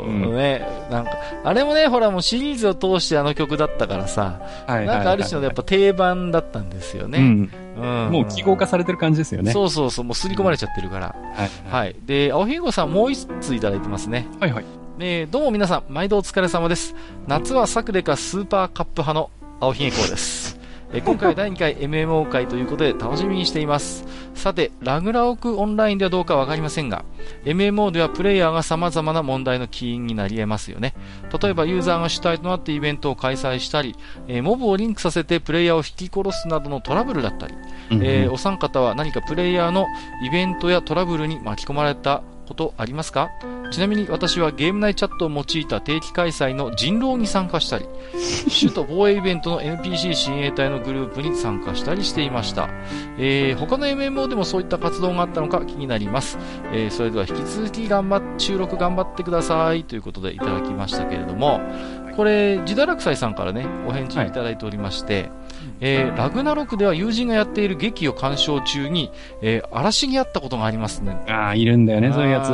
ね、なんか、あれもね、ほらもうシリーズを通してあの曲だったからさ、なんかある種のやっぱ定番だったんですよね。 もう記号化されてる感じですよね。 そう、もう刷り込まれちゃってるから。で、青ひげこさんもう一ついただいてますね。 どうも皆さん、毎度お疲れ様です。夏はサクレかスーパーカップ派の青ひげこうです。今回第2回 MMO 会ということで楽しみにしています。さて、ラグラオクオンラインではどうかわかりませんが、MMO ではプレイヤーが様々な問題の起因になり得ますよね。例えばユーザーが主体となってイベントを開催したり、モブをリンクさせてプレイヤーを引き殺すなどのトラブルだったり、お三方は何かプレイヤーのイベントやトラブルに巻き込まれたことありますか？ちなみに私はゲーム内チャットを用いた定期開催の人狼に参加したり、首都防衛イベントの NPC 親衛隊のグループに参加したりしていました。他の MMO でもそういった活動があったのか気になります。それでは引き続き収録頑張ってくださいということでいただきましたけれども、これ、ジダラクサイさんからね、お返事いただいておりまして、ラグナロクでは友人がやっている劇を鑑賞中に、嵐にあったことがありますね。 ああ、いるんだよね、そういうやつ。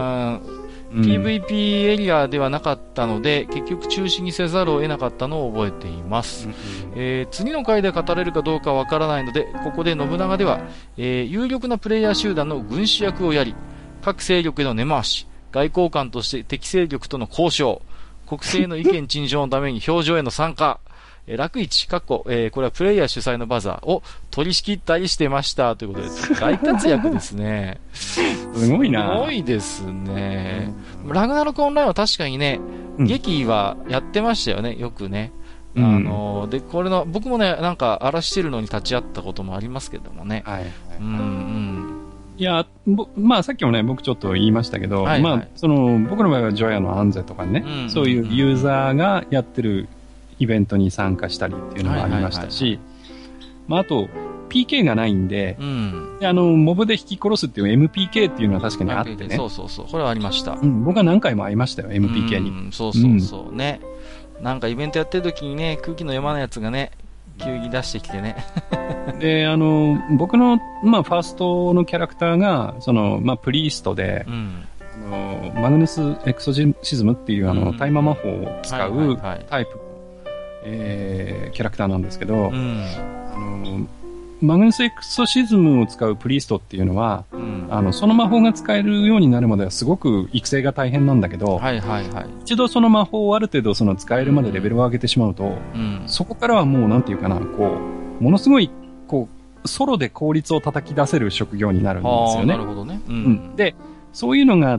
PVP エリアではなかったので、結局中止にせざるを得なかったのを覚えています。次の回で語れるかどうかわからないので、ここで信長では、有力なプレイヤー集団の軍師役をやり、各勢力への根回し、外交官として敵勢力との交渉、国政の意見陳情のために表情への参加、楽市、これはプレイヤー主催のバザーを取り仕切ったりしてましたということで、大活躍ですね。 すごいな。 すごいですね。ラグナロクオンラインは確かにね、劇はやってましたよね、よくね。で、これの、僕もね、なんか荒らしてるのに立ち会ったこともありますけどもね。いや、まあさっきもね、僕ちょっと言いましたけど、まあ、僕の場合はジョヤのアンゼとかね、そういうユーザーがやってるイベントに参加したりっていうのもありましたし、まああと、PK がないんで、モブで引き殺すっていう MPK っていうのは確かにあってね。 そうそうそう。これはありました。 僕は何回も会いましたよ、MPK に。 そうそうそうね。なんかイベントやってる時にね、空気の読まないやつがね、急に出してきてね。 で、僕の、まあ、ファーストのキャラクターが、まあ、プリーストで、マグヌス・エクソシズムっていう、タイマ魔法を使うタイプ、キャラクターなんですけど、マグヌス・エクソシズムを使うプリーストっていうのは、その魔法が使えるようになるまではすごく育成が大変なんだけど、一度その魔法をある程度使えるまでレベルを上げてしまうと、そこからはもうなんていうかな、ものすごい、ソロで効率を叩き出せる職業になるんですよね。 なるほどね。 で、そういうのがあって、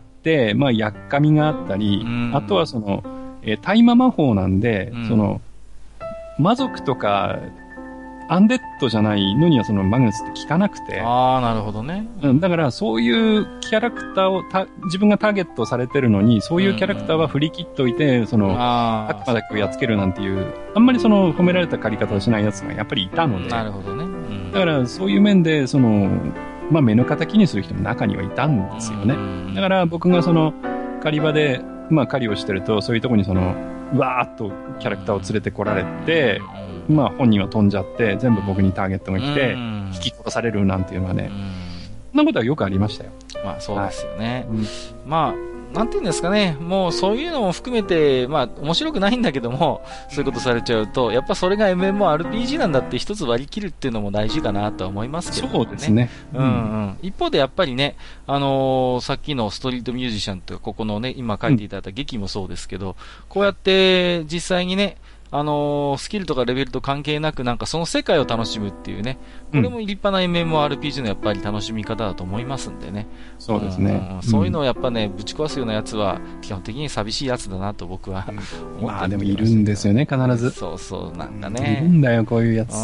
まあ、やっかみがあったり、あとはタイマ魔法なんで、魔族とか、アンデッドじゃないのにはマグヌスって効かなくて。 なるほどね。 だからそういうキャラクターを自分がターゲットされてるのに、そういうキャラクターは振り切っといて、悪魔だけをやっつけるなんていう、あんまり褒められた借り方をしない奴がやっぱりいたので。 なるほどね。 だからそういう面で、まあ目の敵にする人も中にはいたんですよね。だから僕が狩り場で、まあ狩りをしてると、そういうとこにうわーっとキャラクターを連れてこられて、まあ本人は飛んじゃって、全部僕にターゲットが来て、引き殺されるなんていうのはね、そんなことはよくありましたよ。 まあそうですよね。まあ、なんていうんですかね、もうそういうのも含めて、まあ面白くないんだけども、そういうことされちゃうと、やっぱそれが MMORPG なんだって一つ割り切るっていうのも大事かなとは思いますけどね。 そうですね。 一方でやっぱりね、さっきのストリートミュージシャンとか、ここのね、今書いていただいた劇もそうですけど、こうやって実際にね、スキルとかレベルと関係なくなんかその世界を楽しむっていうね、これも立派な MMORPG のやっぱり楽しみ方だと思いますんでね。 そうですね。 そういうのをやっぱね、ぶち壊すようなやつは基本的に寂しいやつだなと僕は思ってます。 まあでもいるんですよね、必ず。 そうそう、なんかね。 いるんだよ、こういうやつ。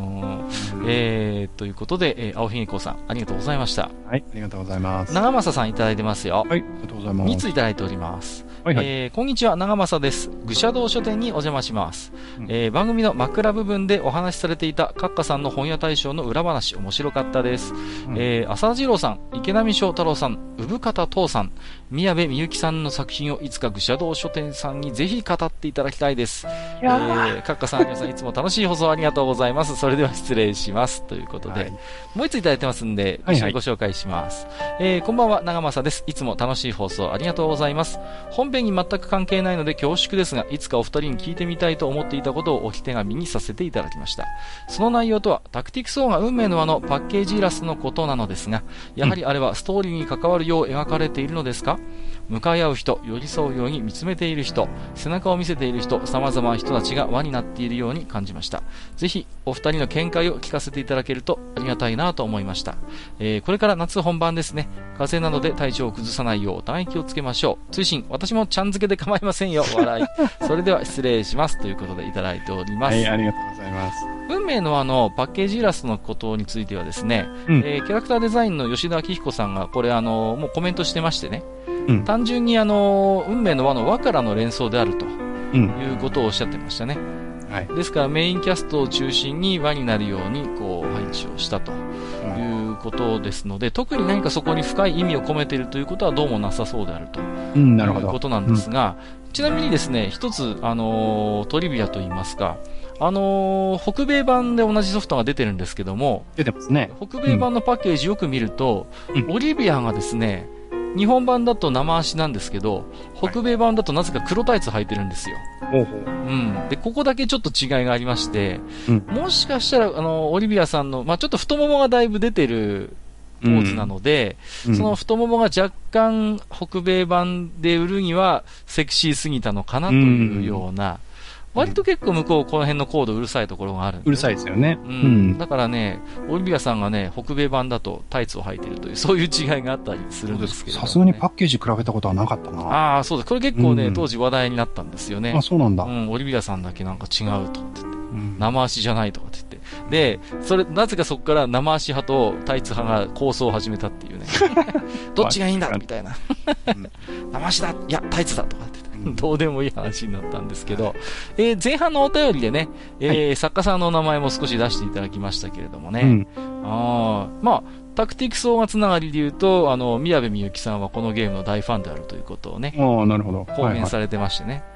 ということで、青ひげこさん、ありがとうございました。 はい、ありがとうございます。 長政さんいただいてますよ。 はい、ありがとうございます。 2ついただいております。 はいはい、 こんにちは、長政です。愚者道書店にお邪魔します。番組の枕部分でお話しされていたカッカさんの本屋大賞の裏話、面白かったです。浅田次郎さん、池波正太郎さん、産方藤さん、宮部みゆきさんの作品をいつか愚者道書店さんにぜひ語っていただきたいです。カッカさん、皆さんいつも楽しい放送ありがとうございます。それでは失礼します。ということで、もう一ついただいてますんで、一緒にご紹介します。こんばんは、長政です。いつも楽しい放送ありがとうございます。本編に全く関係ないので恐縮ですが、いつかお二人に聞いてみたいと思っていたことを置き手紙にさせていただきました。その内容とは、タクティクスオーガ運命の輪のパッケージイラストのことなのですが、やはりあれはストーリーに関わるよう描かれているのですか？ 向かい合う人、寄り添うように見つめている人、背中を見せている人、様々な人たちが輪になっているように感じました。ぜひお二人の見解を聞かせていただけるとありがたいなと思いました。これから夏本番ですね。風邪などで体調を崩さないようお互い気をつけましょう。通信、私もちゃん付けで構いませんよ。笑い。それでは失礼します。ということでいただいております。 はい、ありがとうございます。 運命のパッケージイラストのことについてはですね、キャラクターデザインの吉田明彦さんがこれもうコメントしてましてね、単純に運命の輪の輪からの連想であるということをおっしゃってましたね。はい、ですからメインキャストを中心に輪になるようにこう配置をしたということですので、特に何かそこに深い意味を込めているということはどうもなさそうであるということなんですが、ちなみにですね、一つトリビアといいますか、北米版で同じソフトが出てるんですけども、 出てますね。 北米版のパッケージよく見ると、オリビアがですね、日本版だと生足なんですけど、北米版だとなぜか黒タイツ履いてるんですよ。で、ここだけちょっと違いがありまして、もしかしたら、オリビアさんの、ちょっと太ももがだいぶ出てるポーズなので、その太ももが若干北米版で売るにはセクシーすぎたのかなというような、割と結構向こうこの辺のコードうるさいところがあるんで。 うるさいですよね。 だからね、オリビアさんがね、北米版だとタイツを履いているという、そういう違いがあったりするんですけど、ね。 さすがにパッケージ比べたことはなかったな。 ああ、そうです。これ結構ね、当時話題になったんですよね。 あ、そうなんだ。 オリビアさんだけなんか違うとって言って。生足じゃないとかって言って。で、なぜかそこから生足派とタイツ派が構想を始めたっていうね。どっちがいいんだみたいな。生足だいや、タイツだとかって言って。どうでもいい話になったんですけど、前半のお便りでね、作家さんのお名前も少し出していただきましたけれどもね。タクティクスオーガつながりで言うと、宮部みゆきさんはこのゲームの大ファンであるということをね、 なるほど。 公言されてましてね。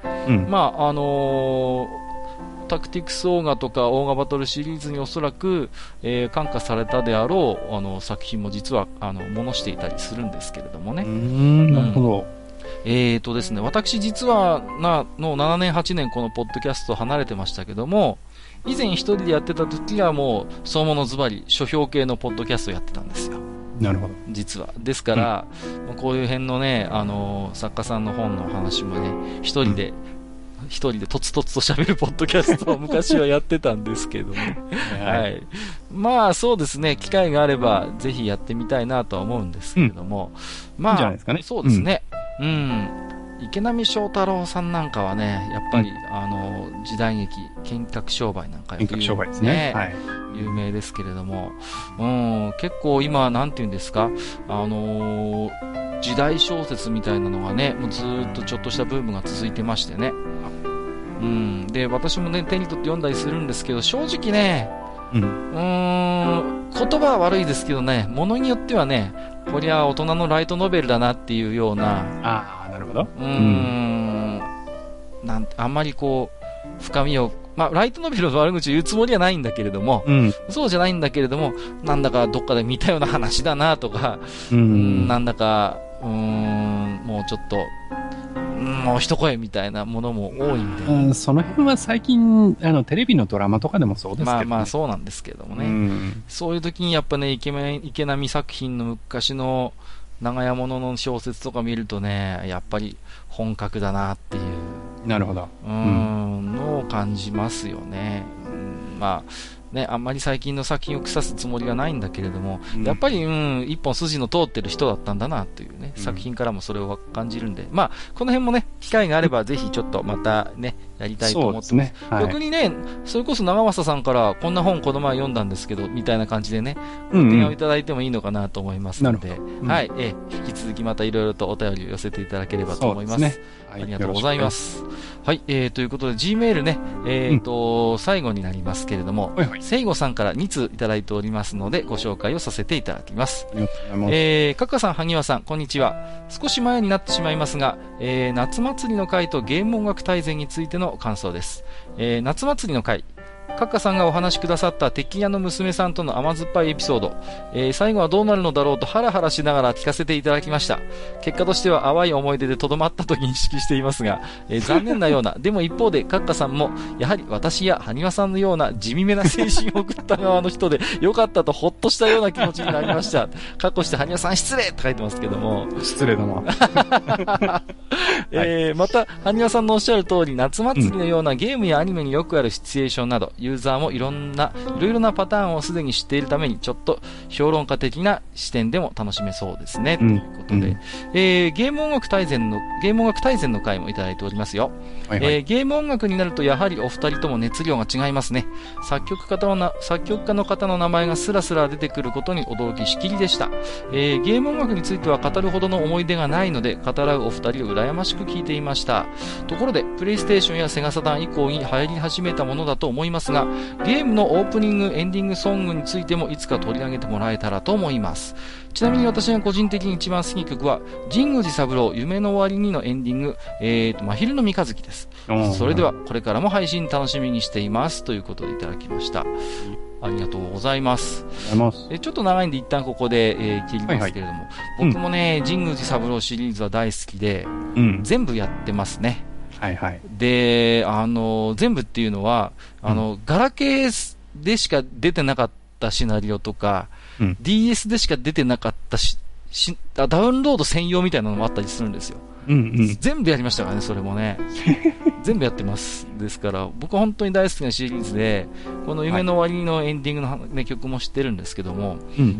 タクティクスオーガとかオーガバトルシリーズにおそらく、感化されたであろう作品も実は模していたりするんですけれどもね。 なるほど。 ですね、私実は7年8年このポッドキャスト離れてましたけども、以前一人でやってた時はもう総物ズバリ書評系のポッドキャストやってたんですよ。 なるほど。 実はですから、こういう辺のね作家さんの本の話もね一人でとつとつと喋るポッドキャストを昔はやってたんですけどね。はい。そうですね、機会があればぜひやってみたいなとは思うんですけれども、 いいんじゃないですかね。 そうですね。池波正太郎さんなんかはね、やっぱり、時代劇、見客商売なんか見客商売ですね。 有名ですけれども、結構今、なんていうんですか、時代小説みたいなのがね、もうずーっとちょっとしたブームが続いてましてね。で、私もね、手に取って読んだりするんですけど、正直ね、言葉は悪いですけどね、ものによってはね、こりゃ大人のライトノベルだなっていうような、 なるほど。 あんまりこう、深みを、ライトノベルの悪口を言うつもりはないんだけれども、そうじゃないんだけれども、なんだかどっかで見たような話だなとか、なんだか、もうちょっと、もう一声みたいなものも多いんで。 その辺は最近、テレビのドラマとかでもそうですけどね。 そうなんですけどもね。そういう時にやっぱね、池波作品の昔の長屋物の小説とか見るとね、やっぱり本格だなっていう。 なるほど。 のを感じますよね。あんまり最近の作品を腐すつもりはないんだけれども、やっぱり、一本筋の通ってる人だったんだなというね、作品からもそれを感じるんで、この辺もね、機会があればぜひちょっとまたね、やりたいと思ってます。逆にね、それこそ長政さんからこんな本この前読んだんですけど、みたいな感じでね、ご提案をいただいてもいいのかなと思いますので、引き続きまたいろいろとお便りを寄せていただければと思います。ありがとうございます。はい、ということで Gmail ね、最後になりますけれども、せいごさんから2通いただいておりますので、ご紹介をさせていただきます。かっかさん、萩和さん、こんにちは。少し前になってしまいますが、夏祭りの会とゲーム音楽大全についての感想です。夏祭りの会、 カッカさんがお話しくださった敵屋の娘さんとの甘酸っぱいエピソード、最後はどうなるのだろうとハラハラしながら聞かせていただきました。結果としては淡い思い出でとどまったと認識していますが、残念なような、でも一方でカッカさんもやはり私や埴輪さんのような地味めな精神を送った側の人でよかったとほっとしたような気持ちになりました。かっこして埴輪さん失礼って書いてますけども、 失礼だな。 また埴輪さんのおっしゃる通り、夏祭りのようなゲームやアニメによくあるシチュエーションなど、ユーザーもいろいろなパターンをすでに知っているために、ちょっと評論家的な視点でも楽しめそうですね、ということで、ゲーム音楽大全の回もいただいておりますよ。ゲーム音楽になるとやはりお二人とも熱量が違いますね。作曲家の方の名前がスラスラ出てくることに驚きしきりでした。ゲーム音楽については語るほどの思い出がないので、語らうお二人を羨ましく聞いていました。ところで、プレイステーションやセガサターン以降に流行り始めたものだと思いますが、ゲームのオープニング、エンディングソングについてもいつか取り上げてもらえたらと思います。ちなみに私が個人的に一番好きな曲は、神宮寺三郎夢の終わりにのエンディング、真昼の三日月です。それでは、これからも配信楽しみにしています。ということでいただきました。ありがとうございます。ちょっと長いんで一旦ここで、切りますけれども、僕もね、神宮寺三郎シリーズは大好きで、全部やってますね。で、全部っていうのは、ガラケーでしか出てなかったシナリオとか、DS でしか出てなかったダウンロード専用みたいなのもあったりするんですよ。全部やりましたからね、それもね。全部やってます。ですから、僕は本当に大好きなシリーズで、この夢の終わりのエンディングの、ね、曲も知ってるんですけども、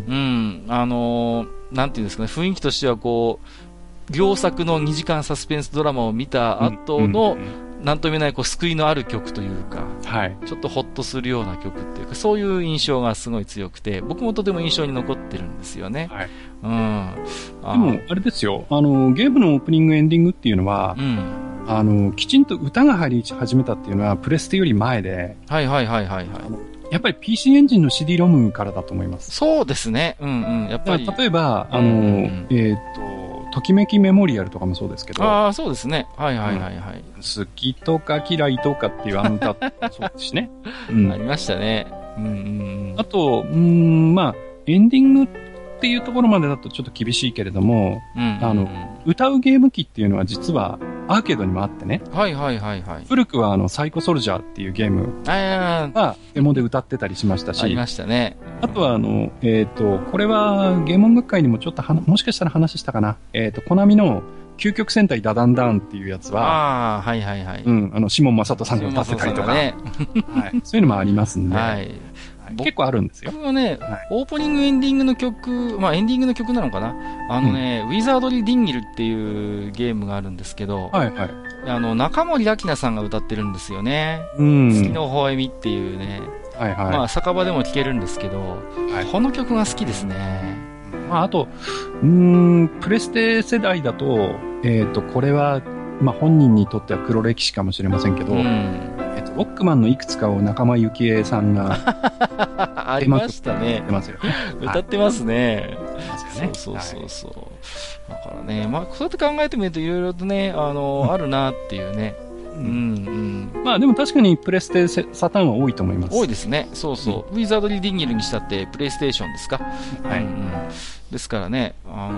なんていうんですかね、雰囲気としてはこう、両作の2時間サスペンスドラマを見た後の、なんとも言えないこう救いのある曲というか、ちょっとホッとするような曲っていうか、そういう印象がすごい強くて、僕もとても印象に残ってるんですよね。でも、あれですよ、ゲームのオープニングエンディングっていうのは、きちんと歌が入り始めたっていうのは、プレステより前で、やっぱり PC エンジンの CD ロムからだと思います。 そうですね。やっぱり。 例えば、ときめきメモリアルとかもそうですけど。 そうですね。 好きとか嫌いとかっていう歌そうですしね。 ありましたね。 あと、まあ、エンディングっていうところまでだとちょっと厳しいけれども、歌うゲーム機っていうのは実はアーケードにもあってね。古くはサイコソルジャーっていうゲームがデモで歌ってたりしましたし。 ありましたね。 あとはこれはゲーム音楽会にもちょっともしかしたら話したかな。コナミの究極戦隊ダダンダンっていうやつは、シモン・マサトさんが歌ってたりとか、そういうのもありますんで。結構あるんですよ。 僕はね、オープニングエンディングの曲、エンディングの曲なのかな、ウィザードリー・ディンギルっていうゲームがあるんですけど、中森明菜さんが歌ってるんですよね。月の微笑みっていうね。酒場でも聴けるんですけど、この曲が好きですね。 あと、プレステ世代だと、これは、本人にとっては黒歴史かもしれませんけど、ロックマンのいくつかを仲間由紀恵さんがありましたね。歌ってますね。そう。だからね、そうやって考えてみるといろいろとね、あるなっていうね。 でも確かにプレステサターンは多いと思います。 多いですね。そう。ウィザードリー・ディンギルにしたってプレイステーションですか。ですからね、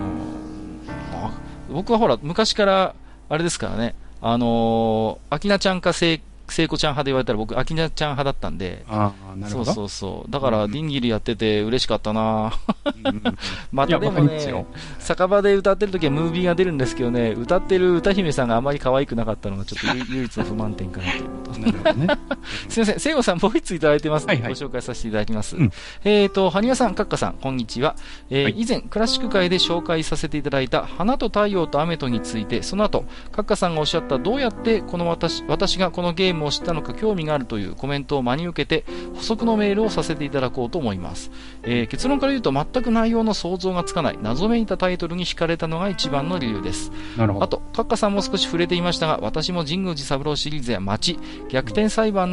僕はほら、昔から、あれですからね、アキナちゃんか聖子ちゃん派で言われたら僕、アキナちゃん派だったんで。 なるほど。 そう。だから、ディンギルやってて嬉しかったなまたでもね、酒場で歌ってる時はムービーが出るんですけどね、歌ってる歌姫さんがあまり可愛くなかったのがちょっと唯一の不満点かなということ。 なるほどね。 すいません、聖子さんもう一ついただいてますので、ご紹介させていただきます。埴輪さん、カッカさん、こんにちは。以前、クラシック界で紹介させていただいた花と太陽と雨とについて、その後、カッカさんがおっしゃったどうやってこの私がこのゲームを知ったのか興味があるというコメントを真に受けて補足のメールをさせていただこうと思います。結論から言うと全く内容の想像がつかない謎めいたタイトルに惹かれたのが一番の理由です。あとカッカさんも少し触れていましたが、私も神宮寺三郎シリーズや街、逆転裁判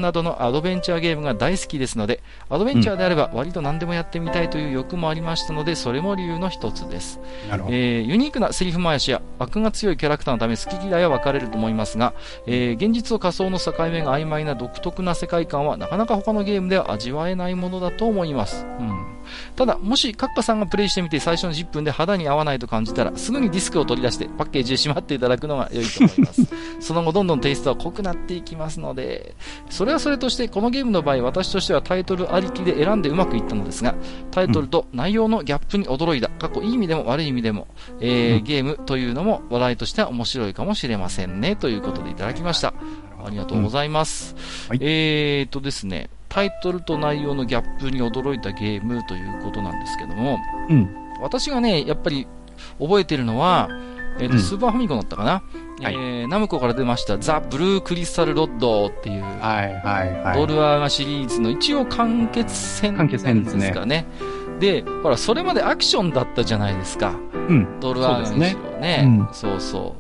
などのアドベンチャーゲームが大好きですので、アドベンチャーであれば割と何でもやってみたいという欲もありましたので、それも理由の一つです。なるほど。ユニークなセリフ回しや悪が強いキャラクターのため好き嫌いは分かれると思いますが、現実と仮想の境目が曖昧な独特な世界観はなかなか他のゲームでは味わえないものだと思います。ただ、もしカッカさんがプレイしてみて最初の10分で肌に合わないと感じたら、すぐにディスクを取り出してパッケージでしまっていただくのが良いと思います。その後どんどんテイストは濃くなっていきますので、それはそれとしてこのゲームの場合、私としてはタイトルありきで選んでうまくいったのですが、タイトルと内容のギャップに驚いた、いい意味でも悪い意味でも、ゲームというのも話題としては面白いかもしれませんね、ということでいただきました。ありがとうございます。はい、ですね、タイトルと内容のギャップに驚いたゲームということなんですけども、私がね、やっぱり覚えてるのは、スーパーファミコンだったかな、ナムコから出ましたザ・ブルークリスタル・ロッドっていう、ドルアーガシリーズの一応完結編なんですかね。で、ほら、それまでアクションだったじゃないですか。ドルアーガにしろね。そうそう。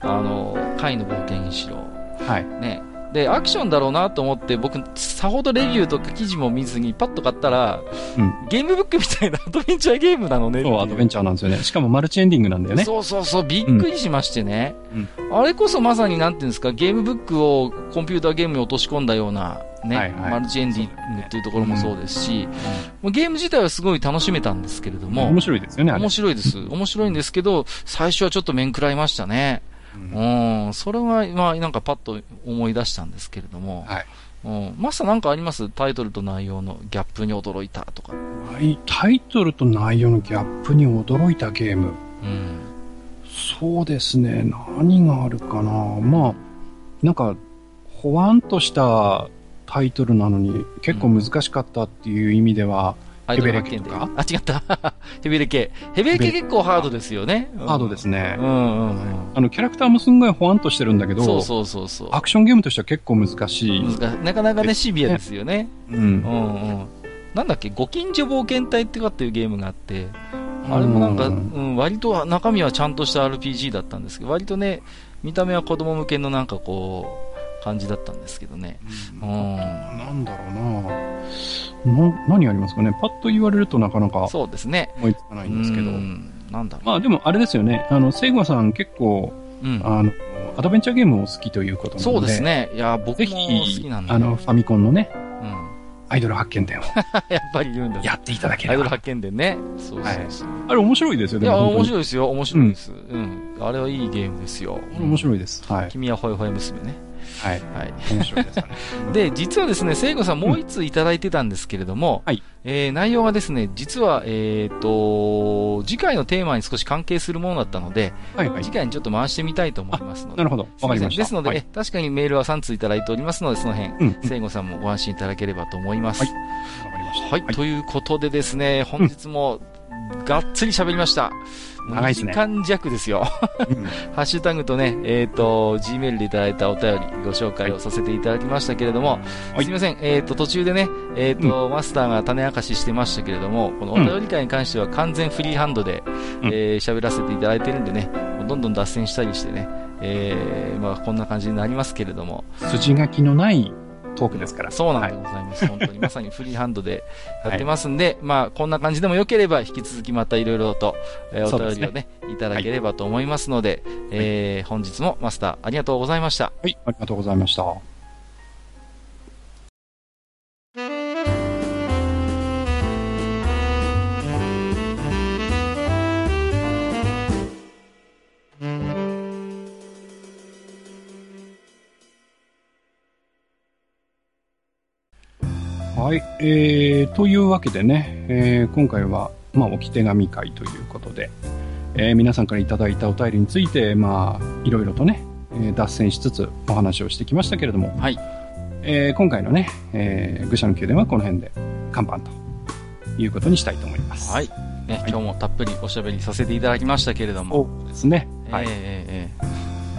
貝の冒険にしろ。ね。で、アクションだろうなと思って、僕、さほどレビューとか記事も見ずにパッと買ったら、ゲームブックみたいなアドベンチャーゲームなのね。 そう、アドベンチャーなんですよね。しかもマルチエンディングなんだよね。 そうそうそう、びっくりしましてね。あれこそまさになんていうんですか、ゲームブックをコンピューターゲームに落とし込んだような、ね、マルチエンディングっていうところもそうですし、もうゲーム自体はすごい楽しめたんですけれども。 面白いですよね、あれ。 面白いです。面白いんですけど、最初はちょっと面食らいましたね。それは、まあ、なんかパッと思い出したんですけれども。マスターなんかあります？タイトルと内容のギャップに驚いたとか。 タイトルと内容のギャップに驚いたゲーム。そうですね。何があるかな。まあ、なんか、ほわんとしたタイトルなのに結構難しかったっていう意味では、ヘベレケとか？ 違った。ヘベレケ。ヘベレケ結構ハードですよね。 ハードですね。キャラクターもすんごいほわんとしてるんだけど、そう。アクションゲームとしては結構難しい。 なかなかね、シビアですよね。なんだっけ、ご近所冒険隊っていうゲームがあって、あれもなんか、割と中身はちゃんとした RPG だったんですけど、割とね、見た目は子供向けのなんかこう、感じだったんですけどね。 なんだろうな何ありますかね。パッと言われるとなかなかそうですね。 思いつかないんですけど。 なんだろう。 まあでもあれですよね。セイゴさん結構、アドベンチャーゲームを好きということなので。 そうですね。いや、僕も好きなんで。 ファミコンのね、アイドル発見伝を。 やっぱり言うんだ。 やっていただければ。 アイドル発見伝ね。そう。 あれ面白いですよね。 いや、面白いですよ。面白いです。あれはいいゲームですよ。 面白いです。 君はほいほい娘ね。 面白いですね。 で、実はですね、聖子さんもう一通いただいてたんですけれども、内容がですね、実は、次回のテーマに少し関係するものだったので、次回にちょっと回してみたいと思いますので。 なるほど。わかりました。 ですので、確かにメールは3通いただいておりますので、その辺、聖子さんもご安心いただければと思います。 わかりました。 はい、ということでですね、本日もがっつり喋りました。 長いですね。 2時間弱ですよ。ハッシュタグとね、Gmail でいただいたお便りご紹介をさせていただきましたけれども、すみません、途中でね、マスターが種明かししてましたけれども、このお便り会に関しては完全フリーハンドで、喋らせていただいてるんでね、どんどん脱線したりしてね、まあこんな感じになりますけれども。 筋書きのないトークですから。 そうなんでございます。本当にまさにフリーハンドでやってますんで、まあこんな感じでも良ければ引き続きまたいろいろと、お便りをね、いただければと思いますので、本日もマスターありがとうございました。 はい、ありがとうございました。はい、というわけでね、今回は、まあ、置き手紙会ということで、皆さんからいただいたお便りについて、まあ、いろいろとね、脱線しつつお話をしてきましたけれども、今回のね、愚者の宮殿はこの辺で看板ということにしたいと思います。 はい。ね、今日もたっぷりおしゃべりさせていただきましたけれども。 そうですね。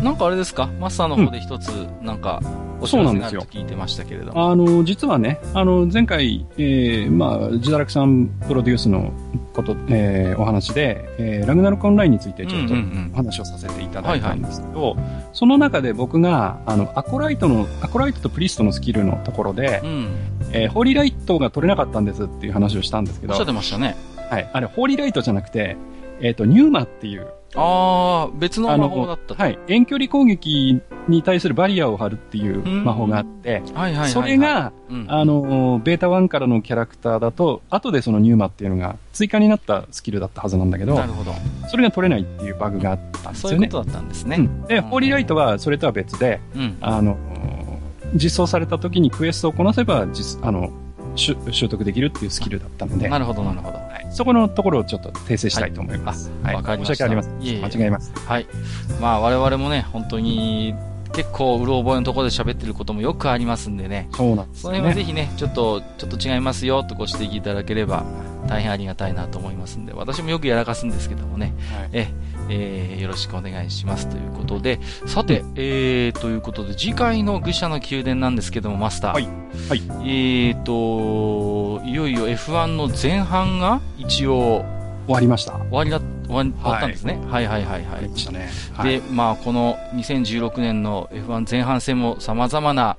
なんかあれですか、マスターの方で一つ、なんか、お知らせがあると聞いてましたけれども。実はね、前回、ジダラクさんプロデュースのこと、お話で、ラグナロクオンラインについてちょっとお話をさせていただいたんですけど、その中で僕が、アコライトとプリストのスキルのところで、ホーリーライトが取れなかったんですっていう話をしたんですけど。 おっしゃってましたね。 はい。あれ、ホーリーライトじゃなくて、ニューマっていう。 別の魔法だったはい。遠距離攻撃に対するバリアを張るっていう魔法があって、それが、ベータ1からのキャラクターだと、後でそのニューマっていうのが追加になったスキルだったはずなんだけど、 なるほど。 それが取れないっていうバグがあったんですよね。 そういうことだったんですね。 で、ホーリーライトはそれとは別で、実装された時にクエストをこなせば、習得できるっていうスキルだったので。 なるほど、なるほど。 そこのところをちょっと訂正したいと思います。 わかりました。 申し訳ありません。間違えます。 はい。まあ、我々もね、本当に、結構、うろ覚えのところで喋ってることもよくありますんでね。 そうなんですね。 その辺はぜひね、ちょっと違いますよとご指摘いただければ、大変ありがたいなと思いますんで、私もよくやらかすんですけどもね。よろしくお願いしますということで、さて、ということで、次回の愚者の宮殿なんですけども、マスター。いよいよ F1 の前半が一応、 終わりました。 終わったんですね。はい。 終わりましたね。 で、まあ、この2016年の F1 前半戦も様々な、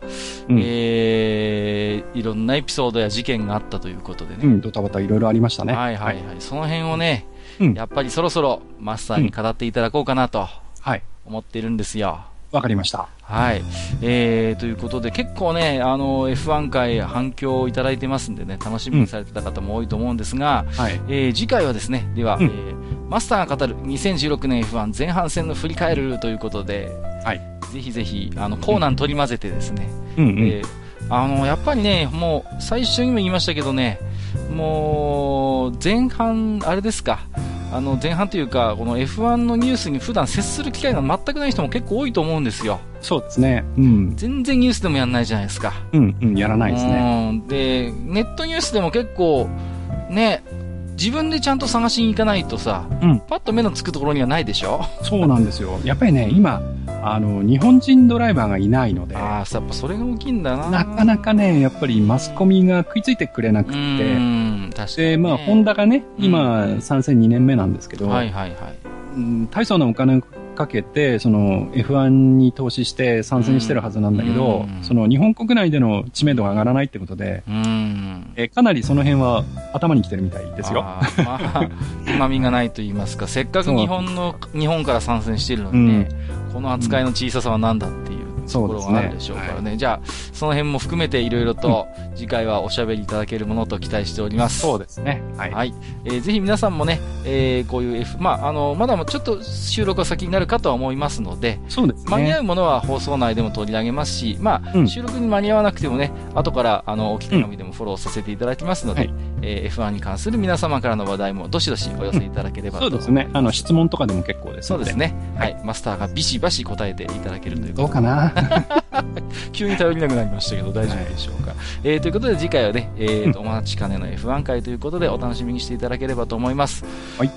いろんなエピソードや事件があったということでね。 ドタバタいろいろありましたね。 その辺をね、やっぱりそろそろマスターに語っていただこうかなと、思っているんですよ。 わかりました。 はい。ということで、結構ね、F1 回反響をいただいてますんでね、楽しみにされてた方も多いと思うんですが、次回はですね、では、マスターが語る2016年 F1 前半戦の振り返るということで、ぜひぜひ、コーナー取り混ぜてですね、やっぱりね、もう、最初にも言いましたけどね、もう、前半、あれですか、前半というか、この F1 のニュースに普段接する機会が全くない人も結構多いと思うんですよ。 そうですね。 全然ニュースでもやんないじゃないですか。 やらないですね。 で、ネットニュースでも結構、ね、自分でちゃんと探しに行かないとさ、パッと目のつくところにはないでしょ。 そうなんですよ。やっぱりね、今、日本人ドライバーがいないので。 やっぱそれが大きいんだな。 なかなかね、やっぱりマスコミが食いついてくれなくて。 確かにね。 で、まあ、ホンダがね、今、参戦2年目なんですけど、大層なお金をかけて、その F1 に投資して参戦してるはずなんだけど、その日本国内での知名度が上がらないってことで、かなりその辺は頭に来てるみたいですよ。 うまみがないと言いますか、せっかく日本から参戦しているのにね、この扱いの小ささはなんだっていうところがあるでしょうからね。じゃあ、その辺も含めていろいろと次回はおしゃべりいただけるものと期待しております。 そうですね。 はい。ぜひ皆さんもね、こういうまだちょっと収録は先になるかとは思いますので、 そうですね。 間に合うものは放送内でも取り上げますし、収録に間に合わなくてもね、後からお聞きのみでもフォローさせていただきますので、F1 に関する皆様からの話題もどしどしお寄せいただければと思います。 そうですね。質問とかでも結構ですので。 そうですね。はい。マスターがビシバシ答えていただけるということで。 どうかな急に頼りなくなりましたけど大丈夫でしょうか。ということで次回はね、お待ちかねの F1 回ということでお楽しみにしていただければと思います。はい。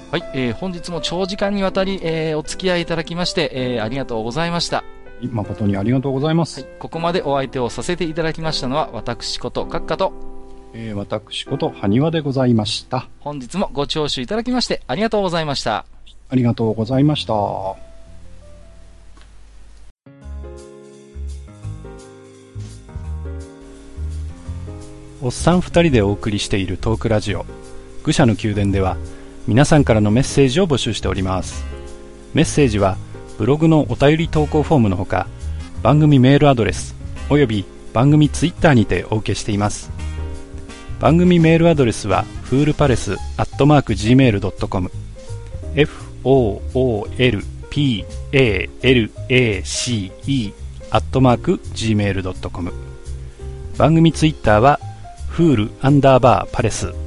本日も長時間にわたり、お付き合いいただきまして、ありがとうございました。 誠にありがとうございます。 ここまでお相手をさせていただきましたのは、私こと閣下と、 私こと埴輪でございました。 本日もご聴取いただきましてありがとうございました。 ありがとうございました。おっさん二人でお送りしているトークラジオ愚者の宮殿では、皆さんからのメッセージを募集しております。メッセージはブログのお便り投稿フォームのほか、番組メールアドレスおよび番組ツイッターにてお受けしています。番組メールアドレスはfoolpalace@gmail.com foolpalace@gmail.com 番組ツイッターはfool_palace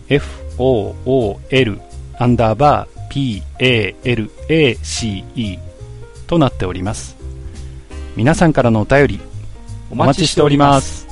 fool_palace となっております。皆さんからのお便りお待ちしております。